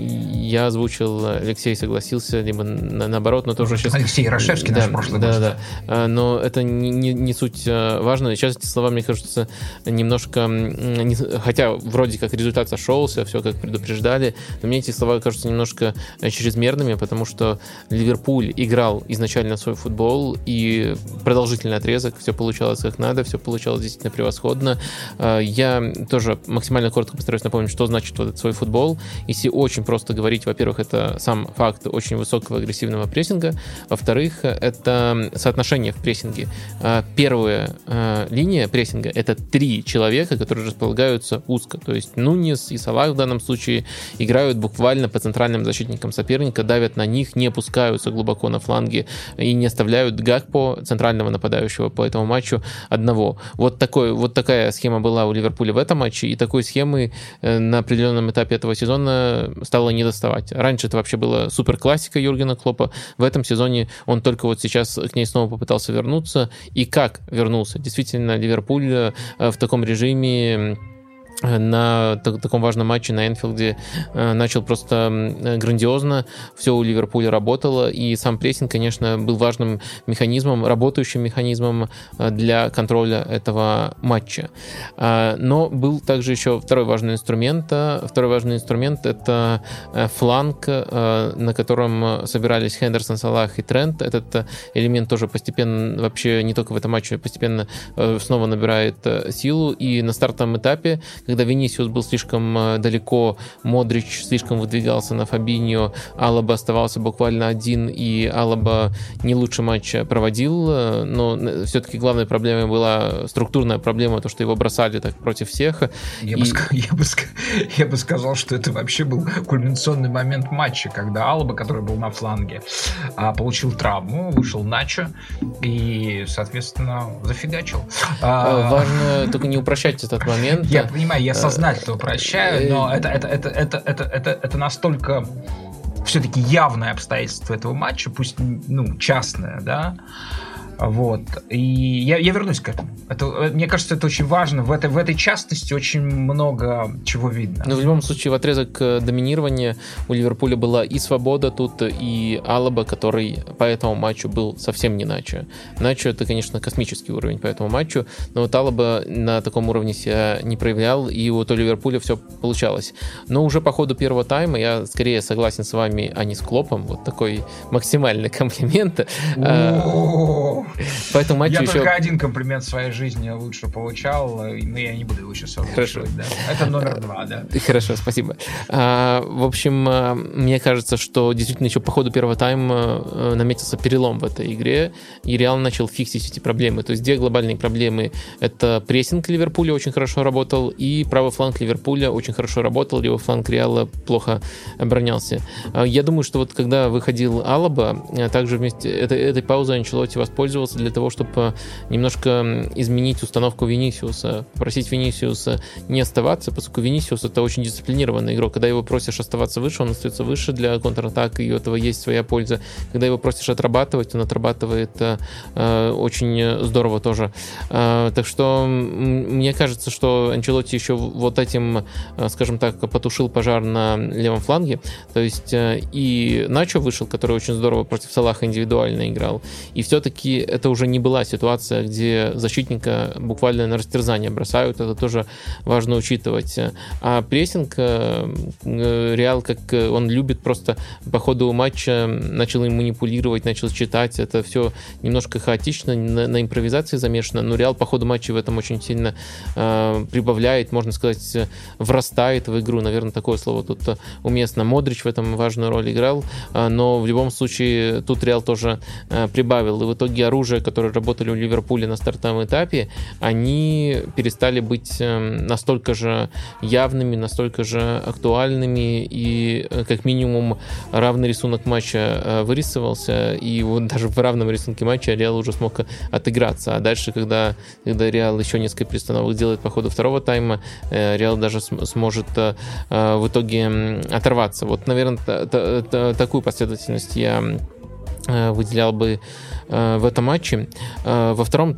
я озвучил, Алексей согласился, либо на, наоборот, но тоже сейчас... Алексей Рашевский, да, наш прошлый да, гость. Да, да. Но это не, не, не суть важно. Сейчас эти слова, мне кажется, немножко... Не, хотя вроде как результат сошелся, все как предупреждали, но мне эти слова кажутся немножко чрезмерными, потому что Ливерпуль играл изначально свой футбол, и продолжительный отрезок, все получалось как надо, все получалось действительно превосходно. Я тоже максимально коротко постараюсь напомнить, что значит вот этот свой футбол. Если очень просто говорить, во-первых, это сам факт очень высокого агрессивного прессинга, во-вторых, это соотношение в прессинге. Первая линия прессинга — это три человека, которые располагаются узко. То есть Нуньес и Салах в данном случае играют буквально по центральным защитникам соперника, давят на них, не опускаются глубоко на фланге и не оставляют Гакпо, центрального нападающего по этому матчу, одного. Вот, такой, вот такая схема была у Ливерпуля в этом матче, и такой схемы на определенном этапе этого сезона стало не доставать. Раньше это вообще была суперклассика Юргена Клоппа. В этом сезоне он только вот сейчас к ней снова попытался вернуться. И как вернулся? Действительно, Ливерпуль в таком режиме на таком важном матче на Энфилде начал просто грандиозно, все у Ливерпуля работало, и сам прессинг, конечно, был важным механизмом, работающим механизмом для контроля этого матча. Но был также еще второй важный инструмент. Второй важный инструмент — это фланг, на котором собирались Хендерсон, Салах и Трент. Этот элемент тоже постепенно, вообще не только в этом матче, постепенно снова набирает силу, и на стартовом этапе, когда Винисиус был слишком далеко, Модрич слишком выдвигался на Фабиньо, Алаба оставался буквально один, и Алаба не лучший матч проводил, но все-таки главной проблемой была структурная проблема, то, что его бросали так против всех. Я, и... бы, я, бы, я бы сказал, что это вообще был кульминационный момент матча, когда Алаба, который был на фланге, получил травму, вышел Начо и, соответственно, зафигачил. Важно только не упрощать этот момент. Я понимаю, я сознательно прощаю, но это, это, это, это, это, это, это настолько все-таки явное обстоятельство этого матча, пусть ну, частное, да. Вот. И я, я вернусь к этому. Это, мне кажется, это очень важно. В этой, в этой частности очень много чего видно. Но в любом случае, в отрезок доминирования у Ливерпуля была и свобода тут, и Алаба, который по этому матчу был совсем не Начо. Начо — это, конечно, космический уровень по этому матчу, но вот Алаба на таком уровне себя не проявлял, и вот у Ливерпуля все получалось. Но уже по ходу первого тайма я скорее согласен с вами, а не с Клопом. Вот такой максимальный комплимент. Поэтому матч я еще... только один комплимент в своей жизни лучше получал, но я не буду его сейчас озвучивать. Да. Это номер два, да. Хорошо, спасибо. А, в общем, мне кажется, что действительно еще по ходу первого тайма наметился перелом в этой игре, и Реал начал фиксить эти проблемы. То есть две глобальные проблемы — это прессинг Ливерпуля очень хорошо работал, и правый фланг Ливерпуля очень хорошо работал, левый фланг Реала плохо оборонялся. Я думаю, что вот когда выходил Алаба, также вместе этой, этой паузой Анчелотти воспользовался для того, чтобы немножко изменить установку Винисиуса, попросить Винисиуса не оставаться, поскольку Винисиус — это очень дисциплинированный игрок. Когда его просишь оставаться выше, он остается выше для контратак, и у этого есть своя польза. Когда его просишь отрабатывать, он отрабатывает э, очень здорово тоже. Э, так что мне кажется, что Анчелотти еще вот этим, скажем так, потушил пожар на левом фланге. То есть э, и Начо вышел, который очень здорово против Салаха индивидуально играл. И все-таки это уже не была ситуация, где защитника буквально на растерзание бросают. Это тоже важно учитывать. А прессинг Реал, как он любит, просто по ходу матча начал им манипулировать, начал читать. Это все немножко хаотично, на, на импровизации замешано. Но Реал по ходу матча в этом очень сильно э, прибавляет, можно сказать, врастает в игру. Наверное, такое слово тут уместно. Модрич в этом важную роль играл. Но в любом случае тут Реал тоже э, прибавил. И в итоге оружие, которое работали у Ливерпуля на стартовом этапе, они перестали быть э, настолько же явными, настолько же актуальными, и э, как минимум равный рисунок матча э, вырисовался, и вот даже в равном рисунке матча Реал уже смог отыграться. А дальше, когда, когда Реал еще несколько перестановок делает по ходу второго тайма, э, Реал даже см- сможет э, в итоге оторваться. Вот, наверное, т- т- т- такую последовательность я выделял бы в этом матче. Во втором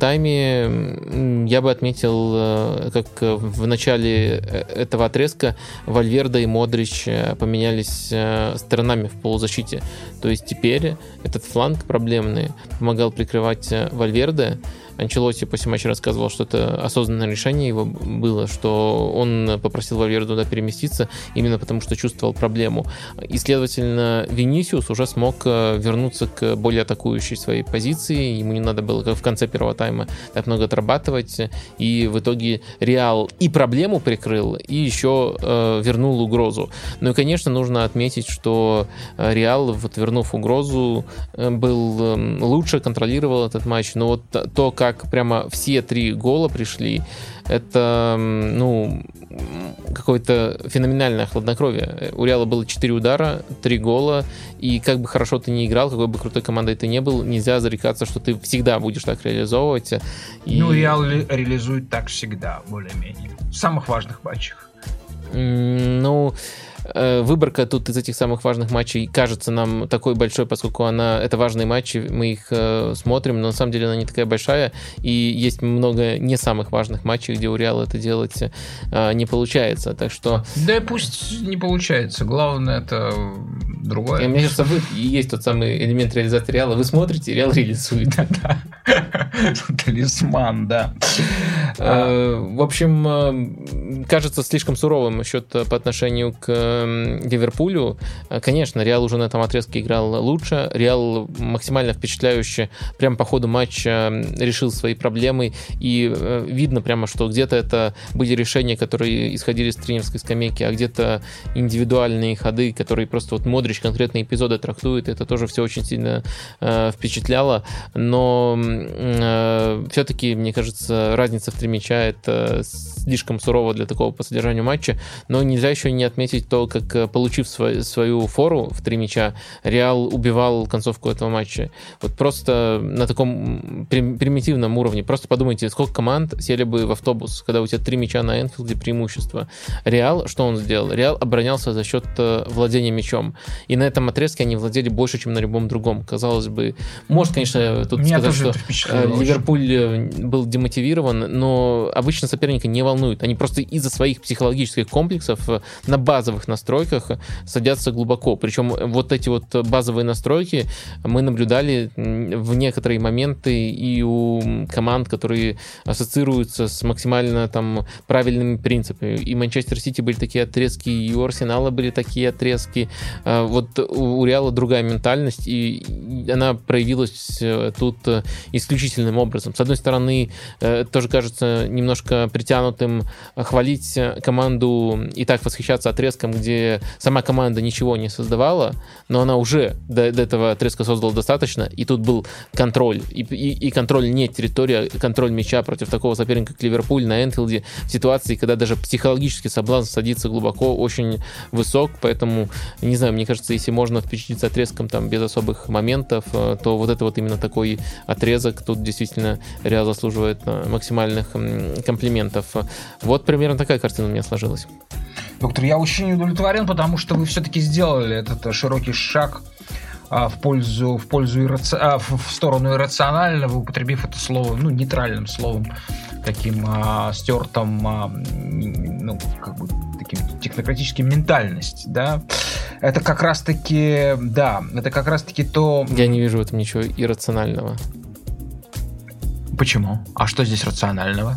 тайме я бы отметил, как в начале этого отрезка Вальверде и Модрич поменялись сторонами в полузащите. То есть теперь этот фланг проблемный помогал прикрывать Вальверде. Анчелотти после матча рассказывал, что это осознанное решение его было, что он попросил Вальверде туда переместиться именно потому, что чувствовал проблему. И, следовательно, Винисиус уже смог вернуться к более атакующей своей позиции. Ему не надо было, как в конце первого тайма, так много отрабатывать. И в итоге Реал и проблему прикрыл, и еще э, вернул угрозу. Ну и, конечно, нужно отметить, что Реал, вот вернув угрозу, был лучше, контролировал этот матч. Но вот то, как как прямо все три гола пришли, это, ну, какое-то феноменальное хладнокровие. У Реала было четыре удара, три гола, и как бы хорошо ты ни играл, какой бы крутой командой ты не был, нельзя зарекаться, что ты всегда будешь так реализовывать. И... Ну, Реал реализует так всегда, более-менее. В самых важных матчах. Ну... Выборка тут из этих самых важных матчей кажется нам такой большой, поскольку она, это важные матчи, мы их э, смотрим, но на самом деле она не такая большая, и есть много не самых важных матчей, где у Реала это делать э, не получается, так что... Да и пусть не получается, главное это другое. И, мне кажется, вы, есть тот самый элемент реализации Реала, вы смотрите, Реал реализует. Талисман, да. В общем, кажется слишком суровым счет по отношению к Ливерпулю. Конечно, Реал уже на этом отрезке играл лучше. Реал максимально впечатляюще прямо по ходу матча решил свои проблемы. И видно прямо, что где-то это были решения, которые исходили с тренерской скамейки, а где-то индивидуальные ходы, которые просто вот Модрич конкретные эпизоды трактует. Это тоже все очень сильно э, впечатляло. Но э, все-таки, мне кажется, разница в три мяча это слишком сурово для такого по содержанию матча. Но нельзя еще не отметить то, как, получив свою, свою фору в три мяча, Реал убивал концовку этого матча. Вот просто на таком примитивном уровне. Просто подумайте, сколько команд сели бы в автобус, когда у тебя три мяча на Энфилде, преимущество. Реал, что он сделал? Реал оборонялся за счет владения мячом. И на этом отрезке они владели больше, чем на любом другом. Казалось бы, может, конечно, тут Меня сказать, что Ливерпуль был демотивирован, но обычно соперника не волнует. Они просто из-за своих психологических комплексов на базовых настройках садятся глубоко. Причем вот эти вот базовые настройки мы наблюдали в некоторые моменты и у команд, которые ассоциируются с максимально там правильными принципами. И Манчестер Сити были такие отрезки, и у Арсенала были такие отрезки. вот у Реала другая ментальность, и она проявилась тут исключительным образом. С одной стороны, тоже кажется немножко притянутым хвалить команду и так восхищаться отрезком, где сама команда ничего не создавала, но она уже до, до этого отрезка создала достаточно, и тут был контроль, и, и, и контроль не территория, контроль мяча против такого соперника, как Ливерпуль на Энфилде, в ситуации, когда даже психологический соблазн садиться глубоко очень высок, поэтому, не знаю, мне кажется, если можно впечатлиться отрезком там без особых моментов, то вот это вот именно такой отрезок, тут действительно Реал заслуживает максимальных комплиментов. Вот примерно такая картина у меня сложилась. Доктор, я очень удовлетворен, потому что вы все-таки сделали этот широкий шаг в пользу, в пользу ирраци... в сторону иррационального, употребив это слово, ну, нейтральным словом, таким а, стертым, а, ну, как бы таким технократическим ментальность, да. Это как раз-таки, да, это как раз-таки то... Я не вижу в этом ничего иррационального. Почему? А что здесь рационального?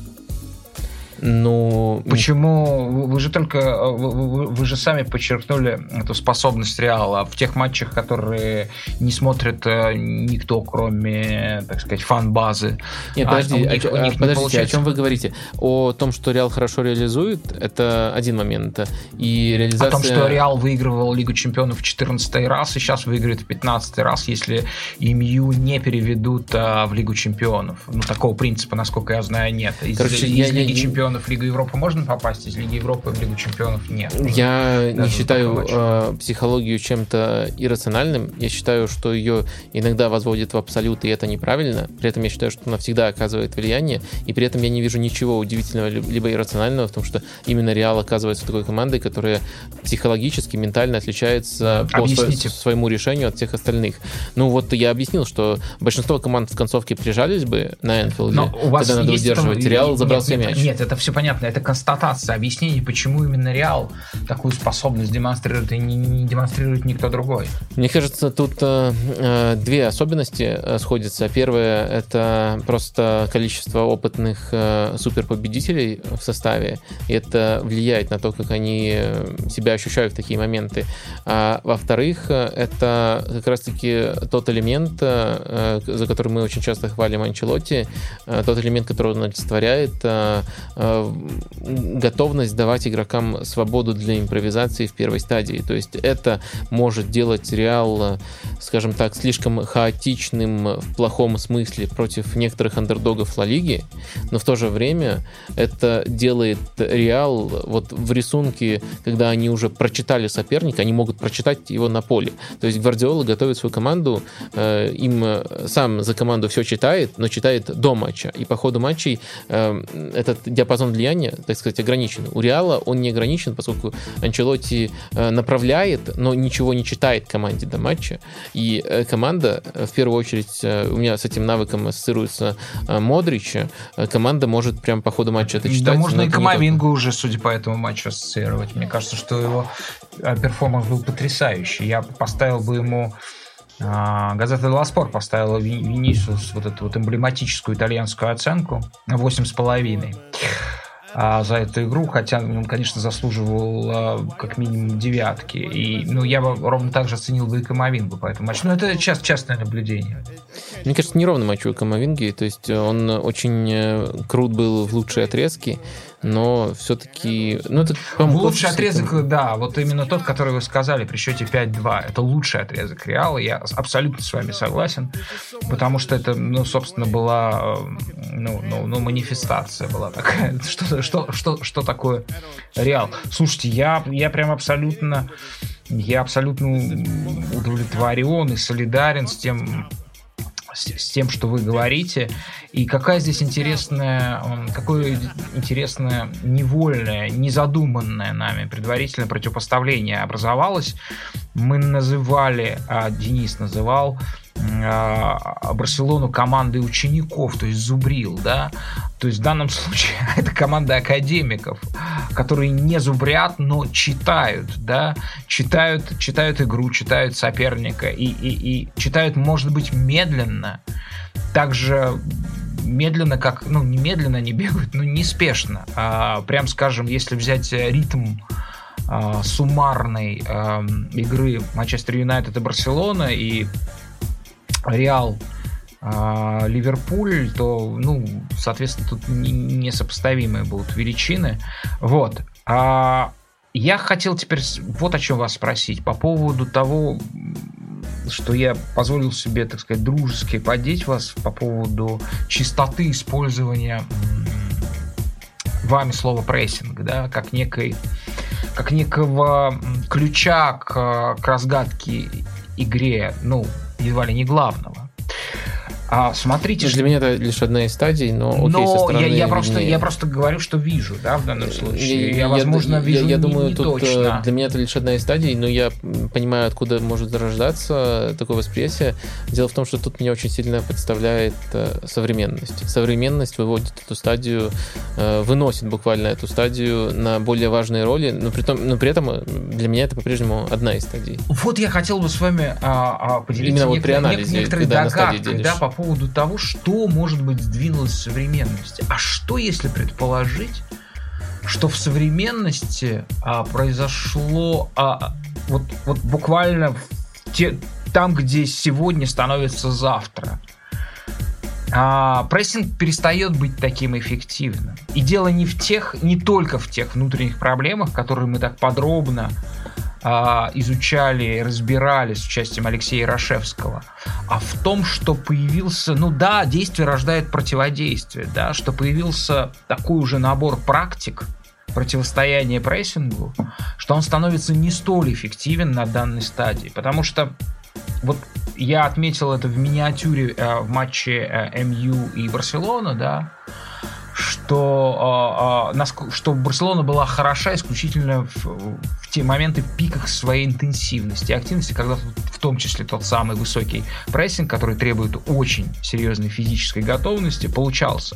Ну, почему? Вы же только, вы, вы, вы же сами подчеркнули эту способность Реала в тех матчах, которые не смотрит никто, кроме, так сказать, фан-базы. Нет, а, подожди, них, о, них подождите, получается... о чем вы говорите? О том, что Реал хорошо реализует, это один момент. И реализация... О том, что Реал выигрывал Лигу Чемпионов в четырнадцатый раз, и сейчас выиграет в пятнадцатый раз, если ИМЮ не переведут а, в Лигу Чемпионов. Ну, такого принципа, насколько я знаю, нет. Из, Короче, из я, Лиги я... Чемпионов в Лигу Европы можно попасть, из Лиги Европы в Лигу Чемпионов нет. Я не считаю э, психологию чем-то иррациональным. Я считаю, что ее иногда возводят в абсолют, и это неправильно. При этом я считаю, что она всегда оказывает влияние, и при этом я не вижу ничего удивительного либо иррационального в том, что именно Реал оказывается такой командой, которая психологически, ментально отличается по сво- своему решению от всех остальных. Ну вот я объяснил, что большинство команд в концовке прижались бы на Энфилде, когда надо удерживать. Реал забрал себе мяч. Нет, это все понятно, это констатация, объяснение, почему именно Реал такую способность демонстрирует и не, не демонстрирует никто другой. Мне кажется, тут э, две особенности э, сходятся. Первое — это просто количество опытных э, суперпобедителей в составе, и это влияет на то, как они себя ощущают в такие моменты. А во-вторых, это как раз-таки тот элемент, э, за который мы очень часто хвалим Анчелотти, э, тот элемент, который он олицетворяет, э, готовность давать игрокам свободу для импровизации в первой стадии. То есть это может делать Реал, скажем так, слишком хаотичным в плохом смысле против некоторых андердогов Ла Лиги, но в то же время это делает Реал вот в рисунке, когда они уже прочитали соперника, они могут прочитать его на поле. То есть Гвардиола готовит свою команду, э, им сам за команду все читает, но читает до матча. И по ходу матчей э, этот диапазон влияния, так сказать, ограничен. У Реала он не ограничен, поскольку Анчелотти э, направляет, но ничего не читает команде до матча. И э, команда, в первую очередь, э, у меня с этим навыком ассоциируется э, Модрич, э, команда может прям по ходу матча это читать. Да можно и Камавингу уже, судя по этому матчу, ассоциировать. Мне кажется, что его э, перформанс был потрясающий. Я поставил бы ему Газета делла Спорт поставила Винисиус вот эту вот эмблематическую итальянскую оценку восемь с половиной за эту игру, хотя он, конечно, заслуживал как минимум девятки. И, ну, я бы ровно так же оценил бы и Камавингу по этому матчу. Но это част, частное наблюдение. Мне кажется, неровный матч у Камавинги. То есть он очень крут был в лучшие отрезки, но все-таки... Ну, это, лучший отрезок, там... да, вот именно тот, который вы сказали при счете пять-два. Это лучший отрезок Реала. Я абсолютно с вами согласен, потому что это, ну, собственно, была ну, ну, ну манифестация была такая. Что, что, что, что такое Реал? Слушайте, я, я прям абсолютно я абсолютно удовлетворен и солидарен с тем, с тем, что вы говорите. И какая здесь интересная, какое интересное невольное, незадуманное нами предварительное противопоставление образовалось. Мы называли, а Денис называл а, Барселону командой учеников, то есть зубрил, да. То есть в данном случае это команда академиков, которые не зубрят, но читают, да, читают, читают игру, читают соперника и, и, и читают, может быть, медленно, также медленно, как, ну, не медленно не бегают, но неспешно. А, прям, скажем, если взять ритм э, суммарной э, игры Манчестер Юнайтед и Барселона и Реал э, Ливерпуль, то, ну, соответственно, тут несопоставимые будут величины. Вот. А я хотел теперь вот о чем вас спросить. По поводу того, что я позволил себе, так сказать, дружески поддеть вас по поводу чистоты использования вами слова прессинг, да, как некой, как некого ключа к, к разгадке игре, ну, едва ли не главного. А, смотрите, для что... меня это лишь одна из стадий, но окей, но со стороны я, я, просто, виднее. я просто говорю, что вижу, да, в данном случае. Я, Я, возможно, я, вижу я, я не, думаю, не тут точно. Для меня это лишь одна из стадий, но я понимаю, откуда может зарождаться такое восприятие. Дело в том, что тут меня очень сильно представляет современность. Современность выводит эту стадию, выносит буквально эту стадию на более важные роли, но при, том, но при этом для меня это по-прежнему одна из стадий. Вот я хотел бы с вами а, а, поделиться вот некоторые, анализе, некоторые да, догадкой, да, по поводу того, что, может быть, сдвинулось в современности. А что, если предположить, что в современности а, произошло а, вот, вот буквально в те, там, где сегодня становится завтра? А, прессинг перестает быть таким эффективным. И дело не в тех, не только в тех внутренних проблемах, которые мы так подробно а, изучали, разбирали с участием Алексея Рашевского, а в том, что появился, ну да, действие рождает противодействие, да, что появился такой уже набор практик противостояния прессингу, что он становится не столь эффективен на данной стадии, потому что вот я отметил это в миниатюре э, в матче э, МЮ и Барселона, да, что, э, э, что Барселона была хороша исключительно в, в те моменты пиках своей интенсивности, активности, когда в том числе тот самый высокий прессинг, который требует очень серьезной физической готовности, получался.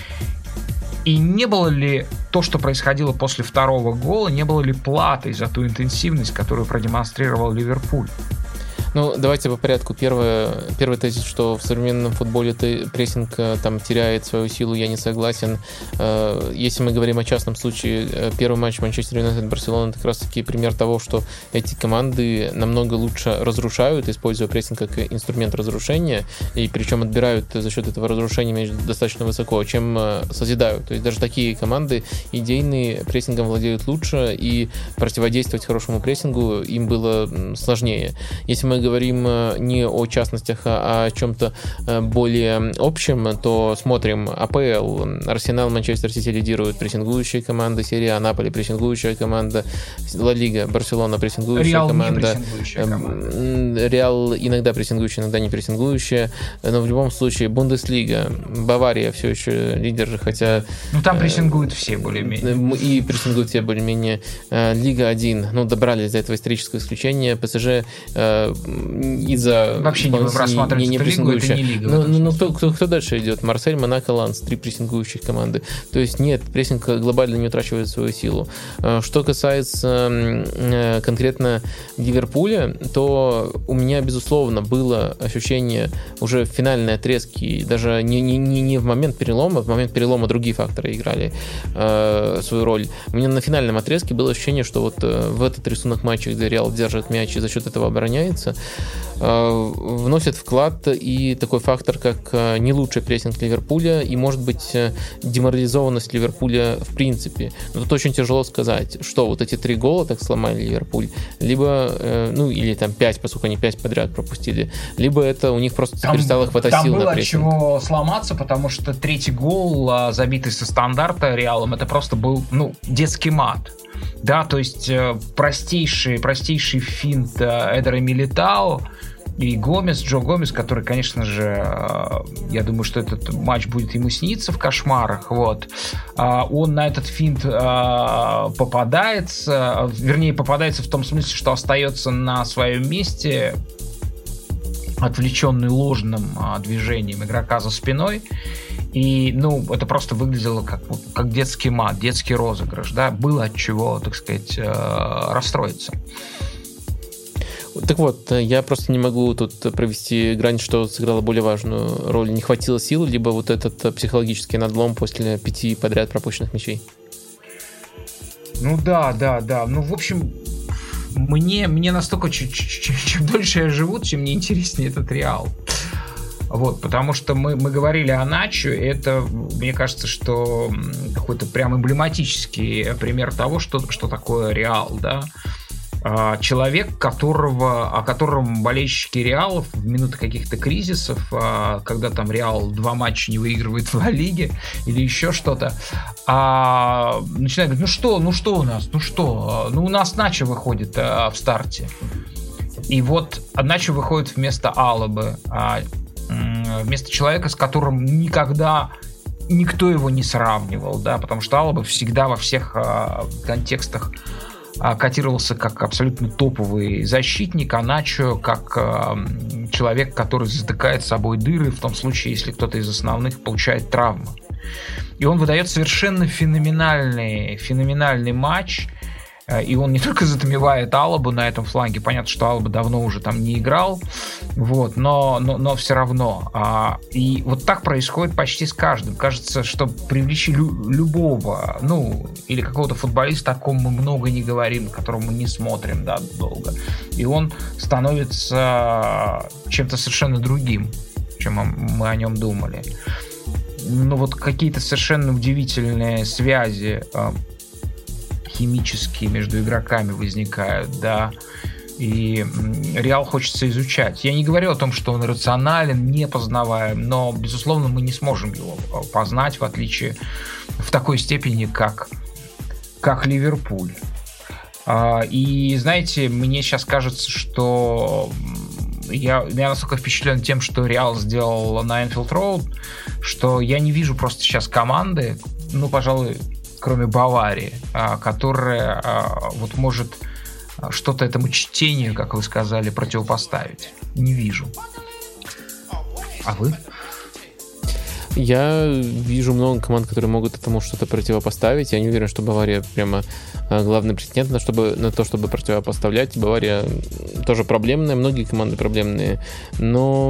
И не было ли то, что происходило после второго гола, не было ли платой за ту интенсивность, которую продемонстрировал Ливерпуль? Ну, давайте по порядку. Первое, первый тезис, что в современном футболе прессинг там теряет свою силу, я не согласен. Если мы говорим о частном случае, первый матч Манчестер Юнайтед-Барселона — это как раз-таки пример того, что эти команды намного лучше разрушают, используя прессинг как инструмент разрушения, и причем отбирают за счет этого разрушения мяч достаточно высоко, чем созидают. То есть даже такие команды идейные прессингом владеют лучше, и противодействовать хорошему прессингу им было сложнее. Если мы говорим не о частностях, а о чем-то более общем, то смотрим АПЛ. Арсенал, Манчестер Сити лидируют прессингующие команды, серия А, Наполи прессингующая команда, Ла Лига, Барселона прессингующая Реал команда, команда. Реал иногда прессингующая, иногда не прессингующая, но в любом случае Бундеслига, Бавария все еще лидер, хотя... Ну там прессингуют все более-менее. И прессингуют все более-менее. Лига один, ну добрались до этого исторического исключения, ПСЖ из-за вообще не рассматривать не, не эту лигу, это не лига. Ну, ну, ну кто, кто, кто дальше идет? Марсель, Монако, Ланс, три прессингующих команды. То есть нет, прессинг глобально не утрачивает свою силу. Что касается конкретно Ливерпуля, то у меня, безусловно, было ощущение уже в финальной отрезке, даже не, не, не в момент перелома, в момент перелома другие факторы играли э, свою роль. У меня на финальном отрезке было ощущение, что вот э, в этот рисунок матча, где Реал держит мяч и за счет этого обороняется, э, вносит вклад и такой фактор, как э, не лучший прессинг Ливерпуля и, может быть, э, деморализованность Ливерпуля в принципе. Но тут очень тяжело сказать, что вот эти три гола так сломали Ливерпуль, либо, э, ну, или там пять, поскольку они пять подряд пропустили, либо это у них просто там, перестало хватать сил на прессинг. Там было от чего сломаться, потому что третий гол, забитый со стандарта Реалом, это просто был, ну, детский мат. Да, то есть простейший, простейший финт Эдера Милитао и Гомес, Джо Гомес, который, конечно же, я думаю, что этот матч будет ему сниться в кошмарах, вот. Он на этот финт попадается, вернее, попадается в том смысле, что остается на своем месте, отвлеченный ложным движением игрока за спиной. И, ну, это просто выглядело как, как детский мат, детский розыгрыш, да, было от чего, так сказать, расстроиться. Так вот, я просто не могу тут провести грань, что сыграло более важную роль. Не хватило сил, либо вот этот психологический надлом после пяти подряд пропущенных мячей. Ну да, да, да. Ну, в общем, мне, мне настолько, чем, чем дольше я живу, чем мне интереснее этот Реал. Вот, потому что мы, мы говорили о Начо, это, мне кажется, что какой-то прям эмблематический пример того, что, что такое Реал, да. Человек, которого, о котором болельщики Реалов в минуты каких-то кризисов, когда там Реал два матча не выигрывает в Ла Лиге или еще что-то, а, начинают говорить, ну что, ну что у нас, ну что, ну у нас Начо выходит а, в старте. И вот Начо выходит вместо Алабы, а, вместо человека, с которым никогда никто его не сравнивал, да, потому что Алаба всегда во всех а, контекстах котировался как абсолютно топовый защитник, а Начо как э, человек, который затыкает собой дыры в том случае, если кто-то из основных получает травму. И он выдает совершенно феноменальный, феноменальный матч, э, и он не только затмевает Алабу на этом фланге, понятно, что Алаба давно уже там не играл, вот, но, но, но все равно. А, и вот так происходит почти с каждым. Кажется, что привлечь лю- любого, ну, или какого-то футболиста, о ком мы много не говорим, которого мы не смотрим, да, долго, и он становится чем-то совершенно другим, чем мы о нем думали. Ну, вот какие-то совершенно удивительные связи э, химические между игроками возникают, да, и Реал хочется изучать. Я не говорю о том, что он рационален, непознаваем, но, безусловно, мы не сможем его познать, в отличие в такой степени, как, как Ливерпуль. И, знаете, мне сейчас кажется, что я, я настолько впечатлен тем, что Реал сделал на Энфилд Роуд, что я не вижу просто сейчас команды, ну, пожалуй, кроме Баварии, которая вот может что-то этому чтению, как вы сказали, противопоставить. Не вижу. А вы? Я вижу много команд, которые могут этому что-то противопоставить. Я не уверен, что Бавария прямо главный претендент на, чтобы, на то, чтобы противопоставлять. Бавария тоже проблемная, многие команды проблемные. Но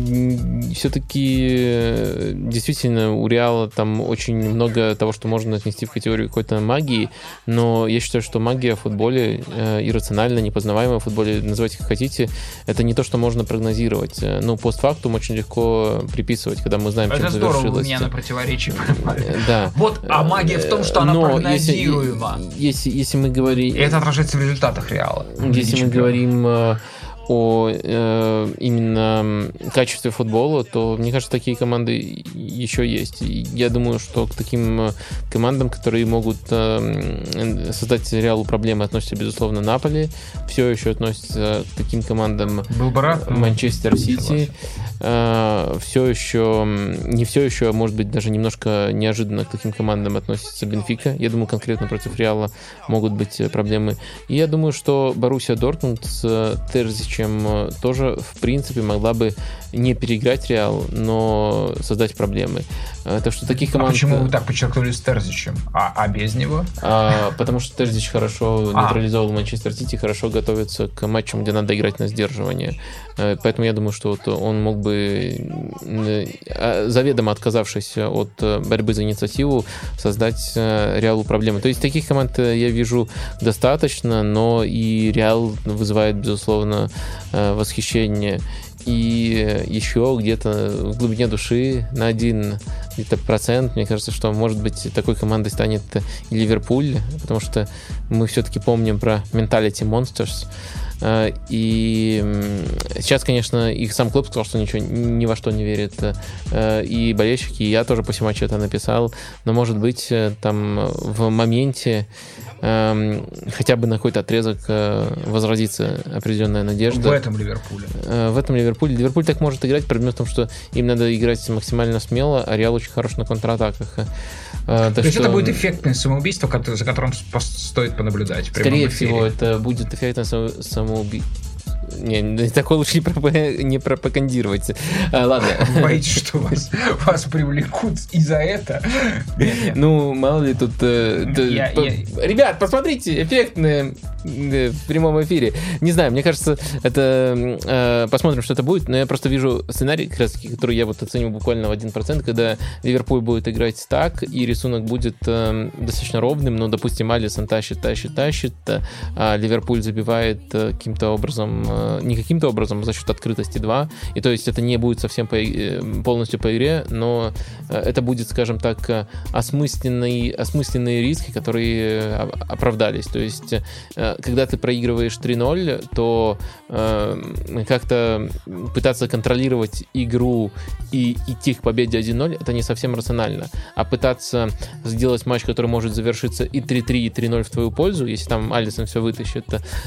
все-таки действительно у Реала там очень много того, что можно отнести в категорию какой-то магии. Но я считаю, что магия в футболе, иррационально, непознаваемая в футболе, называйте как хотите, это не то, что можно прогнозировать. Но постфактум очень легко приписывать, когда мы знаем, чем завершилось. Здорово, вы меня на противоречии поймали. Да. Вот, а магия в том, что она но прогнозируема. Если, если, если мы говорим... И это отражается в результатах Реала. Если мы говорим о э, именно качестве футбола, то, мне кажется, такие команды еще есть. И я думаю, что к таким командам, которые могут э, создать Реалу проблемы, относятся, безусловно, Наполи. Все еще относится к таким командам Манчестер Сити. Э, все еще, не все еще, а может быть, даже немножко неожиданно к таким командам относится Бенфика. Я думаю, конкретно против Реала могут быть проблемы. И я думаю, что Боруссия Дортмунд с Терзичем тоже, в принципе, могла бы не переиграть Реал, но создать проблемы. Так что таких команд... А почему вы так подчеркнули с Терзичем? А, а без него? А, потому что Терзич хорошо а. нейтрализовал Манчестер Сити, хорошо готовится к матчам, где надо играть на сдерживание. Поэтому я думаю, что вот он мог бы, заведомо отказавшись от борьбы за инициативу, создать Реалу проблемы. То есть таких команд я вижу достаточно, но и Реал вызывает, безусловно, восхищение. И еще где-то в глубине души на один где-то процент, мне кажется, что, может быть, такой командой станет и Ливерпуль, потому что мы все-таки помним про Mentality Monsters. И сейчас, конечно, их сам клуб сказал, что ничего, ни во что не верит. И болельщики, и я тоже после матча это написал. Но, может быть, там в моменте хотя бы на какой-то отрезок возродится определенная надежда. В этом Ливерпуле. В этом Ливерпуле. Ливерпуль так может играть, проблема в том, что им надо играть максимально смело, а Реал очень хорош на контратаках. То, То есть что... это будет эффектное самоубийство, за которым стоит понаблюдать? Скорее всего, это будет эффектное самоубийство. Не, такое лучше не, проп... не пропагандировать. А, ладно. Вы боитесь, что вас, вас привлекут и за это? Нет, нет. Ну, мало ли тут... Я, по... я... Ребят, посмотрите, эффектные в прямом эфире. Не знаю, мне кажется, это... Посмотрим, что это будет, но я просто вижу сценарий, как раз, который я вот оценил буквально в один процент, когда Ливерпуль будет играть так, и рисунок будет достаточно ровным, но, допустим, Алисон тащит, тащит, тащит, а Ливерпуль забивает каким-то образом, не каким-то образом, а за счет открытости два, и то есть это не будет совсем по, полностью по игре, но это будет, скажем так, осмысленные, осмысленные риски, которые оправдались. То есть когда ты проигрываешь три ноль, то как-то пытаться контролировать игру и идти к победе один ноль, это не совсем рационально. А пытаться сделать матч, который может завершиться и три три, и три ноль в твою пользу, если там Алисон все вытащит,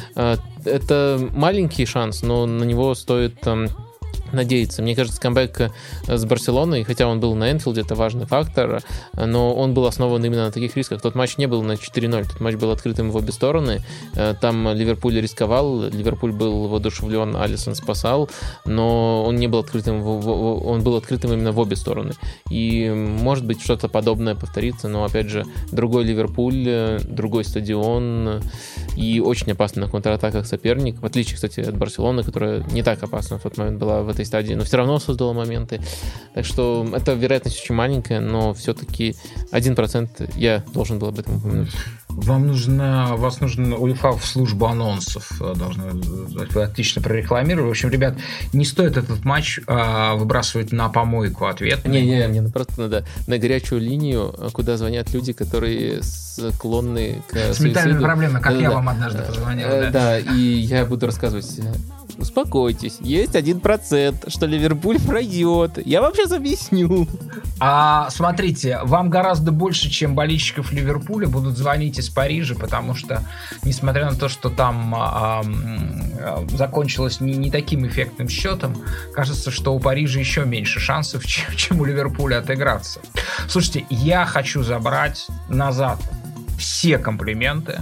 это маленький шанс, но на него стоит надеяться. Мне кажется, камбэк с Барселоной, хотя он был на Энфилде, это важный фактор, но он был основан именно на таких рисках. Тот матч не был на четыре ноль, тот матч был открытым в обе стороны. Там Ливерпуль рисковал, Ливерпуль был воодушевлен, Алисон спасал, но он не был открытым, он был открытым именно в обе стороны. И может быть что-то подобное повторится, но опять же, другой Ливерпуль, другой стадион и очень опасный на контратаках соперник, в отличие, кстати, от Барселоны, которая не так опасна в тот момент была в этой стадии, но все равно создала моменты. Так что эта вероятность очень маленькая, но все-таки один процент я должен был об этом упомянуть. Вам нужно, вас нужно УЕФА в службу анонсов должны, вы отлично прорекламировали. В общем, ребят, не стоит этот матч а, выбрасывать на помойку ответ. Не-не, мне просто надо на горячую линию, куда звонят люди, которые склонны к суициду. С ментальными проблемами, как да, я да, вам однажды позвонил. Да, да. да, и я буду рассказывать. Успокойтесь, есть один процент, что Ливерпуль пройдет. Я вам сейчас объясню. А смотрите, вам гораздо больше, чем болельщиков Ливерпуля, будут звонить из Парижа, потому что, несмотря на то, что там а, а, закончилось не, не таким эффектным счетом, кажется, что у Парижа еще меньше шансов, чем, чем у Ливерпуля отыграться. Слушайте, я хочу забрать назад все комплименты,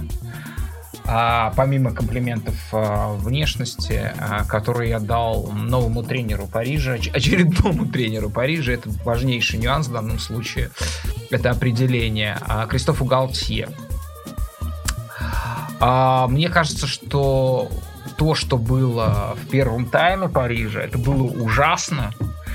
А, помимо комплиментов а, внешности, а, которые я дал новому тренеру Парижа, очередному тренеру Парижа, это важнейший нюанс в данном случае, это определение, а, Кристофу Галтье. А, мне кажется, что то, что было в первом тайме Парижа, это было ужасно,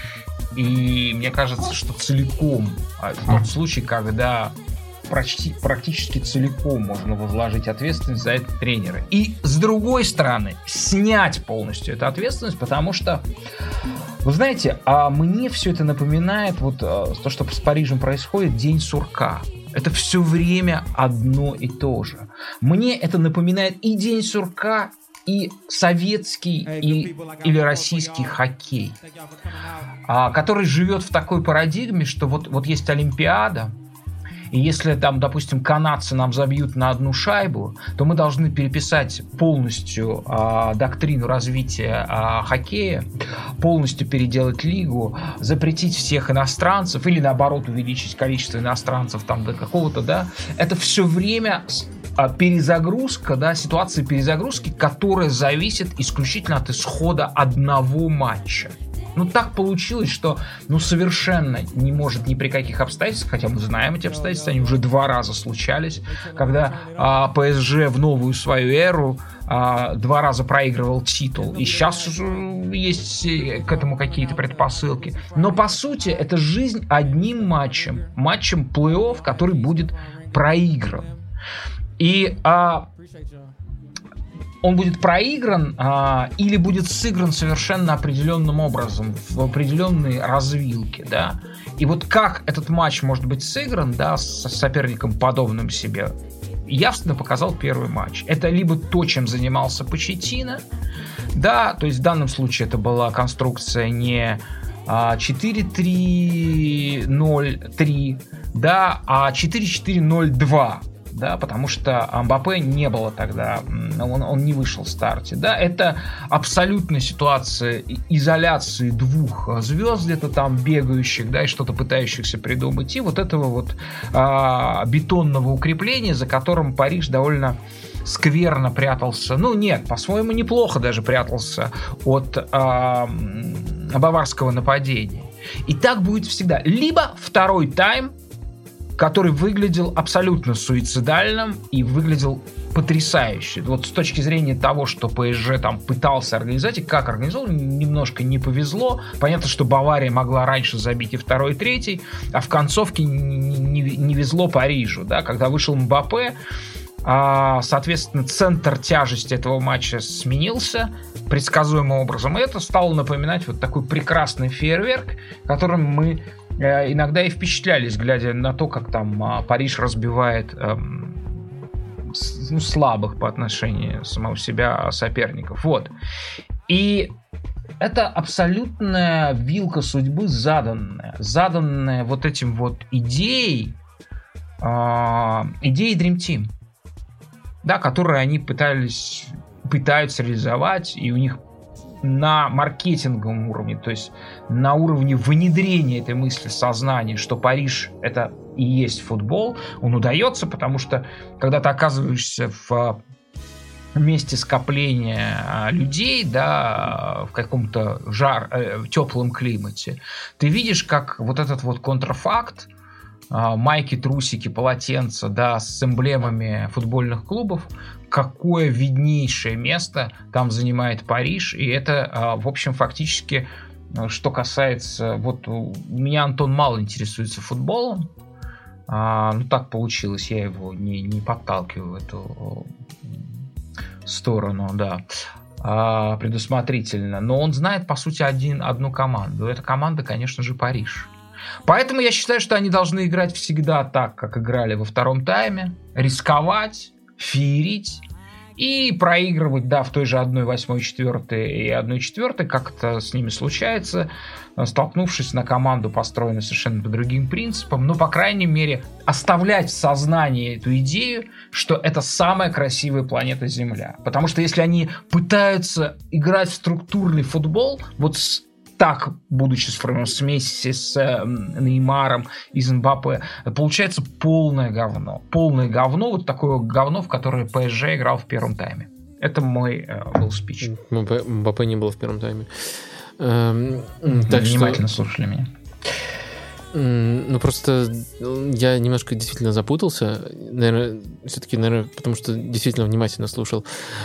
и мне кажется, что целиком, это тот случай, когда Почти, практически целиком можно возложить ответственность за это тренера. И с другой стороны, снять полностью эту ответственность, потому что, вы знаете, а мне все это напоминает вот то, что с Парижем происходит, день сурка. Это все время одно и то же. Мне это напоминает и день сурка, и советский, и, или российский хоккей, а, который живет в такой парадигме, что вот, вот есть Олимпиада, и если там, допустим, канадцы нам забьют на одну шайбу, то мы должны переписать полностью э, доктрину развития э, хоккея, полностью переделать лигу, запретить всех иностранцев или, наоборот, увеличить количество иностранцев там до какого-то, да. Это все время э, перезагрузка, да, ситуация перезагрузки, которая зависит исключительно от исхода одного матча. Ну, так получилось, что ну, совершенно не может ни при каких обстоятельствах, хотя мы знаем эти обстоятельства, они уже два раза случались, когда а, ПСЖ в новую свою эру а, два раза проигрывал титул, и сейчас есть к этому какие-то предпосылки. Но, по сути, это жизнь одним матчем, матчем плей-офф, который будет проигран. И... А, он будет проигран а, или будет сыгран совершенно определенным образом, в определенной развилке, да. И вот как этот матч может быть сыгран, да, с соперником, подобным себе, явственно показал первый матч. Это либо то, чем занимался Почеттино, да, то есть в данном случае это была конструкция не а, четыре три ноль три, да, а четыре четыре ноль два. Да, потому что Мбаппе не было тогда, он, он не вышел в старте. Да, это абсолютная ситуация изоляции двух звезд, где-то там бегающих, да, и что-то пытающихся придумать, и вот этого вот а, бетонного укрепления, за которым Париж довольно скверно прятался, ну нет, по-своему неплохо даже прятался от э, баварского нападения. И так будет всегда. Либо второй тайм, который выглядел абсолютно суицидальным и выглядел потрясающе. Вот с точки зрения того, что ПСЖ там пытался организовать, и как организовал, немножко не повезло. Понятно, что Бавария могла раньше забить и второй, и третий, а в концовке не, не, не везло Парижу, да, когда вышел Мбаппе, а, соответственно, центр тяжести этого матча сменился предсказуемым образом, и это стало напоминать вот такой прекрасный фейерверк, которым мы э, иногда и впечатлялись, глядя на то, как там а, Париж разбивает э, ну, слабых по отношению самого себя соперников. Вот. И это абсолютная вилка судьбы заданная. Заданная вот этим вот идеей, э, идеей Dream Team, да, которые они пытались, пытаются реализовать, и у них на маркетинговом уровне, то есть на уровне внедрения этой мысли в сознание, что Париж — это и есть футбол, он удается, потому что когда ты оказываешься в месте скопления людей, да, в каком-то жар, в теплом климате, ты видишь, как вот этот вот контрафакт, майки, трусики, полотенца, да, с эмблемами футбольных клубов, какое виднейшее место там занимает Париж. И это, в общем, фактически, что касается... Вот у меня Антон мало интересуется футболом. Ну, так получилось, я его не, не подталкиваю в эту сторону, да, предусмотрительно. Но он знает, по сути, один, одну команду. Эта команда, конечно же, Париж. Поэтому я считаю, что они должны играть всегда так, как играли во втором тайме, рисковать, феерить и проигрывать, да, в той же одна восьмая четвёртой и одна четвёртой, как это с ними случается, столкнувшись на команду, построенную совершенно по другим принципам, но, по крайней мере, оставлять в сознании эту идею, что это самая красивая планета Земля. Потому что если они пытаются играть в структурный футбол, вот с так, будучи сформирован вместе с э, Неймаром и Мбаппе, получается полное говно. Полное говно, вот такое говно, в которое ПСЖ играл в первом тайме. Это мой э, был спич. Мбаппе не было в первом тайме. Эм, так внимательно что... слушали меня. Ну, просто я немножко действительно запутался. Наверное, все-таки, наверное, потому что действительно внимательно слушал.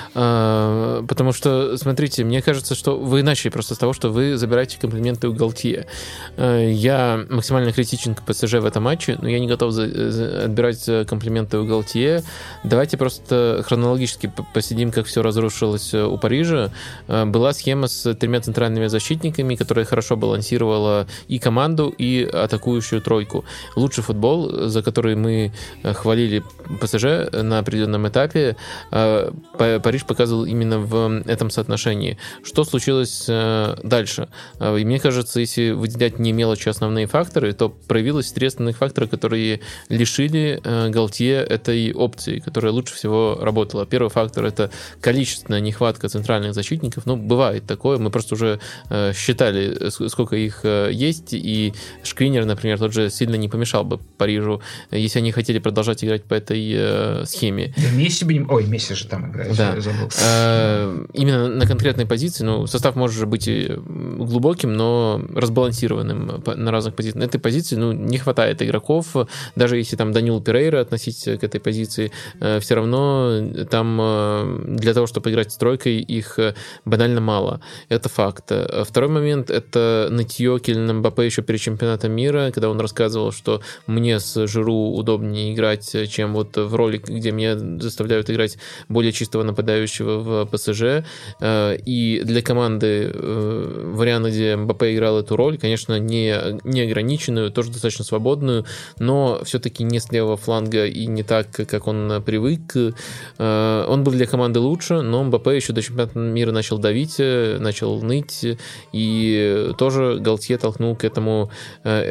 А, потому что, смотрите, мне кажется, что вы начали просто с того, что вы забираете комплименты у Галтье. А, я максимально критичен к ПСЖ в этом матче, но я не готов за, за, отбирать комплименты у Галтье. Давайте просто хронологически посидим, как все разрушилось у Парижа. А, была схема с тремя центральными защитниками, которая хорошо балансировала и команду, и атакующую тройку. Лучший футбол, за который мы хвалили ПСЖ на определенном этапе, Париж показывал именно в этом соотношении. Что случилось дальше? И мне кажется, если выделять не мелочи, основные факторы, то проявилось три основных фактора, которые лишили Галтье этой опции, которая лучше всего работала. Первый фактор — это количественная нехватка центральных защитников. Ну, бывает такое. Мы просто уже считали, сколько их есть, и Шкринер, например, тот же сильно не помешал бы Парижу, если они хотели продолжать играть по этой э, схеме. Да, Месси бы не... Ой, Месси же там играет, да. Я забыл. Э, именно на конкретной позиции, ну, состав может быть и глубоким, но разбалансированным на разных позициях. На этой позиции, ну, не хватает игроков, даже если там Данил Перейра относить к этой позиции, э, все равно там э, для того, чтобы играть с тройкой, их банально мало. Это факт. Второй момент — это нытье Килиана Мбаппе еще перед чемпионатом мира, когда он рассказывал, что мне с Жиру удобнее играть, чем вот в роли, где меня заставляют играть более чистого нападающего в ПСЖ. И для команды вариант, где Мбаппе играл эту роль, конечно, не, не ограниченную, тоже достаточно свободную, но все-таки не с левого фланга и не так, как он привык. Он был для команды лучше, но Мбаппе еще до чемпионата мира начал давить, начал ныть, и тоже Галтье толкнул к этому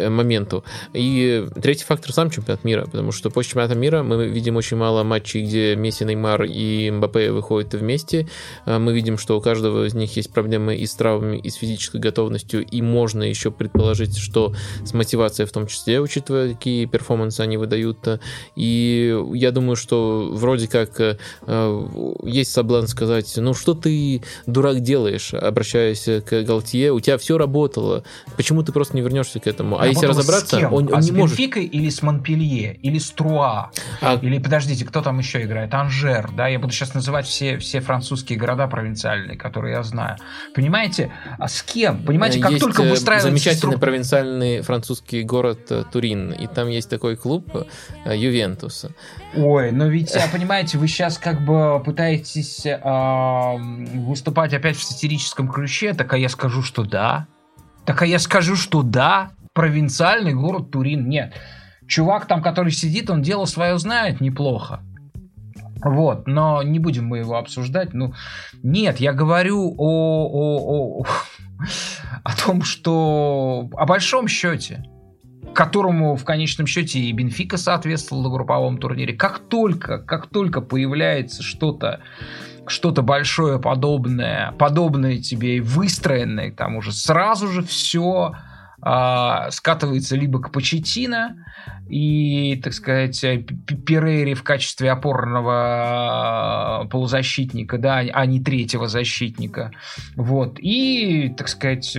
моменту. И третий фактор — сам чемпионат мира, потому что после чемпионата мира мы видим очень мало матчей, где Месси, Неймар и Мбаппе выходят вместе. Мы видим, что у каждого из них есть проблемы и с травмами, и с физической готовностью, и можно еще предположить, что с мотивацией в том числе, учитывая, какие перформансы они выдают. И я думаю, что вроде как есть соблазн сказать: ну что ты, дурак, делаешь, обращаясь к Галтье, у тебя все работало, почему ты просто не вернешься к этому? А если разобраться, он, он а не с может. Бенфикой или с Монпелье, или с Труа, а... или, подождите, кто там еще играет? Анжер, да, я буду сейчас называть все, все французские города провинциальные, которые я знаю. Понимаете, а с кем? Понимаете, как есть только выстраивается... замечательный струк... провинциальный французский город Турин, и там есть такой клуб Ювентус. Ой, но ведь, понимаете, вы сейчас как бы пытаетесь э, выступать опять в сатирическом ключе, так а я скажу, что да. Так а я скажу, что да, провинциальный город Турин. Нет, чувак там, который сидит, он дело свое знает неплохо. Вот, но не будем мы его обсуждать. Ну, нет, я говорю о, о, о, о том, что о большом счете, которому в конечном счете и Бенфика соответствовала в групповом турнире. Как только, как только появляется что-то, что-то большое, подобное, подобное тебе и выстроенное, там уже сразу же все э, скатывается либо к Почеттино и, так сказать, Перейре в качестве опорного полузащитника, да, а не третьего защитника. Вот. И, так сказать,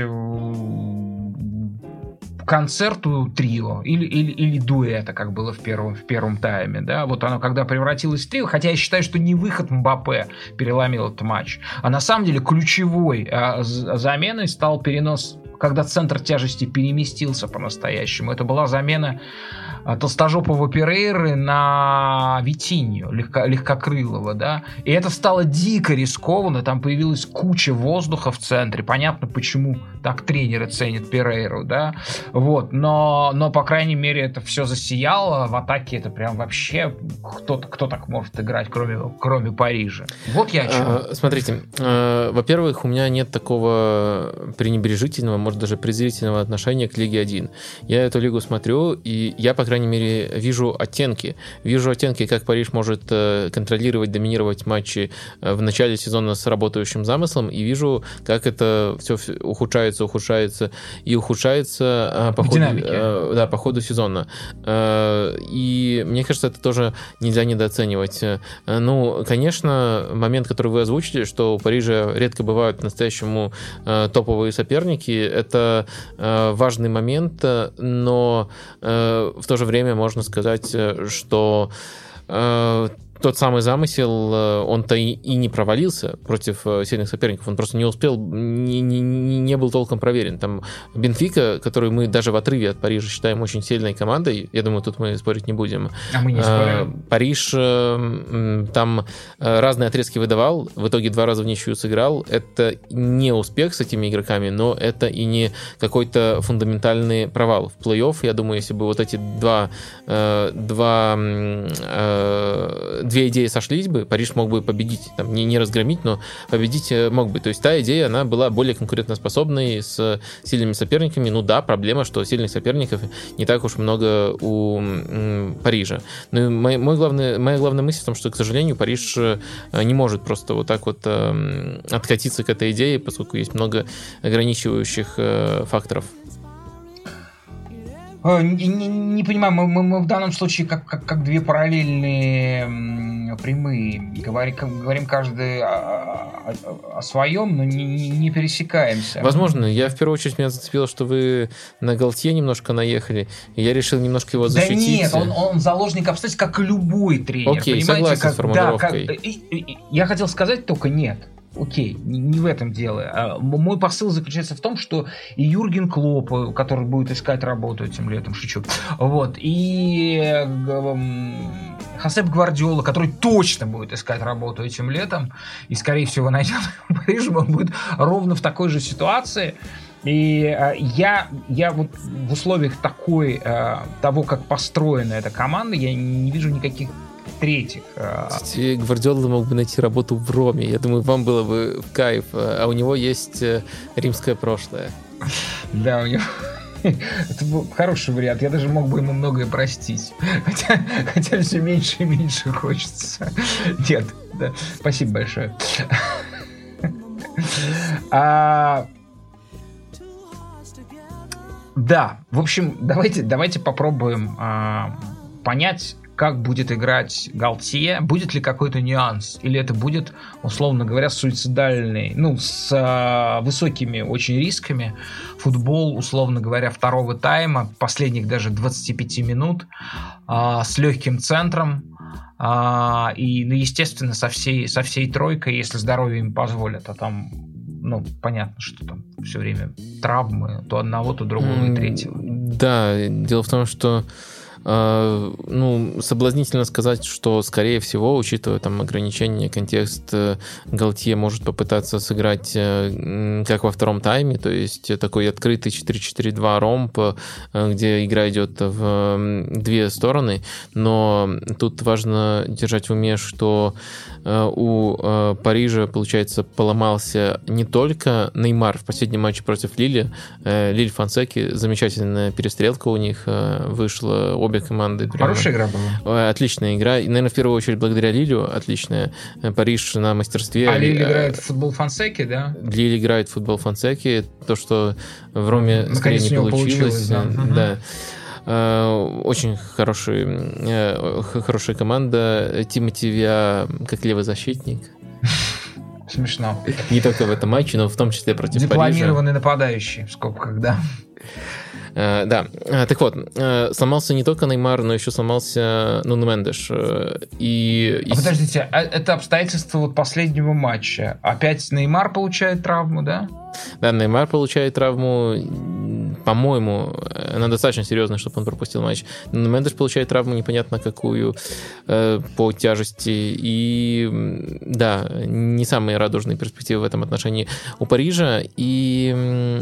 концерту трио или, или, или дуэта, как было в первом, в первом тайме, да, вот оно когда превратилось в трио, хотя я считаю, что не выход Мбаппе переломил этот матч, а на самом деле ключевой а, заменой стал перенос, когда центр тяжести переместился по-настоящему. Это была замена толстожопого Перейры на Витинью, легко, легкокрылого, да, и это стало дико рискованно, там появилась куча воздуха в центре, понятно, почему так тренеры ценят Перейру, да, вот, но, но по крайней мере, это все засияло, в атаке это прям вообще, кто, кто так может играть, кроме, кроме Парижа, вот я о чем. А, смотрите, а, во-первых, у меня нет такого пренебрежительного, может, даже презрительного отношения к Лиге один, я эту лигу смотрю, и я, по крайней мере, вижу оттенки. Вижу оттенки, как Париж может контролировать, доминировать матчи в начале сезона с работающим замыслом, и вижу, как это все ухудшается, ухудшается и ухудшается по ходу, да, по ходу сезона. И мне кажется, это тоже нельзя недооценивать. Ну, конечно, момент, который вы озвучили, что у Парижа редко бывают по-настоящему топовые соперники, это важный момент, но в то же время можно сказать, что э, тот самый замысел, он-то и, и не провалился против сильных соперников, он просто не успел, не, не, не был толком проверен. Там Бенфика, которую мы даже в отрыве от Парижа считаем очень сильной командой, я думаю, тут мы спорить не будем. А мы не спорим. Париж там разные отрезки выдавал, в итоге два раза в ничью сыграл. Это не успех с этими игроками, но это и не какой-то фундаментальный провал. В плей-офф, я думаю, если бы вот эти два, два две идеи сошлись бы, Париж мог бы победить, там, не, не разгромить, но победить мог бы. То есть та идея, она была более конкурентоспособной с сильными соперниками. Ну да, проблема, что сильных соперников не так уж много у м, Парижа. Но мой, мой главный, моя главная мысль в том, что, к сожалению, Париж не может просто вот так вот э, откатиться к этой идее, поскольку есть много ограничивающих э, факторов. Не, не, не понимаю, мы, мы, мы в данном случае как, как, как две параллельные прямые. Говорим, говорим каждый о, о, о своем, но не, не, не пересекаемся. Возможно. Я в первую очередь меня зацепило, что вы на Галтье немножко наехали, и я решил немножко его защитить. Да нет, он, он заложник обстоятельств, как и любой тренер. Окей, понимаете? согласен как, с формулировкой. Да, как, и, и, я хотел сказать только нет. Окей, не в этом дело. Мой посыл заключается в том, что и Юрген Клопп, который будет искать работу этим летом, шучу, вот, и Хосеп Гвардиола, который точно будет искать работу этим летом, и, скорее всего, найдет в Париже, он будет ровно в такой же ситуации. И э, я, я вот в условиях такой, э, того, как построена эта команда, я не вижу никаких третьих. Кстати, Гвардиола мог бы найти работу в Роме. Я думаю, вам было бы в кайф. А у него есть римское прошлое. Да, у него... Это был хороший вариант. Я даже мог бы ему многое простить. Хотя, хотя все меньше и меньше хочется. Нет, да. Спасибо большое. А... Да, в общем, давайте, давайте попробуем а, понять, как будет играть Галтье, будет ли какой-то нюанс, или это будет, условно говоря, суицидальный, ну, с а, высокими очень рисками футбол, условно говоря, второго тайма, последних даже двадцати пяти минут, а, с легким центром, а, и, ну, естественно, со всей, со всей тройкой, если здоровье им позволит, а там, ну, понятно, что там все время травмы, то одного, то другого и третьего. Да, дело в том, что Uh, ну, соблазнительно сказать, что, скорее всего, учитывая там ограничения, контекст, Галтье может попытаться сыграть uh, как во втором тайме, то есть такой открытый четыре четыре два ромб, uh, где игра идет в uh, две стороны, но тут важно держать в уме, что uh, у uh, Парижа, получается, поломался не только Неймар в последнем матче против Лили, uh, Лиль Фонсеки, замечательная перестрелка у них uh, вышла, обе команды. Прямо. Хорошая игра была. Отличная игра. И, наверное, в первую очередь благодаря Лилю отличная. Париж на мастерстве. А Лиль играет в футбол Фонсеки, да? Лиль играет в футбол Фонсеки. То, что в Роме ну, скорее не получилось. получилось да. да. Uh, очень хороший, uh, хорошая команда. Тимоти Виа как левый защитник. Смешно. Не только в этом матче, но в том числе против Парижа. Дипломированный нападающий, в скобках, да. Uh, да, uh, так вот, uh, сломался не только Неймар, но еще сломался Нуно Мендеш. Uh, и, а и... Подождите, а это обстоятельства вот последнего матча. Опять Неймар получает травму, да? Да, Неймар получает травму, по-моему, она достаточно серьезная, чтобы он пропустил матч. Но Мендеш получает травму непонятно какую э, по тяжести. И да, не самые радужные перспективы в этом отношении у Парижа. И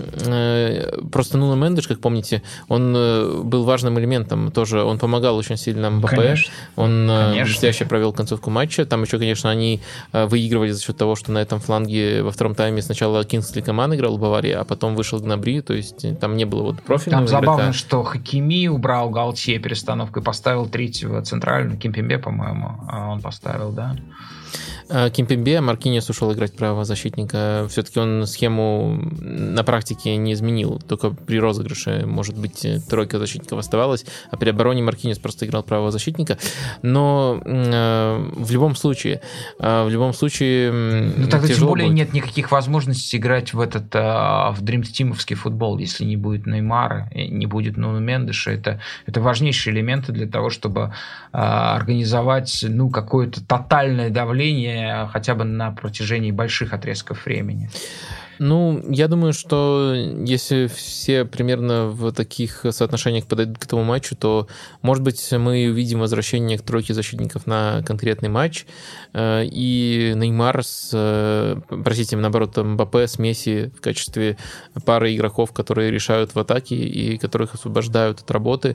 э, просто Нуно Мендеш, как помните, он был важным элементом тоже. Он помогал очень сильно Мбаппе. Он блестяще провел концовку матча. Там еще, конечно, они выигрывали за счет того, что на этом фланге во втором тайме сначала Кингсли Коман играл в Баварии, а потом вышел Гнабри, то есть там не было вот профильного Там забавно, игрока. Что Хакими убрал Галтье перестановкой, поставил третьего центрального, Кимпембе, по-моему, он поставил, да? Кимпембе, Маркиньос ушел играть правого защитника. Все-таки он схему на практике не изменил. Только при розыгрыше, может быть, тройка защитников оставалась, а при обороне Маркиньос просто играл правого защитника. Но э, в любом случае, э, в любом случае ну, тогда тем более будет. Нет никаких возможностей играть в этот э, в дримтимовский футбол, если не будет Неймара, не будет Нуно Мендеша. Это, это важнейшие элементы для того, чтобы э, организовать ну, какое-то тотальное давление хотя бы на протяжении больших отрезков времени. Ну, я думаю, что если все примерно в таких соотношениях подойдут к этому матчу, то, может быть, мы увидим возвращение к тройке защитников на конкретный матч, и Неймар с, простите, наоборот, Мбаппе с Месси в качестве пары игроков, которые решают в атаке и которых освобождают от работы.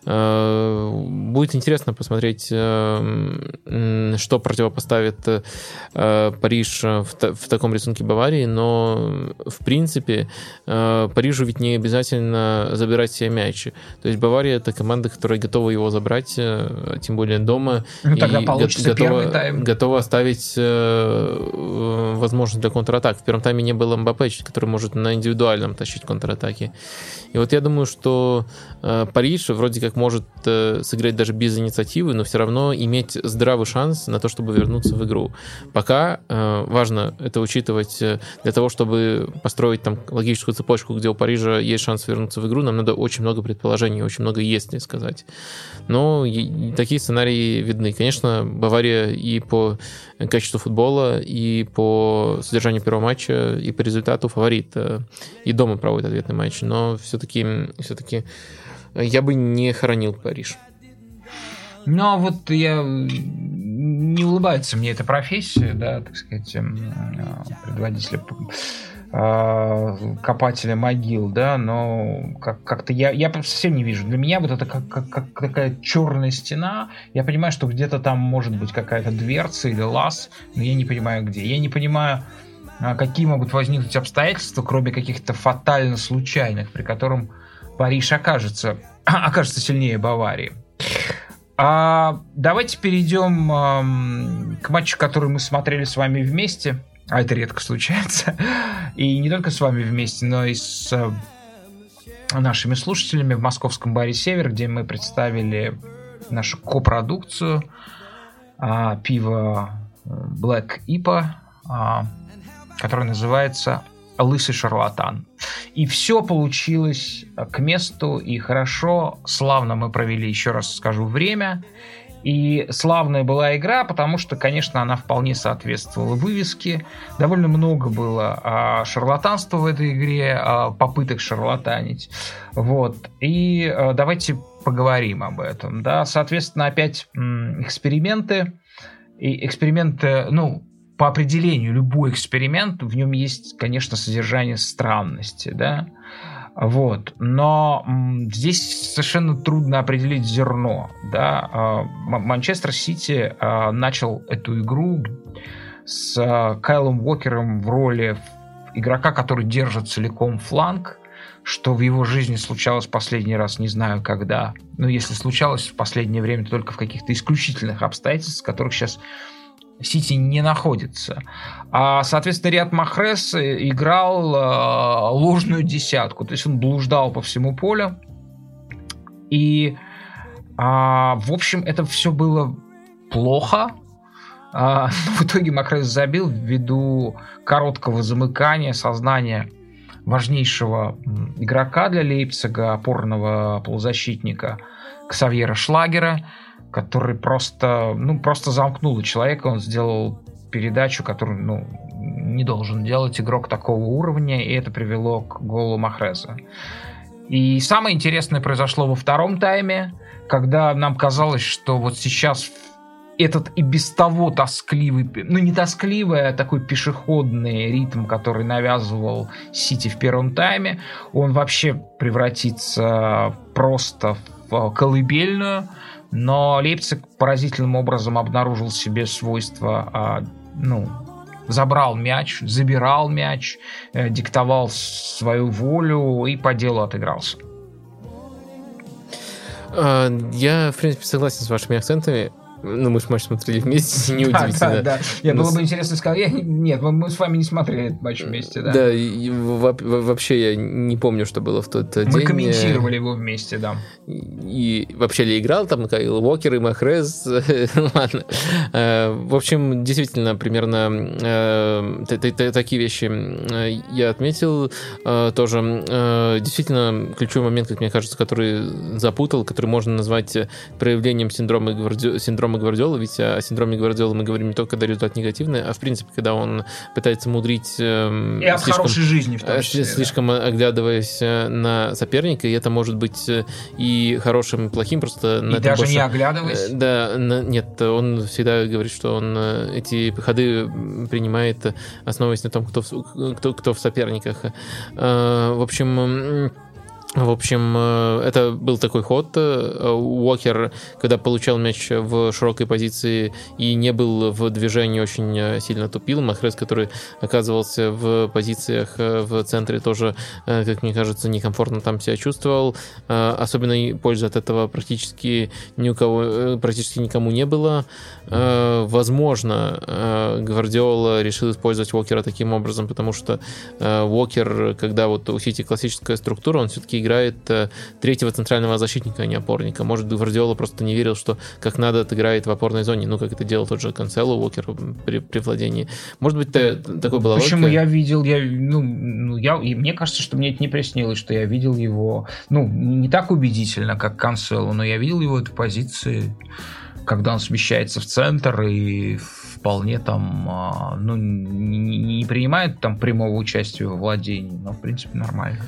Будет интересно посмотреть, что противопоставит Париж в таком рисунке Баварии, но в принципе, Парижу ведь не обязательно забирать себе мячи. То есть Бавария — это команда, которая готова его забрать, тем более дома. Ну, тогда получится готова, первый тайм. Готова оставить возможность для контратак. В первом тайме не было Мбаппе, который может на индивидуальном тащить контратаки. И вот я думаю, что Париж вроде как может сыграть даже без инициативы, но все равно иметь здравый шанс на то, чтобы вернуться в игру. Пока важно это учитывать для того, чтобы построить там логическую цепочку, где у Парижа есть шанс вернуться в игру, нам надо очень много предположений, очень много «если» сказать. Но такие сценарии видны. Конечно, Бавария и по качеству футбола, и по содержанию первого матча, и по результату фаворит. И дома проводит ответный матч. Но все-таки, все-таки я бы не хоронил Париж. Ну, а вот я... Не улыбается мне эта профессия, да, так сказать, предводителя, копателя могил, да, но как- как-то я, я совсем не вижу. Для меня вот это как, как, как такая черная стена. Я понимаю, что где-то там может быть какая-то дверца или лаз, но я не понимаю, где. Я не понимаю, какие могут возникнуть обстоятельства, кроме каких-то фатально случайных, при котором Париж окажется, окажется сильнее Баварии. А давайте перейдем а, к матчу, который мы смотрели с вами вместе. А это редко случается. И не только с вами вместе, но и с а, нашими слушателями в московском баре «Север», где мы представили нашу копродукцию а, пива Black ай пи эй, а, которое называется «Лысый шарлатан». И все получилось к месту и хорошо. Славно мы провели, еще раз скажу, время. И славная была игра, потому что, конечно, она вполне соответствовала вывеске. Довольно много было а, шарлатанства в этой игре, а, попыток шарлатанить. Вот. И а, давайте поговорим об этом. Да? Соответственно, опять м- эксперименты. И эксперименты, ну, по определению, любой эксперимент, в нем есть, конечно, содержание странности, да, вот, но м, здесь совершенно трудно определить зерно, да, Манчестер Сити а, начал эту игру с а, Кайлом Уокером в роли игрока, который держит целиком фланг, что в его жизни случалось последний раз, не знаю когда, но если случалось в последнее время, то только в каких-то исключительных обстоятельствах, в которых сейчас Сити не находится. А, соответственно, Риад Махрез играл а, ложную десятку. То есть он блуждал по всему полю. И, а, в общем, это все было плохо. А, в итоге Махрез забил ввиду короткого замыкания сознания важнейшего игрока для Лейпцига, опорного полузащитника Ксавьера Шлагера, который просто, ну, просто замкнул человека, он сделал передачу, которую, ну, не должен делать игрок такого уровня, и это привело к голу Махреза. И самое интересное произошло во втором тайме, когда нам казалось, что вот сейчас этот и без того тоскливый, ну не тоскливый, а такой пешеходный ритм, который навязывал Сити в первом тайме, он вообще превратится просто в колыбельную. Но Лейпциг поразительным образом обнаружил в себе свойства, а, ну, забрал мяч, забирал мяч, э, диктовал свою волю и по делу отыгрался. Я, в принципе, согласен с вашими акцентами. Ну, мы же матч смотрели вместе, неудивительно. Да, да, да. Я было бы интересно сказать. Я, нет, мы, мы с вами не смотрели этот матч вместе, да. Да, и, вообще я не помню, что было в тот мы день. Мы комментировали его вместе, да. И, и вообще ли играл там Кайл Уокер и Махрез? Ладно. В общем, действительно, примерно такие вещи я отметил. Тоже действительно ключевой момент, как мне кажется, который запутал, который можно назвать проявлением синдрома Гвардиолы. Гвардиолы, ведь о синдроме Гвардиолы мы говорим не только когда результат негативный, а в принципе, когда он пытается мудрить э, и от слишком, хорошей жизни в том числе, слишком да. оглядываясь на соперника, и это может быть и хорошим, и плохим, просто... И даже больше, не оглядываясь? Да, на, нет, он всегда говорит, что он эти ходы принимает, основываясь на том, кто в, кто, кто в соперниках. В общем... В общем, это был такой ход. Уокер, когда получал мяч в широкой позиции и не был в движении, очень сильно тупил. Махрез, который оказывался в позициях в центре, тоже, как мне кажется, некомфортно там себя чувствовал. Особенной пользы от этого практически ни у кого, практически никому не было. Возможно, Гвардиола решил использовать Уокера таким образом, потому что Уокер, когда вот у Сити классическая структура, он все-таки играет третьего центрального защитника, а не опорника. Может, Гвардиола просто не верил, что как надо отыграет в опорной зоне, ну, как это делал тот же Канцело, Уокер при, при владении. Может быть, такой была Почему логика? Я видел, я, ну, ну, я, и мне кажется, что мне это не приснилось, что я видел его, ну, не так убедительно, как Канцело, но я видел его в этой позиции, когда он смещается в центр и вполне там, ну, не, не принимает там прямого участия во владении, но, в принципе, нормально.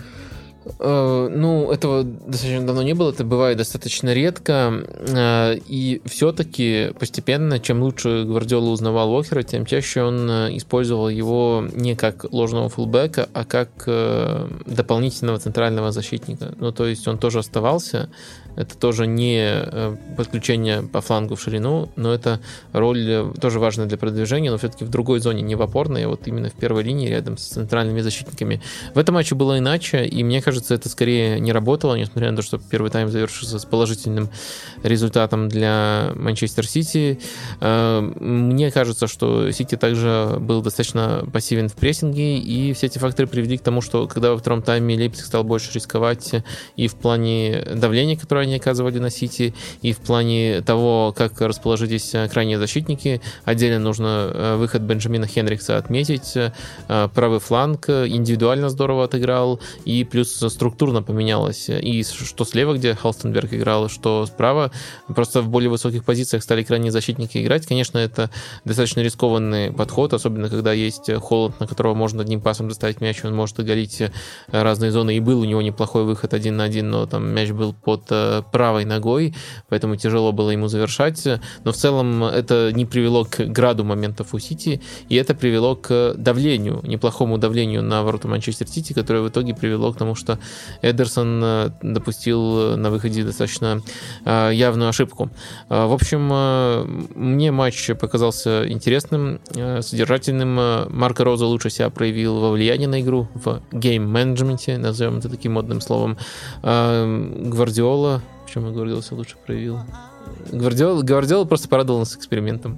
Ну, этого достаточно давно не было, это бывает достаточно редко, и все-таки постепенно, чем лучше Гвардиола узнавал Уокера, тем чаще он использовал его не как ложного фулбэка, а как дополнительного центрального защитника. Ну, то есть он тоже оставался, это тоже не подключение по флангу в ширину, но это роль тоже важная для продвижения, но все-таки в другой зоне, не в опорной, а вот именно в первой линии рядом с центральными защитниками. В этом матче было иначе, и мне кажется, кажется, это скорее не работало, несмотря на то, что первый тайм завершился с положительным результатом для Манчестер Сити. Мне кажется, что Сити также был достаточно пассивен в прессинге, и все эти факторы привели к тому, что когда во втором тайме Лейпциг стал больше рисковать и в плане давления, которое они оказывали на Сити, и в плане того, как расположились крайние защитники. Отдельно нужно выход Бенджамина Хенрикса отметить. Правый фланг индивидуально здорово отыграл, и плюс структурно поменялось. И что слева, где Халстенберг играл, что справа, просто в более высоких позициях стали крайние защитники играть. Конечно, это достаточно рискованный подход, особенно когда есть Холланд, на которого можно одним пасом доставить мяч, он может оголить разные зоны, и был у него неплохой выход один на один, но там мяч был под правой ногой, поэтому тяжело было ему завершать. Но в целом это не привело к граду моментов у Сити, и это привело к давлению, неплохому давлению на ворота Манчестер Сити, которое в итоге привело к тому, что Эдерсон допустил на выходе достаточно явную ошибку. В общем, мне матч показался интересным, содержательным. Марко Роза лучше себя проявил во влиянии на игру, в гейм-менеджменте, назовем это таким модным словом. Гвардиола, в чем я Гвардиола себя лучше проявил? Гвардиола, Гвардиола просто порадовал нас экспериментом.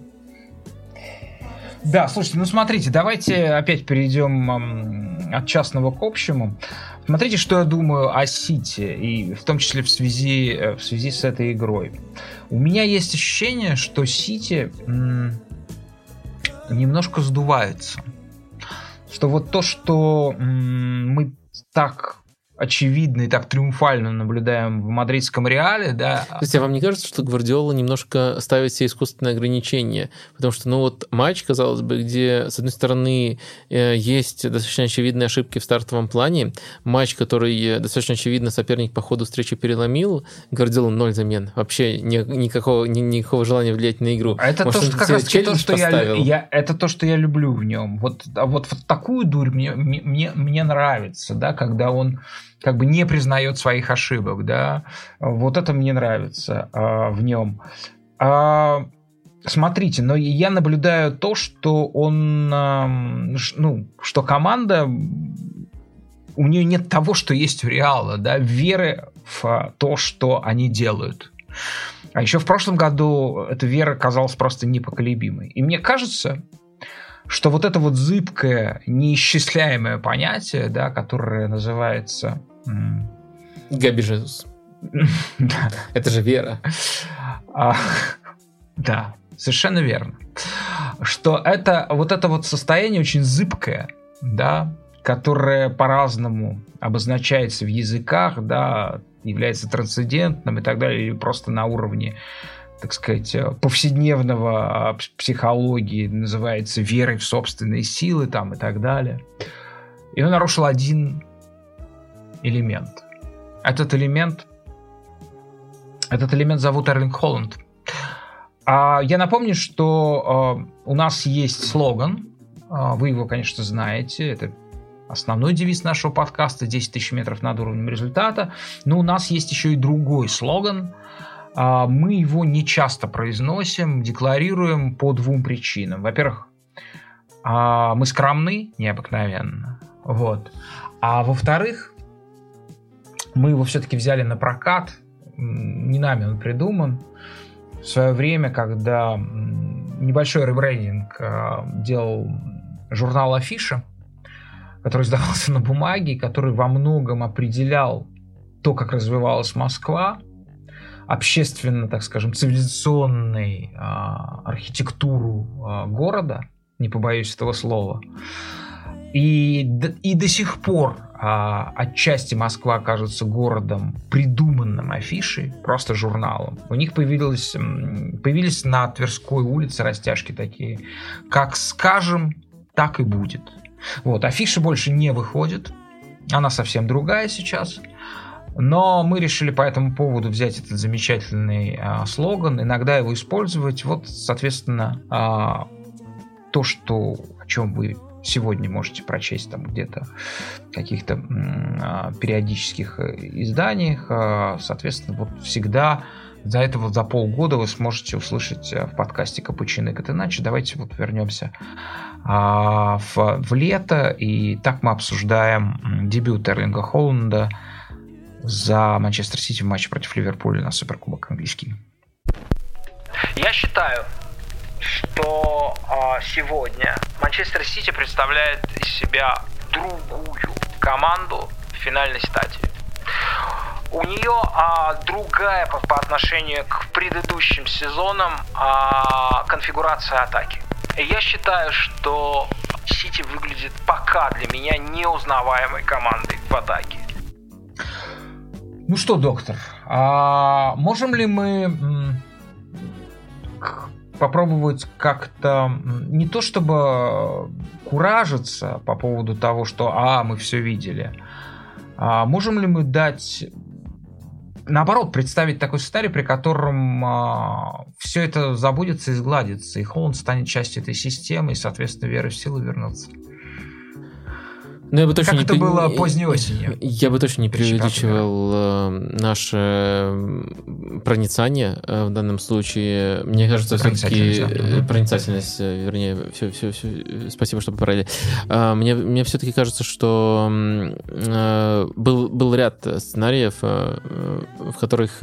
Да, слушайте, ну смотрите, давайте опять перейдем эм, от частного к общему. Смотрите, что я думаю о Сити, и в том числе в связи, в связи с этой игрой. У меня есть ощущение, что Сити м- немножко сдувается. Что вот то, что м- мы так очевидно и так триумфально наблюдаем в мадридском Реале, да. Кстати, а вам не кажется, что Гвардиола немножко ставит себе искусственные ограничения? Потому что, ну вот, матч, казалось бы, где, с одной стороны, есть достаточно очевидные ошибки в стартовом плане, матч, который достаточно очевидно соперник по ходу встречи переломил, Гвардиола ноль замен, вообще ни, никакого, ни, никакого желания влиять на игру. Это Может, то, что, как раз то, что я, я, это то, что я люблю в нем. Вот, а вот, вот такую дурь мне, мне, мне нравится, да, когда он как бы не признает своих ошибок, да, вот это мне нравится а, в нем. А, смотрите, но я наблюдаю то, что он, а, ну, что команда, у нее нет того, что есть у Реала, да, веры в то, что они делают. А еще в прошлом году эта вера казалась просто непоколебимой. И мне кажется, что вот это вот зыбкое, неисчисляемое понятие, да, которое называется... Габи Жезус. Это же вера. А, да, совершенно верно. Что это вот это вот состояние очень зыбкое, да, которое по-разному обозначается в языках, да, является трансцендентным и так далее, или просто на уровне, так сказать, повседневного психологии называется верой в собственные силы там и так далее. И он нарушил один элемент. Этот элемент этот элемент зовут Эрлинг Холланд. А я напомню, что э, у нас есть слоган, э, вы его, конечно, знаете, это основной девиз нашего подкаста «десять тысяч метров над уровнем результата», но у нас есть еще и другой слоган. Э, мы его не часто произносим, декларируем по двум причинам. Во-первых, э, мы скромны необыкновенно, вот. А во-вторых, мы его все-таки взяли на прокат, не нами он придуман. В свое время, когда небольшой ребрендинг делал журнал «Афиша», который издавался на бумаге, который во многом определял то, как развивалась Москва, общественно, так скажем, цивилизационной архитектуру города, не побоюсь этого слова, и, и до сих пор а, отчасти Москва кажется городом, придуманным афишей, просто журналом. У них появилось, появились на Тверской улице растяжки такие. Как скажем, так и будет. Вот, афиша больше не выходит. Она совсем другая сейчас. Но мы решили по этому поводу взять этот замечательный а, слоган, иногда его использовать. Вот, соответственно, а, то, что, о чем вы сегодня можете прочесть там где-то в каких-то м, периодических изданиях. Соответственно, вот всегда За это вот за полгода вы сможете услышать в подкасте «Капучино и как иначе». Давайте вот вернемся а, в, в лето, и так мы обсуждаем дебют Эрлинга Холланда за Манчестер Сити в матче против Ливерпуля на Суперкубок английский. Я считаю, что а, сегодня Манчестер Сити представляет из себя другую команду в финальной стадии. У нее а, другая по, по отношению к предыдущим сезонам а, конфигурация атаки. И я считаю, что Сити выглядит пока для меня неузнаваемой командой в атаке. Ну что, доктор, а можем ли мы м, попробовать как-то не то чтобы куражиться по поводу того, что а, мы все видели, а можем ли мы дать... Наоборот, представить такой сценарий, при котором а, все это забудется и сгладится, и Холланд станет частью этой системы, и, соответственно, вера в силу вернется. Но я бы точно как не это при... было поздней осенью? Я бы точно не преувеличивал наше проницание в данном случае. Мне кажется, все-таки да. проницательность, вернее, все, все, все. Спасибо, что поправили. Мне, мне все-таки кажется, что был, был ряд сценариев, в которых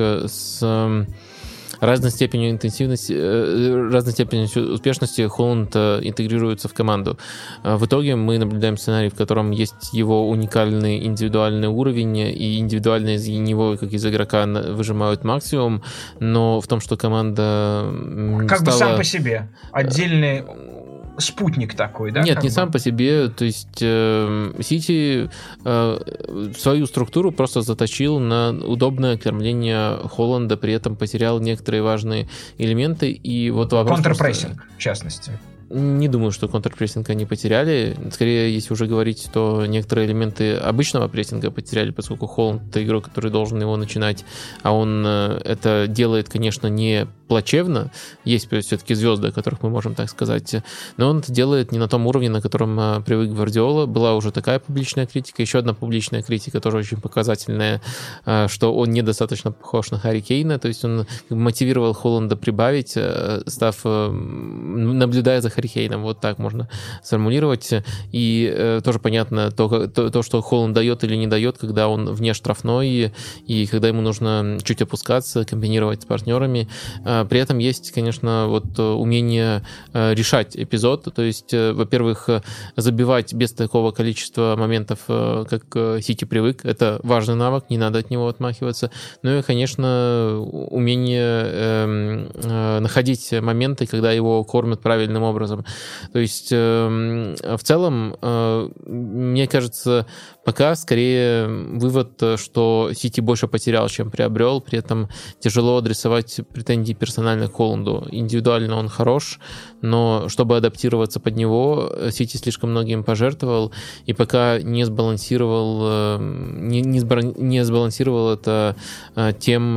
с разной степенью интенсивности, разной степенью успешности Холланд интегрируется в команду. В итоге мы наблюдаем сценарий, в котором есть его уникальный индивидуальный уровень, и индивидуально из него, как из игрока, выжимают максимум, но в том, что команда как стала... бы сам по себе отдельный спутник такой, да? Нет, не бы? сам по себе. То есть э, Сити э, свою структуру просто заточил на удобное кормление Холланда, при этом потерял некоторые важные элементы. И вот вопрос... Контрпрессинг, просто... в частности. Не думаю, что контрпрессинг они потеряли. Скорее, если уже говорить, то некоторые элементы обычного прессинга потеряли, поскольку Холланд — это игрок, который должен его начинать, а он это делает, конечно, не плачевно. Есть все-таки звезды, о которых мы можем так сказать, но он это делает не на том уровне, на котором привык Гвардиола. Была уже такая публичная критика. Еще одна публичная критика, тоже очень показательная, что он недостаточно похож на Харри Кейна, то есть он мотивировал Холланда прибавить, став, наблюдая за Харри Кейном, вот так можно сформулировать. И э, тоже понятно то, то, то, что Холланд дает или не дает, когда он вне штрафной, и, и когда ему нужно чуть опускаться, комбинировать с партнерами. Э, при этом есть, конечно, вот умение э, решать эпизод, то есть, э, во-первых, забивать без такого количества моментов, э, как Сити привык. Это важный навык, не надо от него отмахиваться. Ну и, конечно, умение э, э, находить моменты, когда его кормят правильным образом. То есть э, в целом, э, мне кажется, пока скорее вывод, что Сити больше потерял, чем приобрел, при этом тяжело адресовать претензии персонально к Холланду. Индивидуально он хорош, но чтобы адаптироваться под него, Сити слишком многим пожертвовал, и пока не сбалансировал, не, не, сбар, не сбалансировал это тем,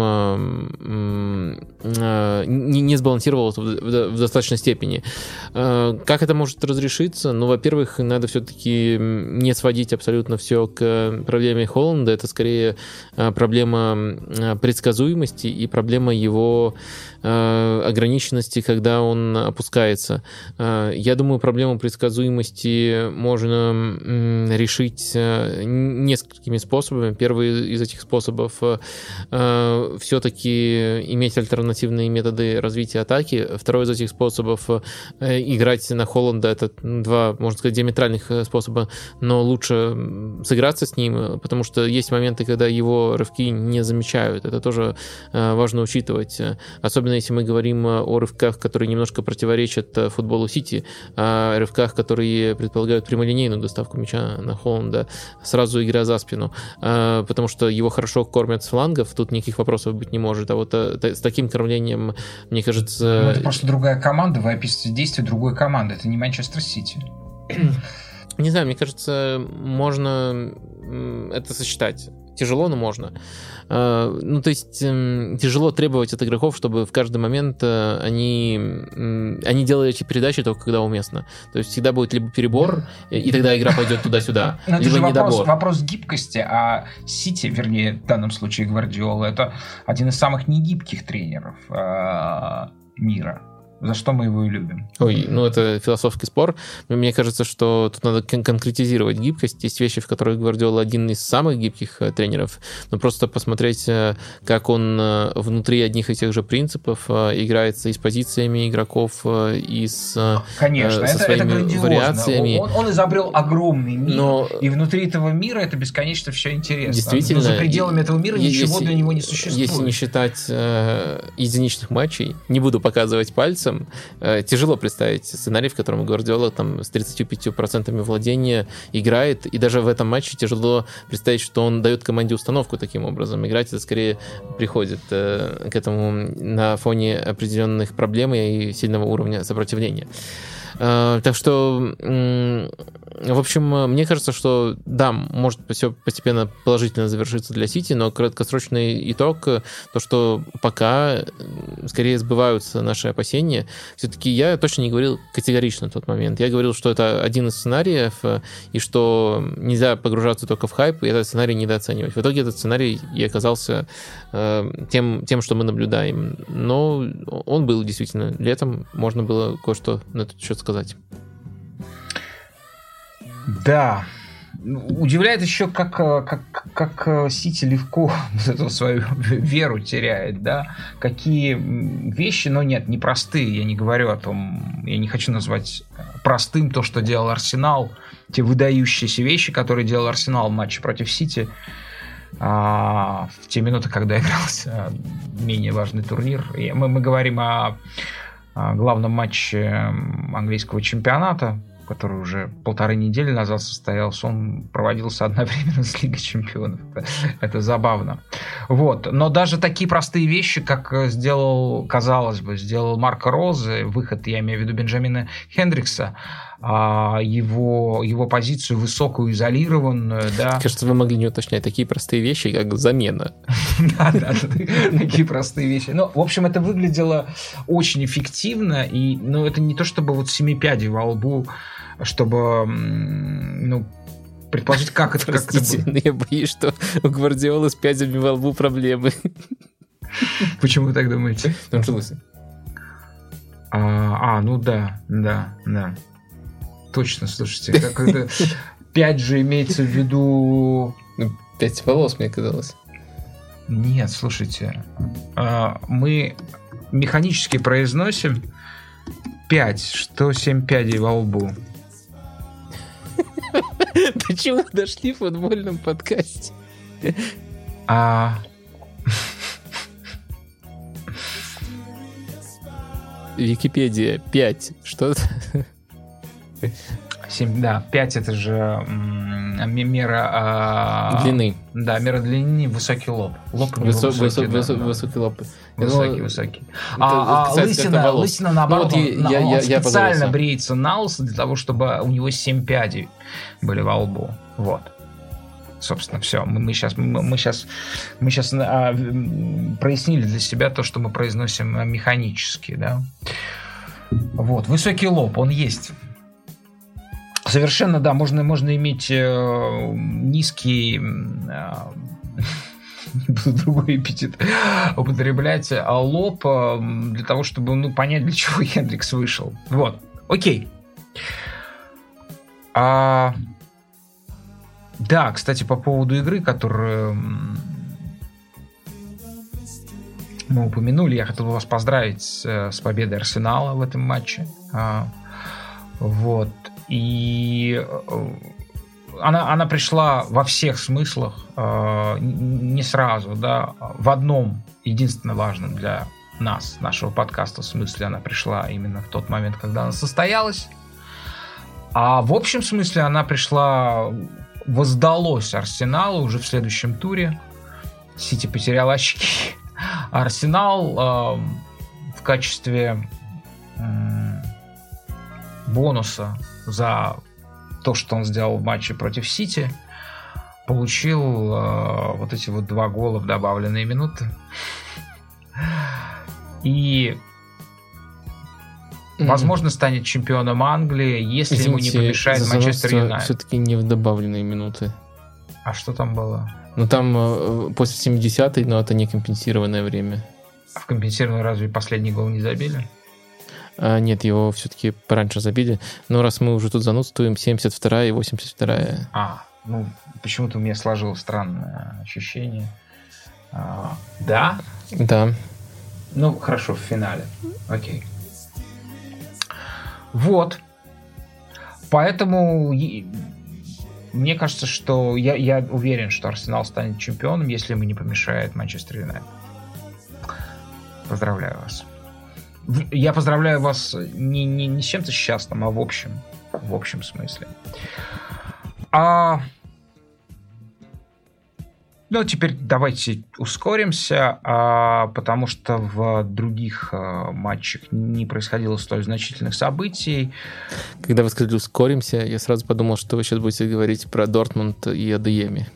не, не сбалансировал это в, в достаточной степени. Как это может разрешиться? Ну, во-первых, надо все-таки не сводить абсолютно все к проблеме Холланда. Это скорее проблема предсказуемости и проблема его ограниченности, когда он опускается. Я думаю, проблему предсказуемости можно решить несколькими способами. Первый из этих способов все-таки иметь альтернативные методы развития атаки. Второй из этих способов играть на Холланда. Это два, можно сказать, диаметральных способа, но лучше сыграться с ним, потому что есть моменты, когда его рывки не замечают. Это тоже важно учитывать. Особенно если мы говорим о рывках, которые немножко противоречат футболу Сити, о рывках, которые предполагают прямолинейную доставку мяча на Холланда, сразу игра за спину, потому что его хорошо кормят с флангов, тут никаких вопросов быть не может. А вот с таким кормлением, мне кажется... Ну, это просто другая команда, вы описываете действия другой команды, это не Манчестер Сити. Не знаю, мне кажется, можно это сочетать. Тяжело, но можно. Ну, то есть тяжело требовать от игроков, чтобы в каждый момент они, они делали эти передачи только когда уместно. То есть всегда будет либо перебор, и тогда игра пойдет туда-сюда, но либо это недобор. Вопрос, вопрос гибкости, а Сити, вернее, в данном случае Гвардиола, это один из самых негибких тренеров э, мира. За что мы его и любим. Ой, ну это философский спор. Мне кажется, что тут надо кон- конкретизировать гибкость. Есть вещи, в которых Гвардиола один из самых гибких э, тренеров, но просто посмотреть, э, как он э, внутри одних и тех же принципов э, играется и с позициями игроков, э, и с, э, Конечно, со это, своими это вариациями. Он, он изобрел огромный мир, но... и внутри этого мира это бесконечно все интересно. Действительно. Но за пределами этого мира если, ничего для него не существует. Если не считать э, единичных матчей, не буду показывать пальцем, тяжело представить сценарий, в котором Гвардиола там с тридцатью пятью процентами владения играет, и даже в этом матче тяжело представить, что он дает команде установку таким образом. Играть это скорее приходит э, к этому на фоне определенных проблем и сильного уровня сопротивления. Uh, так что, um, в общем, мне кажется, что да, может все постепенно положительно завершиться для Сити, но краткосрочный итог, то, что пока скорее сбываются наши опасения. Все-таки я точно не говорил категорично в тот момент. Я говорил, что это один из сценариев, и что нельзя погружаться только в хайп, и этот сценарий недооценивать. В итоге этот сценарий и оказался uh, тем, тем, что мы наблюдаем. Но он был действительно летом, можно было кое-что на этот счет сказать. Да. Удивляет еще, как, как, как Сити легко вот эту свою веру теряет, да. Какие вещи, но нет, непростые. Я не говорю о том, я не хочу назвать простым то, что делал Арсенал, те выдающиеся вещи, которые делал Арсенал в матче против Сити а, в те минуты, когда игрался менее важный турнир. И мы, мы говорим о главном матче английского чемпионата, который уже полторы недели назад состоялся, он проводился одновременно с Лигой чемпионов. Это, это забавно. Вот. Но даже такие простые вещи, как сделал, казалось бы, сделал Марко Розе, выход, я имею в виду Бенджамина Хендрикса, его, его позицию высокую, изолированную. Да. Кажется, вы могли не уточнять такие простые вещи, как замена. Да, да, такие простые вещи. Ну, в общем, это выглядело очень эффективно, и, ну, это не то, чтобы вот семи пядей во лбу, чтобы, ну, предположить, как это... Простите, как это но я боюсь, что у Гвардиолы с пядями во лбу проблемы. Почему вы так думаете? Он же лысый. А, а, ну да, да, да. Точно, слушайте, как это... Пять же имеется в виду... Ну, пять волос, мне казалось. Нет, слушайте, мы механически произносим пять, что семь пядей во лбу. До чего дошли в футбольном подкасте? А... Википедия пять. Что? семь, да, пять это же м- мера... А... Длины. Да, мера длины, высокий лоб. Лоб Высо- высокий, высо- да, высо- да. Высокий лоб. Высокий, Ну, высокий. это А, а касается как-то лысина, волос. лысина, наоборот, Ну, вот я- он, я- он я- я специально подумался. бреется на лысо для того, чтобы у него семь пядей были во лбу. Вот. Собственно, все. Мы, мы сейчас, мы, мы сейчас, мы сейчас а, м, прояснили для себя то, что мы произносим механически, да. Вот. Высокий лоб, он есть. Совершенно, да, можно, можно иметь э, низкий... Э, не буду другой эпитет употреблять, а лоб э, для того, чтобы, ну, понять, для чего Хендрикс вышел. Вот. Окей. А... Да, кстати, по поводу игры, которую мы упомянули, я хотел бы вас поздравить с, с победой Арсенала в этом матче. А, вот. И она, она пришла во всех смыслах, а, не сразу, да, в одном, единственно важном для нас, нашего подкаста, смысле она пришла именно в тот момент, когда она состоялась. А в общем смысле она пришла... Воздалось Арсеналу уже в следующем туре. Сити потерял очки. Арсенал э, в качестве э, бонуса за то, что он сделал в матче против Сити, получил э, вот эти вот два гола в добавленные минуты. И, mm-hmm. возможно, станет чемпионом Англии, если Извините, ему не помешает Манчестер Юнайтед. Все-таки не в добавленные минуты. А что там было? Ну, там э, после семидесятой, но это не компенсированное время. А в компенсированное разве последний гол не забили? А, нет, его все-таки пораньше забили. Но раз мы уже тут занудствуем, семьдесят вторая и восемьдесят вторая. А, ну, почему-то у меня сложилось странное ощущение. А, да? Да. Ну, хорошо, в финале. Окей. Вот. Поэтому мне кажется, что я, я уверен, что Арсенал станет чемпионом, если ему не помешает Манчестер Юнайтед. Поздравляю вас. Я поздравляю вас не, не, не с чем-то счастным, а в общем. В общем смысле. А... Ну, теперь давайте ускоримся, а, потому что в других а, матчах не происходило столь значительных событий. Когда вы сказали «ускоримся», я сразу подумал, что вы сейчас будете говорить про Дортмунд и Адееми.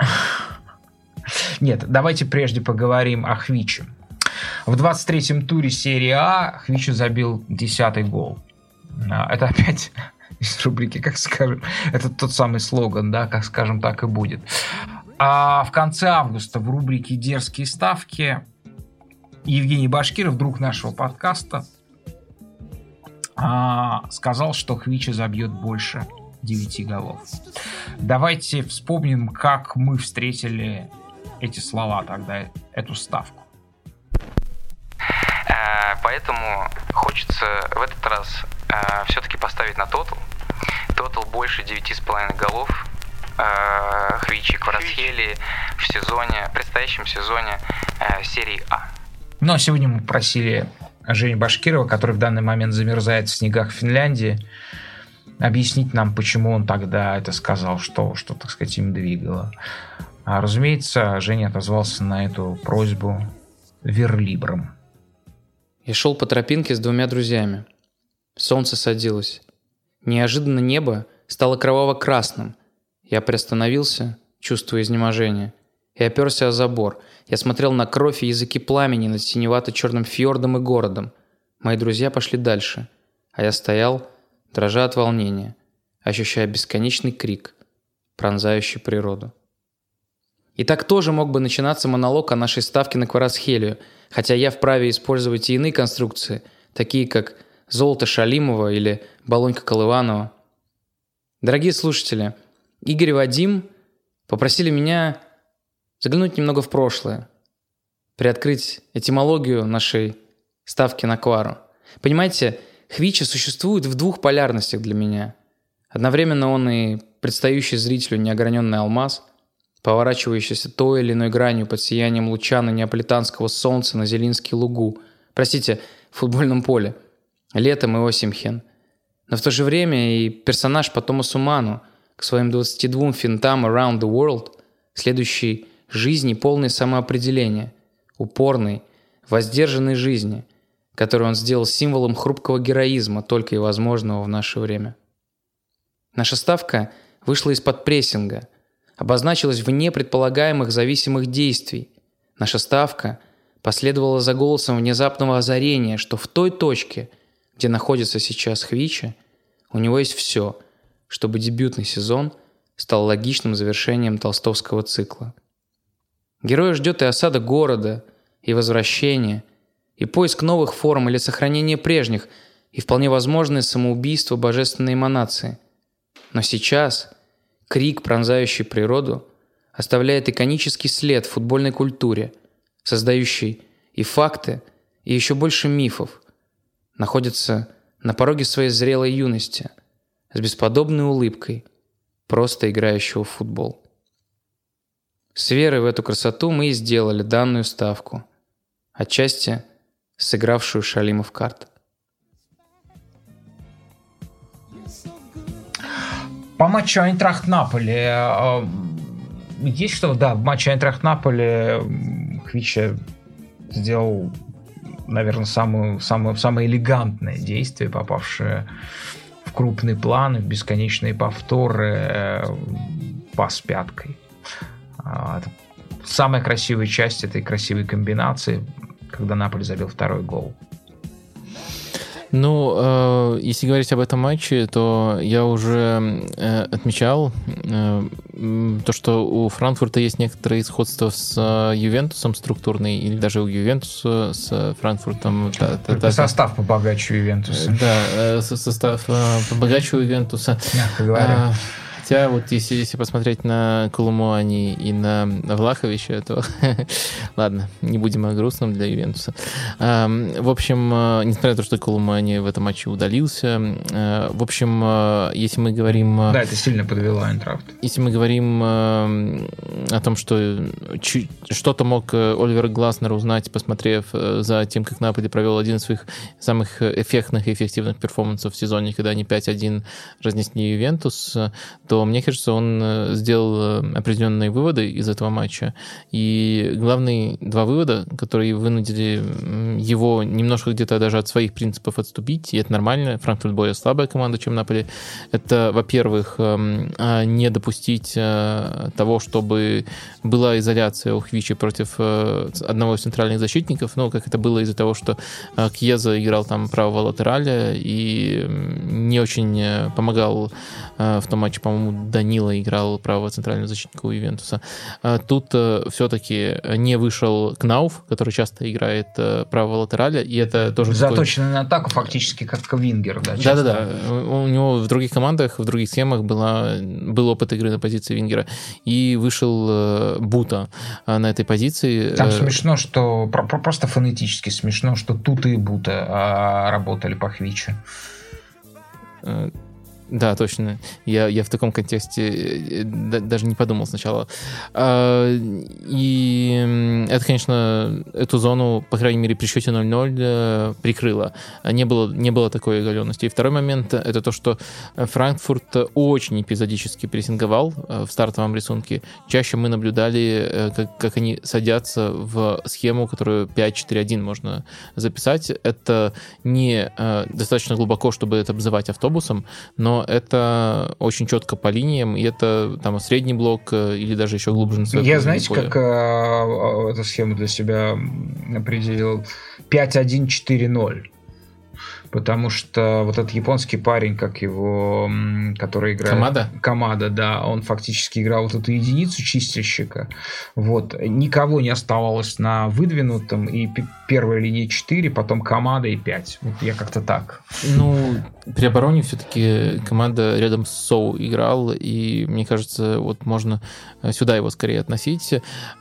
Нет, давайте прежде поговорим о Хвиче. В двадцать третьем туре серии А Хвича забил десятый гол. Это опять из рубрики «Как скажем». Это тот самый слоган, да, «Как скажем, так и будет». А в конце августа в рубрике «Дерзкие ставки» Евгений Башкиров, друг нашего подкаста, сказал, что Хвича забьет больше девяти голов. Давайте вспомним, как мы встретили эти слова тогда, эту ставку. Поэтому хочется в этот раз все-таки поставить на тотал. Тотал больше девяти с половиной голов Хвичи Кварацхелии в сезоне, в предстоящем сезоне э, серии А. Ну, а сегодня мы просили Женю Башкирова, который в данный момент замерзает в снегах Финляндии, объяснить нам, почему он тогда это сказал, что, что так сказать, им двигало. А, разумеется, Женя отозвался на эту просьбу верлибром. Я шел по тропинке с двумя друзьями. Солнце садилось. Неожиданно небо стало кроваво-красным. Я приостановился, чувствуя изнеможение, и оперся о забор. Я смотрел на кровь и языки пламени над синевато-черным фьордом и городом. Мои друзья пошли дальше, а я стоял, дрожа от волнения, ощущая бесконечный крик, пронзающий природу. И так тоже мог бы начинаться монолог о нашей ставке на Кварацхелию, хотя я вправе использовать и иные конструкции, такие как «Золото Шалимова» или «Балонька Колыванова». Дорогие слушатели, Игорь и Вадим попросили меня заглянуть немного в прошлое, приоткрыть этимологию нашей ставки на Квару. Понимаете, Хвича существует в двух полярностях для меня. Одновременно он и предстающий зрителю неограненный алмаз, поворачивающийся той или иной гранью под сиянием луча на неаполитанского солнца на Зелинский лугу, простите, в футбольном поле, летом и Осимхен. Но в то же время и персонаж по Томасу Ману, к своим двадцати двум финтам around the world, следующей жизни полной самоопределения, упорной, воздержанной жизни, которую он сделал символом хрупкого героизма, только и возможного в наше время. Наша ставка вышла из-под прессинга, обозначилась вне предполагаемых зависимых действий. Наша ставка последовала за голосом внезапного озарения, что в той точке, где находится сейчас Хвича, у него есть все, чтобы дебютный сезон стал логичным завершением толстовского цикла. Героя ждет и осада города, и возвращение, и поиск новых форм или сохранение прежних, и вполне возможное самоубийство божественной эманации. Но сейчас крик, пронзающий природу, оставляет иконический след в футбольной культуре, создающий и факты, и еще больше мифов, находится на пороге своей зрелой юности, с бесподобной улыбкой, просто играющего в футбол. С верой в эту красоту мы и сделали данную ставку, отчасти сыгравшую Шалимов карт. По матчу Айнтрахт-Наполи есть что? Да, в матче Айнтрахт-Наполи Хвича сделал, наверное, самое, самое, самое элегантное действие, попавшее в крупный план, в бесконечные повторы, пас пяткой. Это самая красивая часть этой красивой комбинации, когда Наполи забил второй гол. Ну, э, если говорить об этом матче, то я уже э, отмечал э, то, что у Франкфурта есть некоторые сходства с э, Ювентусом структурные, или даже у Ювентуса с Франкфуртом. Та, та, та, состав побогаче у Ювентуса. Да, э, состав э, побогаче у Ювентуса. Мягко говоря. Хотя вот если, если посмотреть на Колумуани и на Влаховича, то ладно, не будем о грустном для Ювентуса. В общем, несмотря на то, что Колумуани в этом матче удалился, в общем, если мы говорим... Да, это сильно подвело Айнтрахт. Если мы говорим о том, что что-то мог Оливер Гласнер узнать, посмотрев за тем, как Наполи провел один из своих самых эффектных и эффективных перформансов в сезоне, когда они пять один разнесли Ювентус, то мне кажется, он сделал определенные выводы из этого матча. И главные два вывода, которые вынудили его немножко где-то даже от своих принципов отступить, и это нормально, Франкфурт более слабая команда, чем Наполи, это, во-первых, не допустить того, чтобы была изоляция у Хвичи против одного из центральных защитников, ну, как это было из-за того, что Кьеза играл там правого латераля и не очень помогал в том матче, по-моему, Данила играл правого центрального защитника у Ювентуса. Тут все-таки не вышел Кнауф, который часто играет правого латераля, и это тоже... Заточенный такой... на атаку фактически как вингер, да? Да-да-да. У него в других командах, в других схемах была, был опыт игры на позиции вингера. И вышел Бута на этой позиции. Там смешно, что... Просто фонетически смешно, что тут и Бута работали по Хвичу. Да, точно. Я, я в таком контексте даже не подумал сначала. И это, конечно, эту зону, по крайней мере, при счете ноль ноль прикрыло. Не было, не было такой оголенности. И второй момент — это то, что Франкфурт очень эпизодически прессинговал в стартовом рисунке. Чаще мы наблюдали, как, как они садятся в схему, которую пять четыре один можно записать. Это не достаточно глубоко, чтобы это обзывать автобусом, но это очень четко по линиям, и это там средний блок или даже еще глубже на свое поле. Я, знаете, как э, эту схему для себя определил? пять один четыре ноль. Потому что вот этот японский парень, как его, который играет... Камада? Камада, да. Он фактически играл вот эту единицу чистильщика. Вот. Никого не оставалось на выдвинутом. И первая линия четыре, потом Камада и пять. Вот я как-то так. Ну, при обороне все-таки команда рядом с Соу играл. И, мне кажется, вот можно сюда его скорее относить.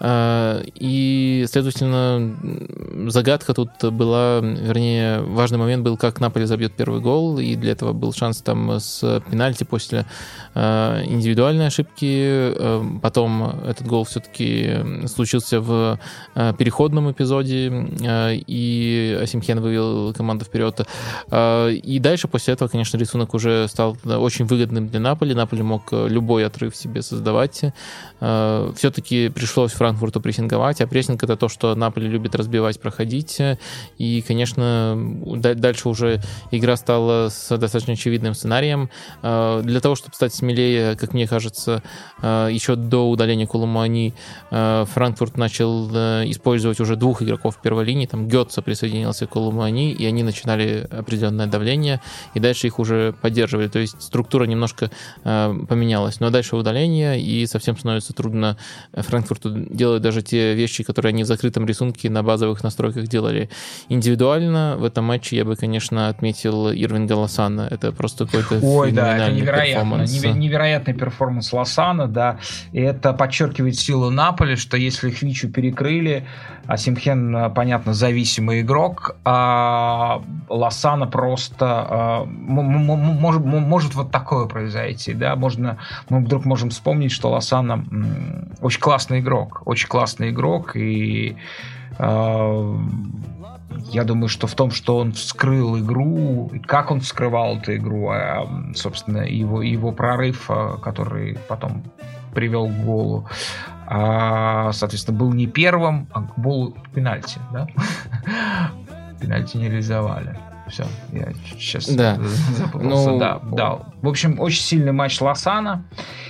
И, следовательно, загадка тут была... Вернее, важный момент был, как Наполи забьет первый гол, и для этого был шанс там с пенальти после э, индивидуальной ошибки. Э, потом этот гол все-таки случился в э, переходном эпизоде, э, и Осимхен вывел команду вперед. Э, и дальше после этого, конечно, рисунок уже стал очень выгодным для Наполи. Наполи мог любой отрыв себе создавать. Э, все-таки пришлось Франкфурту прессинговать, а прессинг — это то, что Наполи любит разбивать, проходить. И, конечно, дальше уже игра стала с достаточно очевидным сценарием. Для того, чтобы стать смелее, как мне кажется, еще до удаления Колумуани Франкфурт начал использовать уже двух игроков в первой линии. Там Гётце присоединился к Колумуани, и они начинали определенное давление, и дальше их уже поддерживали. То есть структура немножко поменялась. Но дальше удаление, и совсем становится трудно Франкфурту делать даже те вещи, которые они в закрытом рисунке на базовых настройках делали индивидуально. В этом матче я бы, конечно, отметил Ирвинга Лосана. Это просто какой-то Ой, да, это невероятно. перформанс. Невероятный перформанс Лосана, да. И это подчеркивает силу Наполи, что если Хвичу перекрыли, Осимхен, понятно, зависимый игрок, а Лосана просто а, может, может вот такое произойти, да. Можно, мы вдруг можем вспомнить, что Лосана очень классный игрок, очень классный игрок, и а, я думаю, что в том, что он вскрыл игру, и как он вскрывал эту игру, собственно, его, его прорыв, который потом привел к голу, соответственно, был не первым, а был пенальти, да? Пенальти не реализовали. Все, я сейчас да. запутался. Ну, да, да. В общем, очень сильный матч Лосана.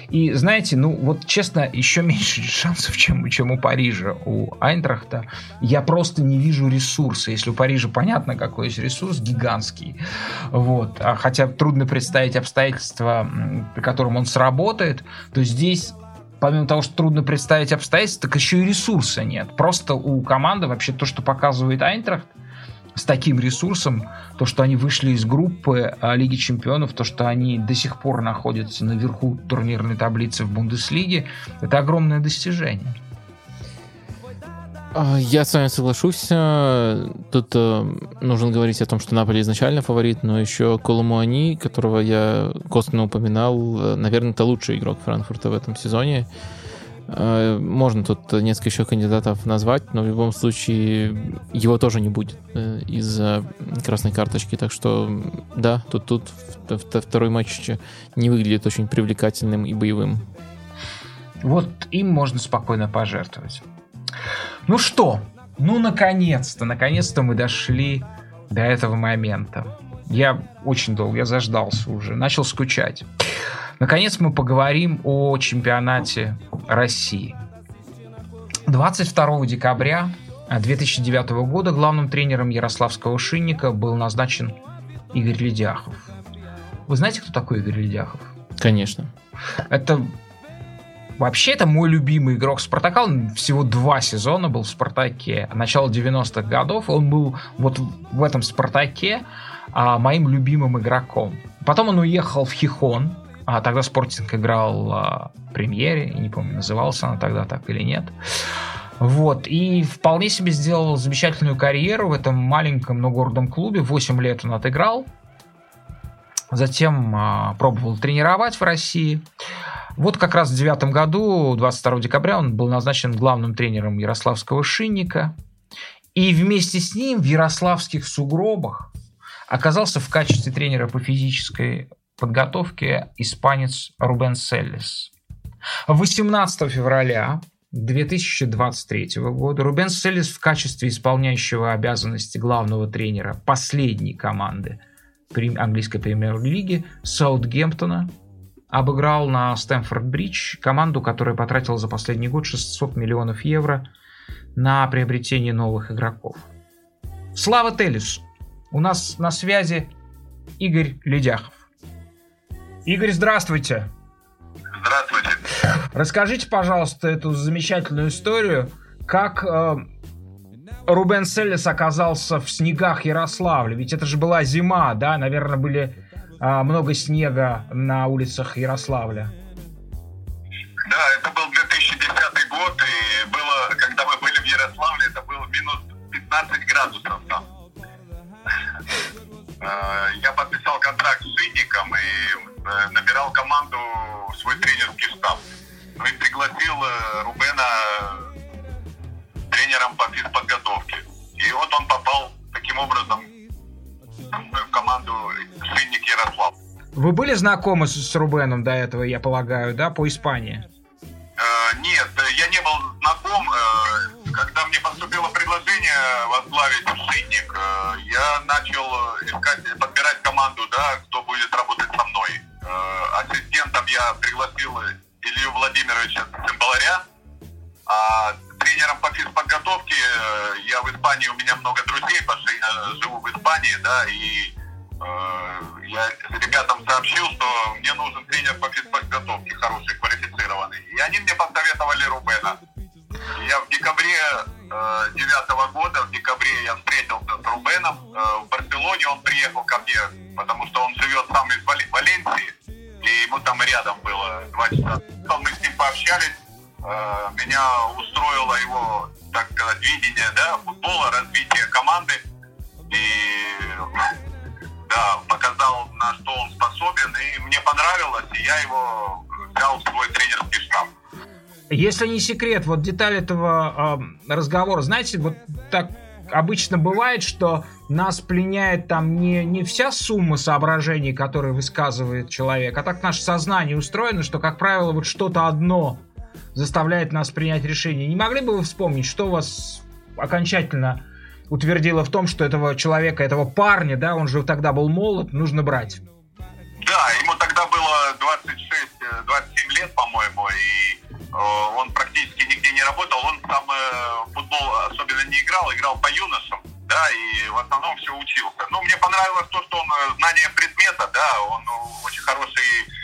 И знаете, ну вот честно, еще меньше шансов, чем, чем у Парижа, у Айнтрахта. Я просто не вижу ресурса. Если у Парижа понятно, какой есть ресурс, гигантский. Вот. А хотя трудно представить обстоятельства, при котором он сработает, то здесь, помимо того, что трудно представить обстоятельства, так еще и ресурса нет. Просто у команды вообще то, что показывает Айнтрахт, с таким ресурсом, то, что они вышли из группы Лиги Чемпионов, то, что они до сих пор находятся наверху турнирной таблицы в Бундеслиге, это огромное достижение. Я с вами соглашусь. Тут нужно говорить о том, что Наполи изначально фаворит, но еще Коломуани, которого я косвенно упоминал, наверное, это лучший игрок Франкфурта в этом сезоне. Можно тут несколько еще кандидатов назвать, но в любом случае его тоже не будет из-за красной карточки. Так что да, тут, тут второй матч не выглядит очень привлекательным и боевым. Вот им можно спокойно пожертвовать. Ну что, ну наконец-то, наконец-то мы дошли до этого момента. Я очень долго, я заждался уже, начал скучать. Наконец мы поговорим о чемпионате России. двадцать второго декабря две тысячи девятого года главным тренером ярославского «Шинника» был назначен Игорь Ледяхов. Вы знаете, кто такой Игорь Ледяхов? Конечно. Это вообще это мой любимый игрок «Спартака». Он всего два сезона был в «Спартаке». Начало девяностых годов. Он был вот в этом «Спартаке» моим любимым игроком. Потом он уехал в Хихон. А тогда «Спортинг» играл а, в премьере, и не помню, назывался она тогда так или нет. Вот. И вполне себе сделал замечательную карьеру в этом маленьком, но гордом клубе. восемь лет он отыграл. Затем а, пробовал тренировать в России. Вот как раз в девятом году, двадцать второго декабря, он был назначен главным тренером ярославского «Шинника». И вместе с ним в ярославских сугробах оказался в качестве тренера по физической подготовке испанец Рубен Селлес. восемнадцатого февраля две тысячи двадцать третьего года Рубен Селлес в качестве исполняющего обязанности главного тренера последней команды английской премьер-лиги Саутгемптона обыграл на Стэмфорд-Бридж команду, которая потратила за последний год шестьсот миллионов евро на приобретение новых игроков. Слава Телесу! У нас на связи Игорь Ледяхов. Игорь, здравствуйте. Здравствуйте. Расскажите, пожалуйста, эту замечательную историю, как э, Рубен Селлес оказался в снегах Ярославля. Ведь это же была зима, да? Наверное, были э, много снега на улицах Ярославля. Да, это был две тысячи десятый год, и было, когда мы были в Ярославле, это было минус пятнадцать градусов там. Я подписал контракт с «Шинником» и набирал команду в свой тренерский штаб. Ну и пригласил Рубена тренером по физподготовке. И вот он попал таким образом в команду «Шинник Ярослав». Вы были знакомы с, с Рубеном до этого, я полагаю, да, по Испании? Э, нет, я не был знаком. Когда мне поступило предложение возглавить «Шинник», я начал искать, подбирать команду, да, кто будет работать со мной. Ассистентом я пригласил Илью Владимировича Цимбаларя, а тренером по физподготовке я в Испании, у меня много друзей, потому что я живу в Испании, да, и э, я ребятам сообщил, что мне нужен тренер по физподготовке, хороший, квалифицированный. И они мне посоветовали Рубена. Я в декабре девятого года, в декабре я встретился с Рубеном э, в Барселоне, он приехал ко мне, потому что он живет сам из Вал- Валенсии, и ему там рядом было два часа. Мы с ним пообщались, э, меня устроило его, так сказать, видение, да, футбола, развитие команды, и да, показал, на что он способен, и мне понравилось, и я его взял в свой тренерский штаб. Если не секрет, вот деталь этого э, разговора, знаете, вот так обычно бывает, что нас пленяет там не, не вся сумма соображений, которые высказывает человек, а так наше сознание устроено, что, как правило, вот что-то одно заставляет нас принять решение. Не могли бы вы вспомнить, что вас окончательно утвердило в том, что этого человека, этого парня, да, он же тогда был молод, нужно брать? Да, ему тогда было двадцать шесть двадцать семь лет, по-моему. он практически нигде не работал, он сам в футбол особенно не играл, играл по юношам, да, и в основном все учился. Ну, мне понравилось то, что он знание предмета, да, он очень хороший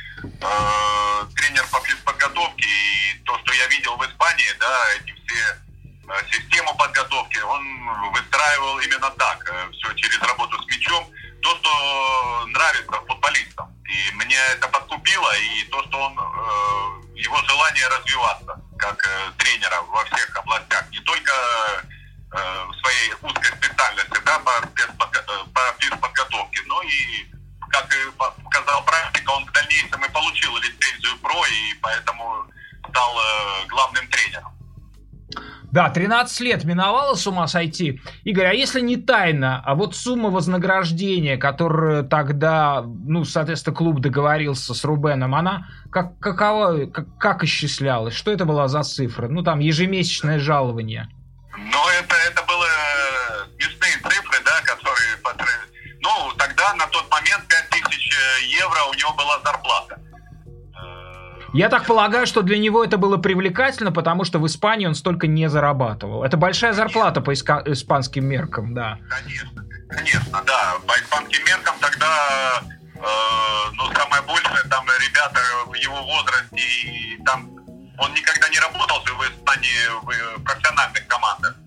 э, тренер по физподготовке, и то, что я видел в Испании, да, эти все э, систему подготовки, он выстраивал именно так, э, все через работу с мячом, то, что нравится футболистам. И мне это подкупило, и то, что он, э, его желание развиваться как э, тренера во всех областях, не только э, в своей узкой специальности, да, по, по физподготовке, но и, как и показала практика, он в дальнейшем и получил лицензию ПРО, и поэтому стал э, главным тренером. Да, тринадцать лет миновало, с ума сойти. Игорь, а если не тайна, а вот сумма вознаграждения, которую тогда, ну, соответственно, клуб договорился с Рубеном, она как, какова, как, как исчислялась? Что это была за цифра? Ну, там, ежемесячное жалование. Ну, это, это были смешные цифры, да, которые... Ну, тогда, на тот момент, пять тысяч евро у него была зарплата. Я так полагаю, что для него это было привлекательно, потому что в Испании он столько не зарабатывал. Это большая зарплата по иска- испанским меркам, да. Конечно, конечно, да. По испанским меркам тогда, э, ну, самое большее, там, ребята в его возрасте, и там он никогда не работал же в Испании в профессиональных командах.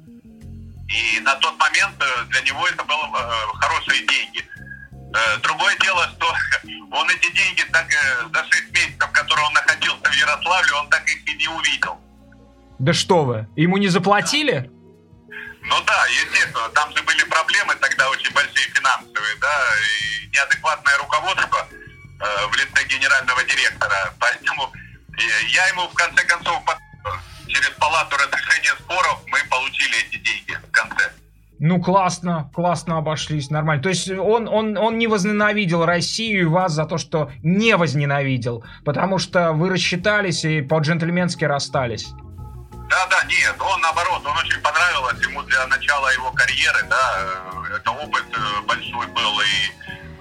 И на тот момент для него это было э, хорошие деньги. Другое дело, что он эти деньги так за шесть месяцев, которые он находился в Ярославле, он так их и не увидел. Да что вы, ему не заплатили? Ну да, естественно, там же были проблемы тогда очень большие финансовые, да, и неадекватное руководство э, в лице генерального директора. Поэтому э, я ему в конце концов через палату разрешения споров мы получили эти деньги в конце. Ну, классно, классно обошлись, нормально. То есть он, он, он не возненавидел Россию и вас за то, что не возненавидел, потому что вы рассчитались и по-джентльменски расстались. Да-да, нет, он наоборот, он очень понравилось ему для начала его карьеры, да, это опыт большой был, и,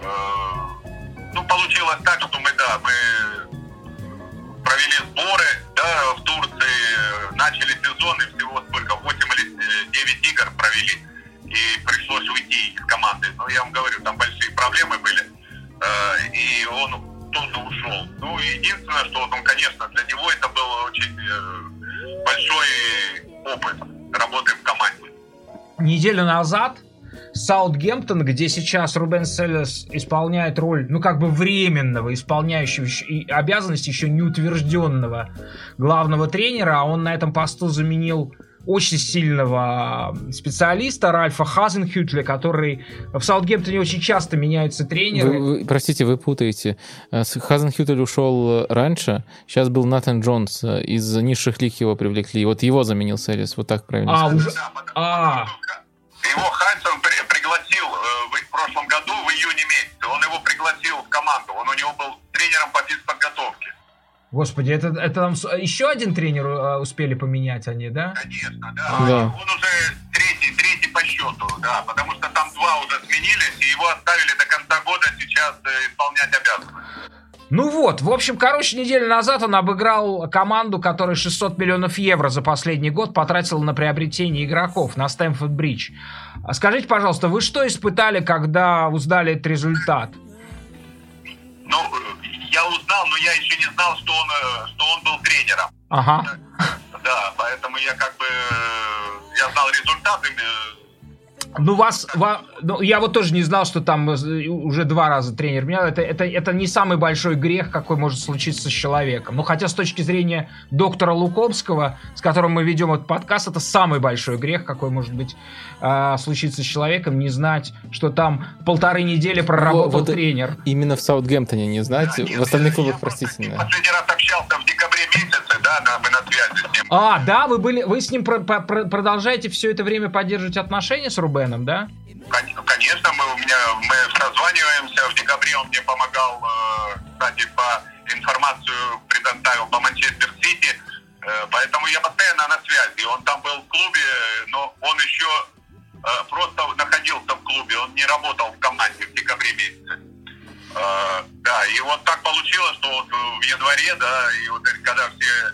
э, ну, получилось так, что мы, да, мы провели сборы, да, в Турции, начали сезон, и всего сколько, восемь или девять игр провели. И пришлось уйти из команды. Но я вам говорю, там большие проблемы были. Э, и он тоже ушел. Ну, единственное, что вот он, конечно, для него это был очень э, большой опыт работы в команде. Неделю назад Саутгемптон, где сейчас Рубен Селес исполняет роль, ну, как бы временного, исполняющего обязанности еще не утвержденного главного тренера, а он на этом посту заменил очень сильного специалиста Ральфа Хазенхютля, который в Саутгемптоне очень часто меняются тренеры. Вы, вы, простите, вы путаете. Хазенхютель ушел раньше, сейчас был Натан Джонс, из низших лиг его привлекли, вот его заменил Селес, вот так правильно а, сказать. Уже... А. Его Хансен пригласил в прошлом году, в июне месяце, он его пригласил в команду, он у него был тренером по физподготовке. Господи, это, это там еще один тренер uh, успели поменять они, да? Конечно, да. А, да. Он уже третий, третий по счету, да, потому что там два уже сменились, и его оставили до конца года сейчас э, исполнять обязанности. Ну вот, в общем, короче, неделю назад он обыграл команду, которая шестьсот миллионов евро за последний год потратила на приобретение игроков на Стэмфорд-Бридж. Скажите, пожалуйста, вы что испытали, когда узнали этот результат? Ну, я узнал, но я еще не знал, что он, что он был тренером. Ага. Да, поэтому я как бы, я знал результаты. Ну, вас, вас ну, я вот тоже не знал, что там уже два раза тренер менял. Это, это, это не самый большой грех, какой может случиться с человеком. Ну, хотя с точки зрения доктора Лукомского, с которым мы ведем этот подкаст, это самый большой грех, какой может быть э, случиться с человеком, не знать, что там полторы недели проработал вот, тренер. Именно в Саутгемптоне не знать, да, нет, в остальных клубах, простите. Я последний раз общался в декабре месяце, да, да, мы на связи с ним. А, да, вы были, вы с ним про- про- продолжаете все это время поддерживать отношения с Рубеном, да? Конечно, мы, у меня, мы созваниваемся. В декабре он мне помогал, кстати, по информацию предоставил по Манчестер Сити. Поэтому я постоянно на связи. Он там был в клубе, но он еще просто находился в клубе. Он не работал в команде в декабре месяце. Да, и вот так получилось, что вот в январе, да, и вот когда все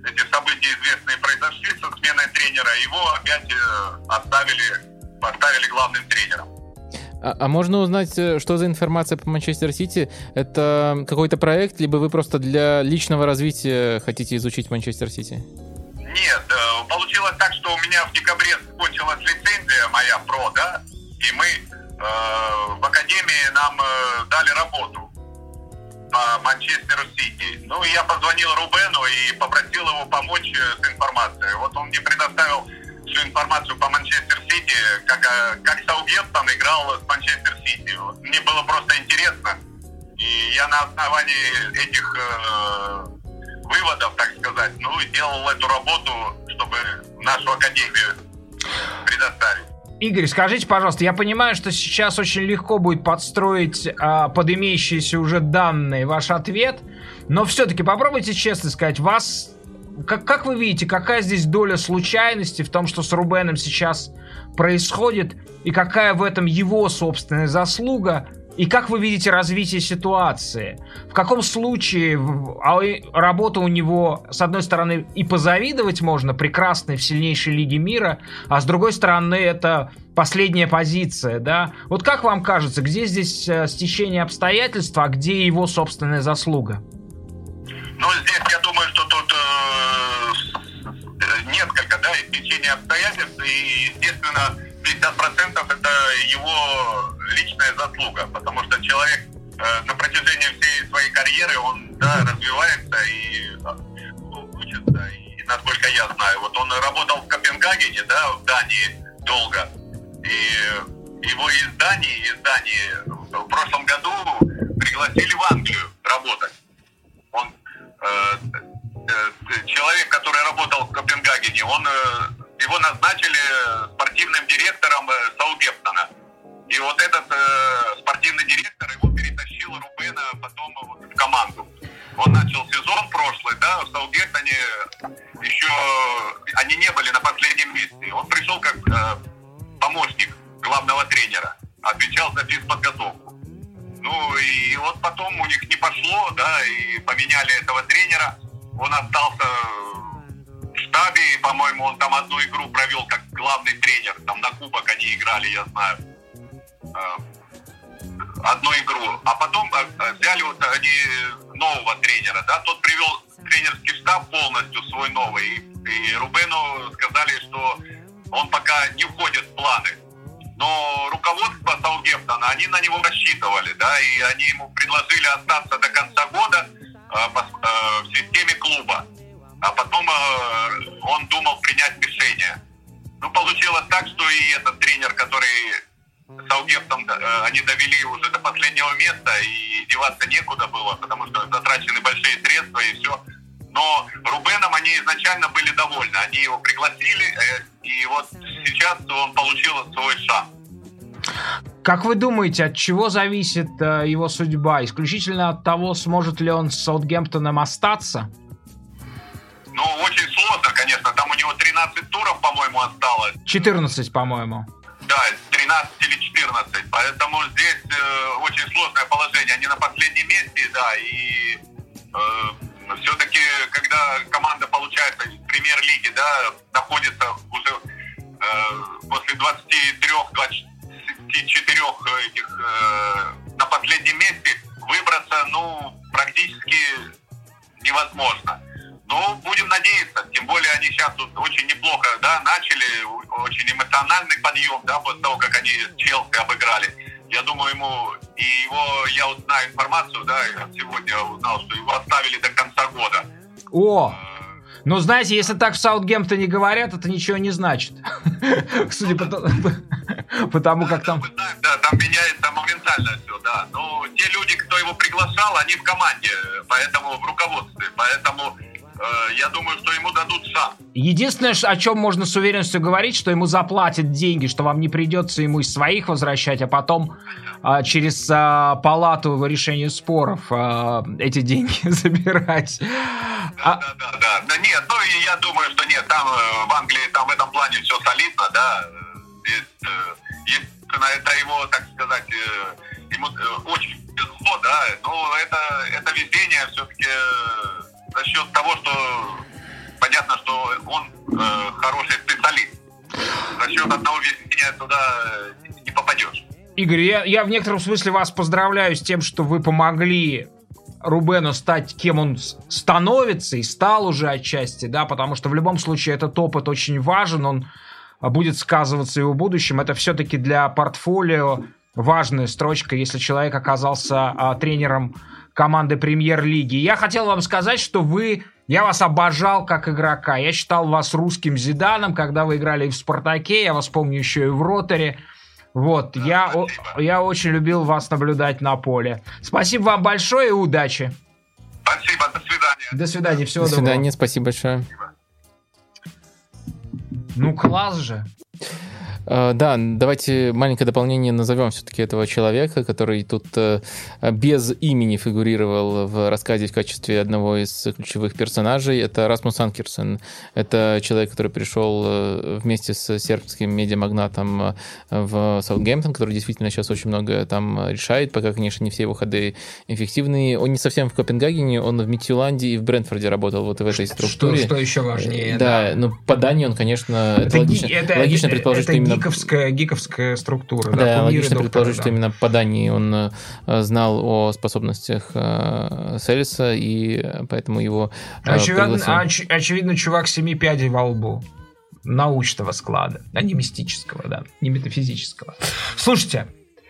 эти события известные произошли со сменой тренера, его опять оставили, поставили главным тренером. А, а можно узнать, что за информация по Манчестер Сити? Это какой-то проект, либо вы просто для личного развития хотите изучить Манчестер Сити? Нет, получилось так, что у меня в декабре кончилась лицензия моя про, да, и мы э, в академии нам э, дали работу по Манчестеру Сити. Ну, я позвонил Рубену и попросил его помочь с информацией. Вот он мне предоставил всю информацию по Манчестер Сити, как, как Саутгемптон играл с Манчестер Сити. Мне было просто интересно. И я на основании этих э, выводов, так сказать, ну, делал эту работу, чтобы нашу академию предоставить. Игорь, скажите, пожалуйста, я понимаю, что сейчас очень легко будет подстроить а, под имеющиеся уже данные ваш ответ, но все-таки попробуйте честно сказать, вас, как, как вы видите, какая здесь доля случайности в том, что с Рубеном сейчас происходит, и какая в этом его собственная заслуга, и как вы видите развитие ситуации? В каком случае работа у него, с одной стороны, и позавидовать можно, прекрасной в сильнейшей лиге мира, а с другой стороны, это последняя позиция, да? Вот как вам кажется, где здесь стечение обстоятельств, а где его собственная заслуга? Ну, здесь, я думаю, что тут э, несколько, да, стечения обстоятельств, и, естественно, пятьдесят процентов это его личная заслуга, потому что человек э, на протяжении всей своей карьеры, он, да, развивается и э, учится, и насколько я знаю, вот он работал в Копенгагене, да, в Дании долго, и его из Дании, из Дании в прошлом году пригласили в Англию работать. Он, э, э, человек, который работал в Копенгагене, он, э, его назначили спортивным директором э, Саутгемптона. И вот этот э, спортивный директор его перетащил Рубена потом вот, в команду. Он начал сезон прошлый, да, в Саутгемптоне еще они не были на последнем месте. Он пришел как э, помощник главного тренера, отвечал за физподготовку. Ну и вот потом у них не пошло, да, и поменяли этого тренера. Он остался в штабе, и, по-моему, он там одну игру провел как главный тренер. Там на кубок они играли, я знаю. Одну игру. А потом взяли вот они нового тренера, да, тот привел тренерский штаб полностью свой новый. И Рубену сказали, что он пока не входит в планы. Но руководство Саутгемптона, они на него рассчитывали, да, и они ему предложили остаться до конца года э, по, э, в системе клуба. А потом э, он думал принять решение. Ну, получилось так, что и этот тренер, который Саутгемптон, э, они довели уже до последнего места, и деваться некуда было, потому что затрачены большие средства и все. Но Рубеном они изначально были довольны. Они его пригласили, э, и вот сейчас он получил свой шанс. Как вы думаете, от чего зависит э, его судьба? Исключительно от того, сможет ли он с Саутгемптоном остаться? Ну, очень сложно, конечно. Там у него тринадцать туров, по-моему, осталось. четырнадцать, по-моему. Да, тринадцать или четырнадцать. Поэтому здесь э, очень сложное положение. Они на последнем месте, да, и... Э, все-таки, когда команда, получается, в премьер-лиге, да, находится уже э, после двадцати трёх - двадцати четырёх этих э, на последнем месте, выбраться, ну, практически невозможно. Но будем надеяться, тем более они сейчас тут очень неплохо, да, начали, очень эмоциональный подъем, да, после того, как они Челси обыграли. Я думаю, ему, и его, я узнаю информацию, да, сегодня узнал, что его оставили до конца года. О! Ну, знаете, если так в Саутгемптоне говорят, это ничего не значит. Судя по тому, как там... Да, там меняется моментально все, да. Но те люди, кто его приглашал, они в команде, поэтому в руководстве, поэтому... Я думаю, что ему дадут шанс. Единственное, о чем можно с уверенностью говорить, что ему заплатят деньги, что вам не придется ему из своих возвращать, а потом а, через а, палату по решению споров а, эти деньги забирать. Да, а... да, да, да. Да нет, ну и я думаю, что нет, там в Англии там в этом плане все солидно, да. Естественно, это его, так сказать, ему очень тяжело, да. Но это, это везение все-таки... За счет того, что понятно, что он э, хороший специалист. За счет одного везения туда не попадешь. Игорь, я, я в некотором смысле вас поздравляю с тем, что вы помогли Рубену стать кем он становится и стал уже отчасти, да, потому что в любом случае этот опыт очень важен, он будет сказываться и в будущем. Это все-таки для портфолио важная строчка, если человек оказался а, тренером команды премьер-лиги. Я хотел вам сказать, что вы, я вас обожал как игрока. Я считал вас русским Зиданом, когда вы играли и в «Спартаке», я вас помню еще и в «Роторе». Вот, да, я, о, я очень любил вас наблюдать на поле. Спасибо вам большое и удачи. Спасибо, до свидания. До свидания, всего доброго. До свидания, доброго. Спасибо большое. Ну, класс же. Uh, да, давайте маленькое дополнение назовем все-таки этого человека, который тут uh, без имени фигурировал в рассказе в качестве одного из ключевых персонажей. Это Расмус Анкерсен. Это человек, который пришел uh, вместе с сербским медиамагнатом uh, в Саутгемптон, который действительно сейчас очень много там решает. Пока, конечно, не все его ходы эффективные. Он не совсем в Копенгагене, он в Мидтьюланде и в Брентфорде работал вот в этой структуре. Что, что еще важнее. Да, да. Ну по Дании он, конечно, это, это логично, это, логично это, предположить, это что именно Гиковская, гиковская структура. Да, да логично предположить, да. что именно по Дании он э, знал о способностях э, Селеса, и поэтому его э, очевидно, оч, очевидно, чувак семи пядей во лбу. Научного склада, а не мистического, да, не метафизического. Слушайте,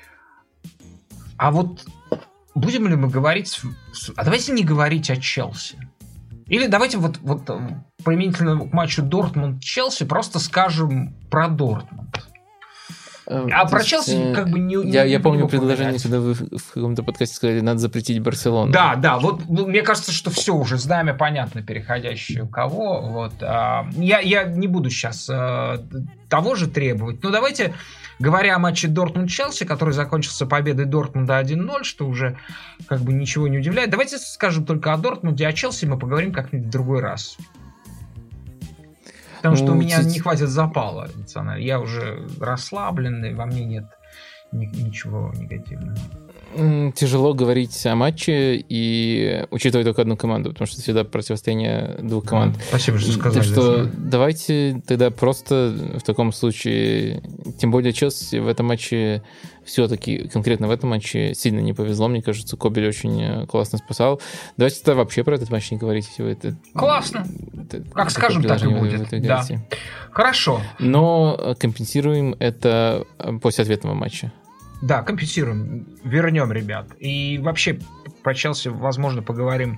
а вот будем ли мы говорить... А давайте не говорить о Челси. Или давайте вот, вот применительно к матчу Дортмунд-Челси просто скажем про Дортмунд. А про Челси как бы не... Я, не я помню предложение, когда вы в каком-то подкасте сказали, надо запретить Барселону. Да, да, вот мне кажется, что все уже, знамя понятно, переходящее у кого. Вот. Я, я не буду сейчас того же требовать, но давайте, говоря о матче Дортмунд-Челси, который закончился победой Дортмунда один ноль, что уже как бы ничего не удивляет, давайте скажем только о Дортмунде, о Челси мы поговорим как-нибудь в другой раз. Потому что ну, у меня не хватит запала эмоционально. Я уже расслабленный, во мне нет ни- ничего негативного. Тяжело говорить о матче и учитывая только одну команду, потому что всегда противостояние двух команд. А, спасибо, что сказали. Так что давайте тогда просто в таком случае, тем более Челси в этом матче все-таки, конкретно в этом матче сильно не повезло, мне кажется, Кобель очень классно спасал. Давайте тогда вообще про этот матч не говорить, если вы это... Классно! Это, как это скажем, так и будет. Да. Хорошо. Но компенсируем это после ответного матча. Да, компенсируем. Вернем, ребят. И вообще про Челси, возможно, поговорим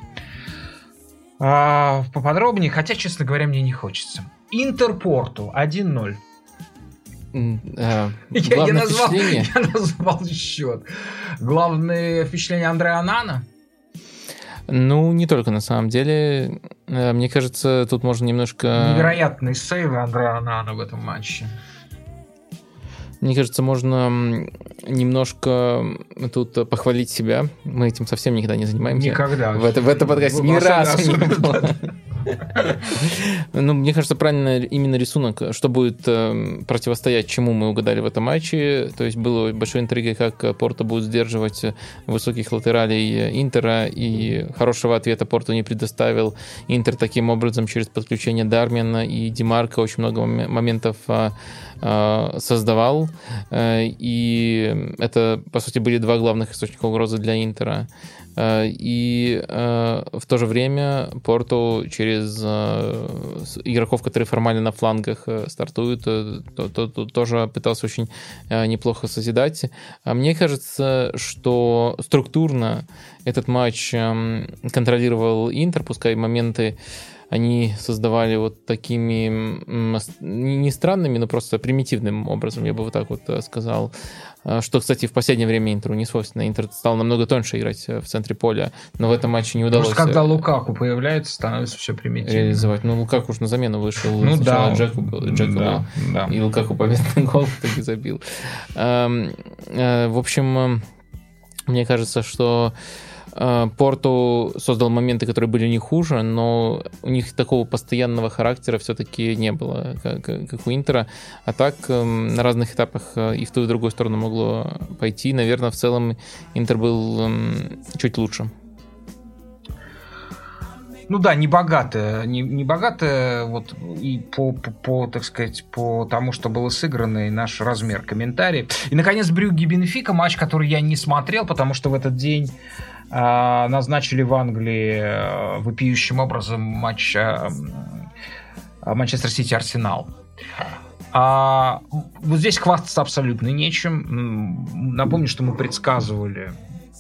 а, поподробнее. Хотя, честно говоря, мне не хочется. Интер Порту один ноль. Uh, я, я, назвал, я назвал счет. Главное впечатление Андреа Онана? Ну, не только на самом деле. Мне кажется, тут можно немножко... Невероятные сейвы Андреа Онана в этом матче. Мне кажется, можно немножко тут похвалить себя. Мы этим совсем никогда не занимаемся. Никогда. В, это, в этом подкасте ни разу не было. Ну, мне кажется, правильно именно рисунок, что будет э, противостоять, чему мы угадали в этом матче. То есть было большой интригой, как Порту будет сдерживать высоких латералей Интера, и хорошего ответа Порту не предоставил. Интер таким образом через подключение Дармиана и Димарко очень много моментов э, э, создавал. Э, и это, по сути, были два главных источника угрозы для Интера. И э, в то же время Порту через э, игроков, которые формально на флангах э, стартуют, э, то, то, то, тоже пытался очень э, неплохо созидать. А мне кажется, что структурно этот матч э, контролировал Интер, пускай моменты они создавали вот такими не странными, но просто примитивным образом, я бы вот так вот сказал. Что, кстати, в последнее время Интеру не свойственно. Интер стал намного тоньше играть в центре поля, но в этом матче не удалось. Просто когда Лукаку появляется, становится все примитивно. Реализовать. Ну, Лукаку уж на замену вышел. Ну сначала да. Джеку, Джеку да, да. И Лукаку победный гол в итоге забил. В общем, мне кажется, что Порту создал моменты, которые были не хуже, но у них такого постоянного характера все-таки не было, как, как у Интера. А так на разных этапах и в ту, и в другую сторону могло пойти. Наверное, в целом Интер был чуть лучше. ну да, не богатая, не, не богатая вот и по, по, по, так сказать, по тому, что было сыграно, и наш размер комментариев. И, наконец, Брюгге-Бенфика, матч, который я не смотрел, потому что в этот день э, назначили в Англии э, вопиющим образом матч э, Манчестер Сити-Арсенал. А вот здесь хвастаться абсолютно нечем. Напомню, что мы предсказывали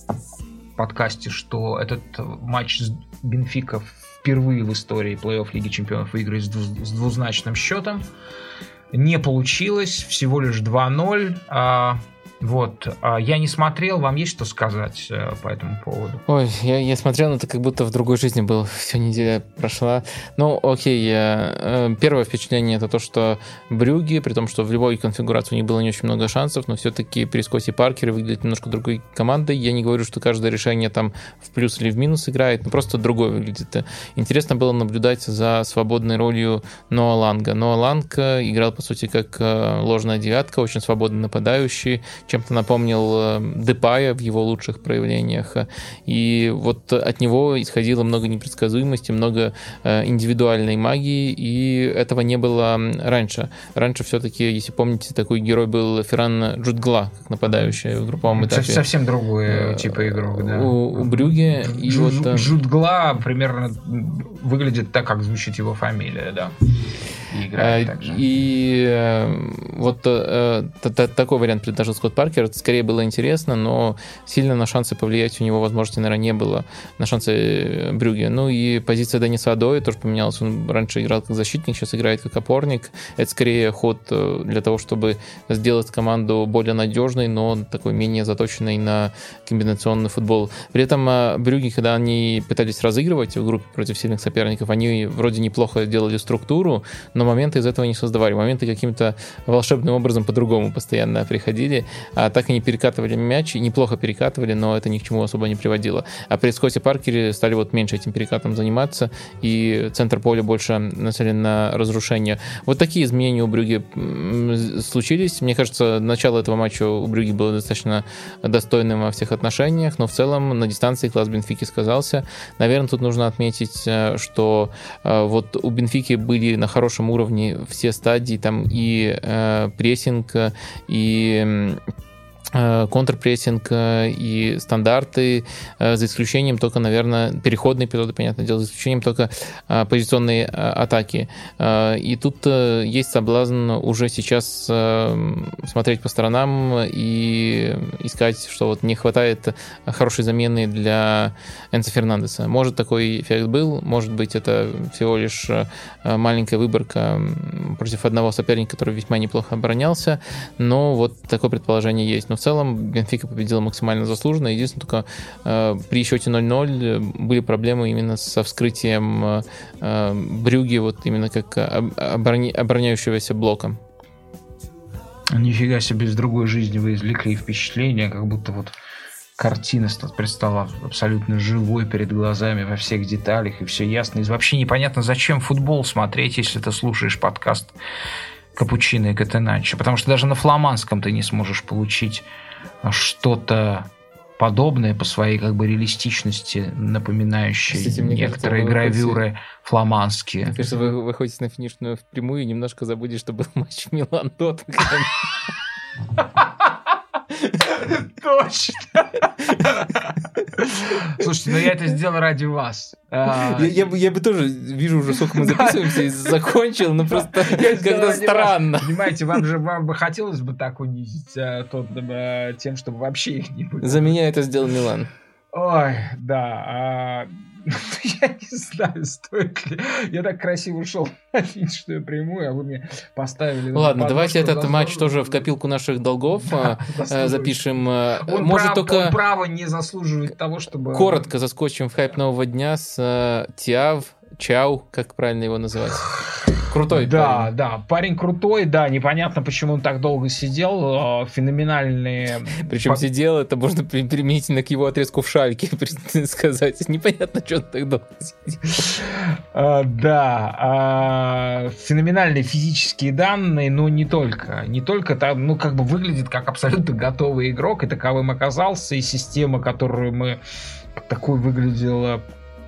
в подкасте, что этот матч с Бенфика впервые в истории плей-офф Лиги Чемпионов выиграет с двузначным счетом. Не получилось, всего лишь два ноль. Вот. Я не смотрел, вам есть что сказать по этому поводу? Ой, я, я смотрел, но это как будто в другой жизни был. Всю неделя прошла. Ну, окей. Я, первое впечатление это то, что Брюгге, при том, что в любой конфигурации у них было не очень много шансов, но все-таки при Скотте Паркере выглядит немножко другой командой. Я не говорю, что каждое решение там в плюс или в минус играет, но просто другой выглядит. Интересно было наблюдать за свободной ролью Ноа Ланга. Ноа Ланг играл, по сути, как ложная девятка, очень свободный нападающий, чем-то напомнил Депая в его лучших проявлениях. И вот от него исходило много непредсказуемости, много индивидуальной магии, и этого не было раньше. Раньше все-таки, если помните, такой герой был Ферран Джудгла, как нападающий в групповом этапе. Совсем другой типа игрок, да. У, у Брюгге. И Джуд, вот, Джудгла примерно выглядит так, как звучит его фамилия, да. И, играет так же. И вот э, такой вариант предложил Скотт Паркер. Это скорее было интересно, но сильно на шансы повлиять у него возможности, наверное, не было. На шансы Брюгге. Ну и позиция Дениса Адоя тоже поменялась. Он раньше играл как защитник, сейчас играет как опорник. Это скорее ход для того, чтобы сделать команду более надежной, но такой менее заточенной на комбинационный футбол. При этом Брюгге, когда они пытались разыгрывать в группе против сильных соперников, они вроде неплохо делали структуру, но моменты из этого не создавали. Моменты каким-то волшебным образом по-другому постоянно приходили, а так они перекатывали мяч, и неплохо перекатывали, но это ни к чему особо не приводило. А при Скотте Паркере стали вот меньше этим перекатом заниматься, и центр поля больше нацелен на разрушение. Вот такие изменения у Брюгге случились. Мне кажется, начало этого матча у Брюгге было достаточно достойным во всех отношениях, но в целом на дистанции класс Бенфики сказался. Наверное, тут нужно отметить, что вот у Бенфики были на хорошем уровне все стадии, там и э, прессинг, и э, контрпрессинг, и стандарты, э, за исключением только, наверное, переходные периоды, понятное дело, за исключением только э, позиционной э, атаки. Э, и тут э, есть соблазн уже сейчас э, смотреть по сторонам и искать, что вот не хватает хорошей замены для Энцо Фернандеса. Может, такой эффект был, может быть, это всего лишь маленькая выборка против одного соперника, который весьма неплохо оборонялся, но вот такое предположение есть. Но в целом Бенфика победила максимально заслуженно. Единственное, только э, при счете ноль ноль были проблемы именно со вскрытием э, Брюгге, вот именно как оборони, обороняющегося блока. Нифига себе, из другой жизни вы извлекли впечатление, как будто вот картина предстала абсолютно живой перед глазами во всех деталях, и все ясно. И вообще непонятно, зачем футбол смотреть, если ты слушаешь подкаст Капучино и Катеначчо, потому что даже на фламандском ты не сможешь получить что-то подобное по своей как бы реалистичности, напоминающей Кстати, некоторые кажется, гравюры выходите... фламандские. Мне кажется, вы выходите на финишную впрямую и немножко забудешь, что был матч Милан-Тоттенхэм. Точно. Слушайте, ну я это сделал ради вас. Я, я, я бы тоже вижу уже, сколько мы записываемся, и закончил, но просто как-то странно. Понимаете, вам же вам бы хотелось бы так унизить Тоттенхэм тем, чтобы вообще их не было. За меня это сделал Милан. Ой, да. Я не знаю, стоит ли. Я так красиво шел на финишную прямую, а вы мне поставили... Ладно, давайте этот заслуженно. матч тоже в копилку наших долгов да, запишем. Он, Может, прав, только... он право не заслуживает того, чтобы... Коротко заскочим в хайп нового дня с Тиав, Чау, как правильно его называть? Крутой да, парень. Да, парень крутой, да, непонятно, почему он так долго сидел, феноменальные... Причем По... сидел, это можно применительно к его отрезку в Шальке сказать, непонятно, что он так долго сидел. А, да, а, феноменальные физические данные, но не только, не только, там, ну, как бы выглядит как абсолютно готовый игрок, и таковым оказался, и система, которую мы, такой выглядела...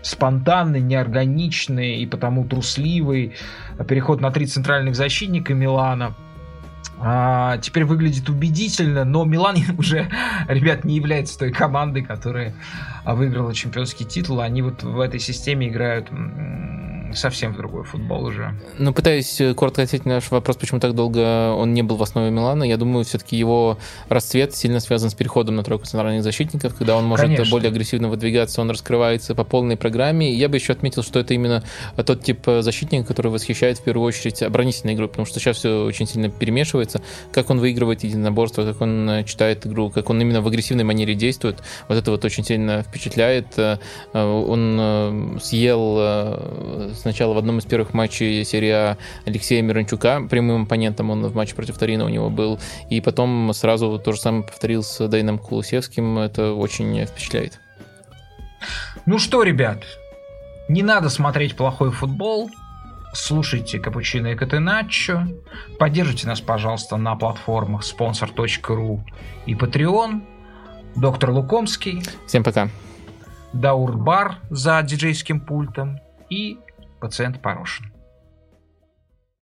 спонтанный, неорганичный и потому трусливый переход на три центральных защитника Милана а, теперь выглядит убедительно, но Милан уже, ребят, не является той командой, которая выиграла чемпионский титул. Они вот в этой системе играют совсем в другой футбол уже. Ну, пытаюсь коротко ответить на наш вопрос, почему так долго он не был в основе Милана. Я думаю, все-таки его расцвет сильно связан с переходом на тройку центральных защитников, когда он может Конечно. более агрессивно выдвигаться, он раскрывается по полной программе. И я бы еще отметил, что это именно тот тип защитника, который восхищает в первую очередь оборонительной игрой, потому что сейчас все очень сильно перемешивается. Как он выигрывает единоборство, как он читает игру, как он именно в агрессивной манере действует. Вот это вот очень сильно впечатляет. Он съел сначала в одном из первых матчей серии А Алексея Миранчука, прямым оппонентом он в матче против Торино у него был, и потом сразу то же самое повторил с Дэйном Кулусевским. Это очень впечатляет. Ну что, ребят, не надо смотреть плохой футбол, слушайте Капучино и Катеначчо, поддержите нас, пожалуйста, на платформах спонсор точка ру и Patreon. Доктор Лукомский. Всем пока. Даурбар за диджейским пультом и пациент Порошин.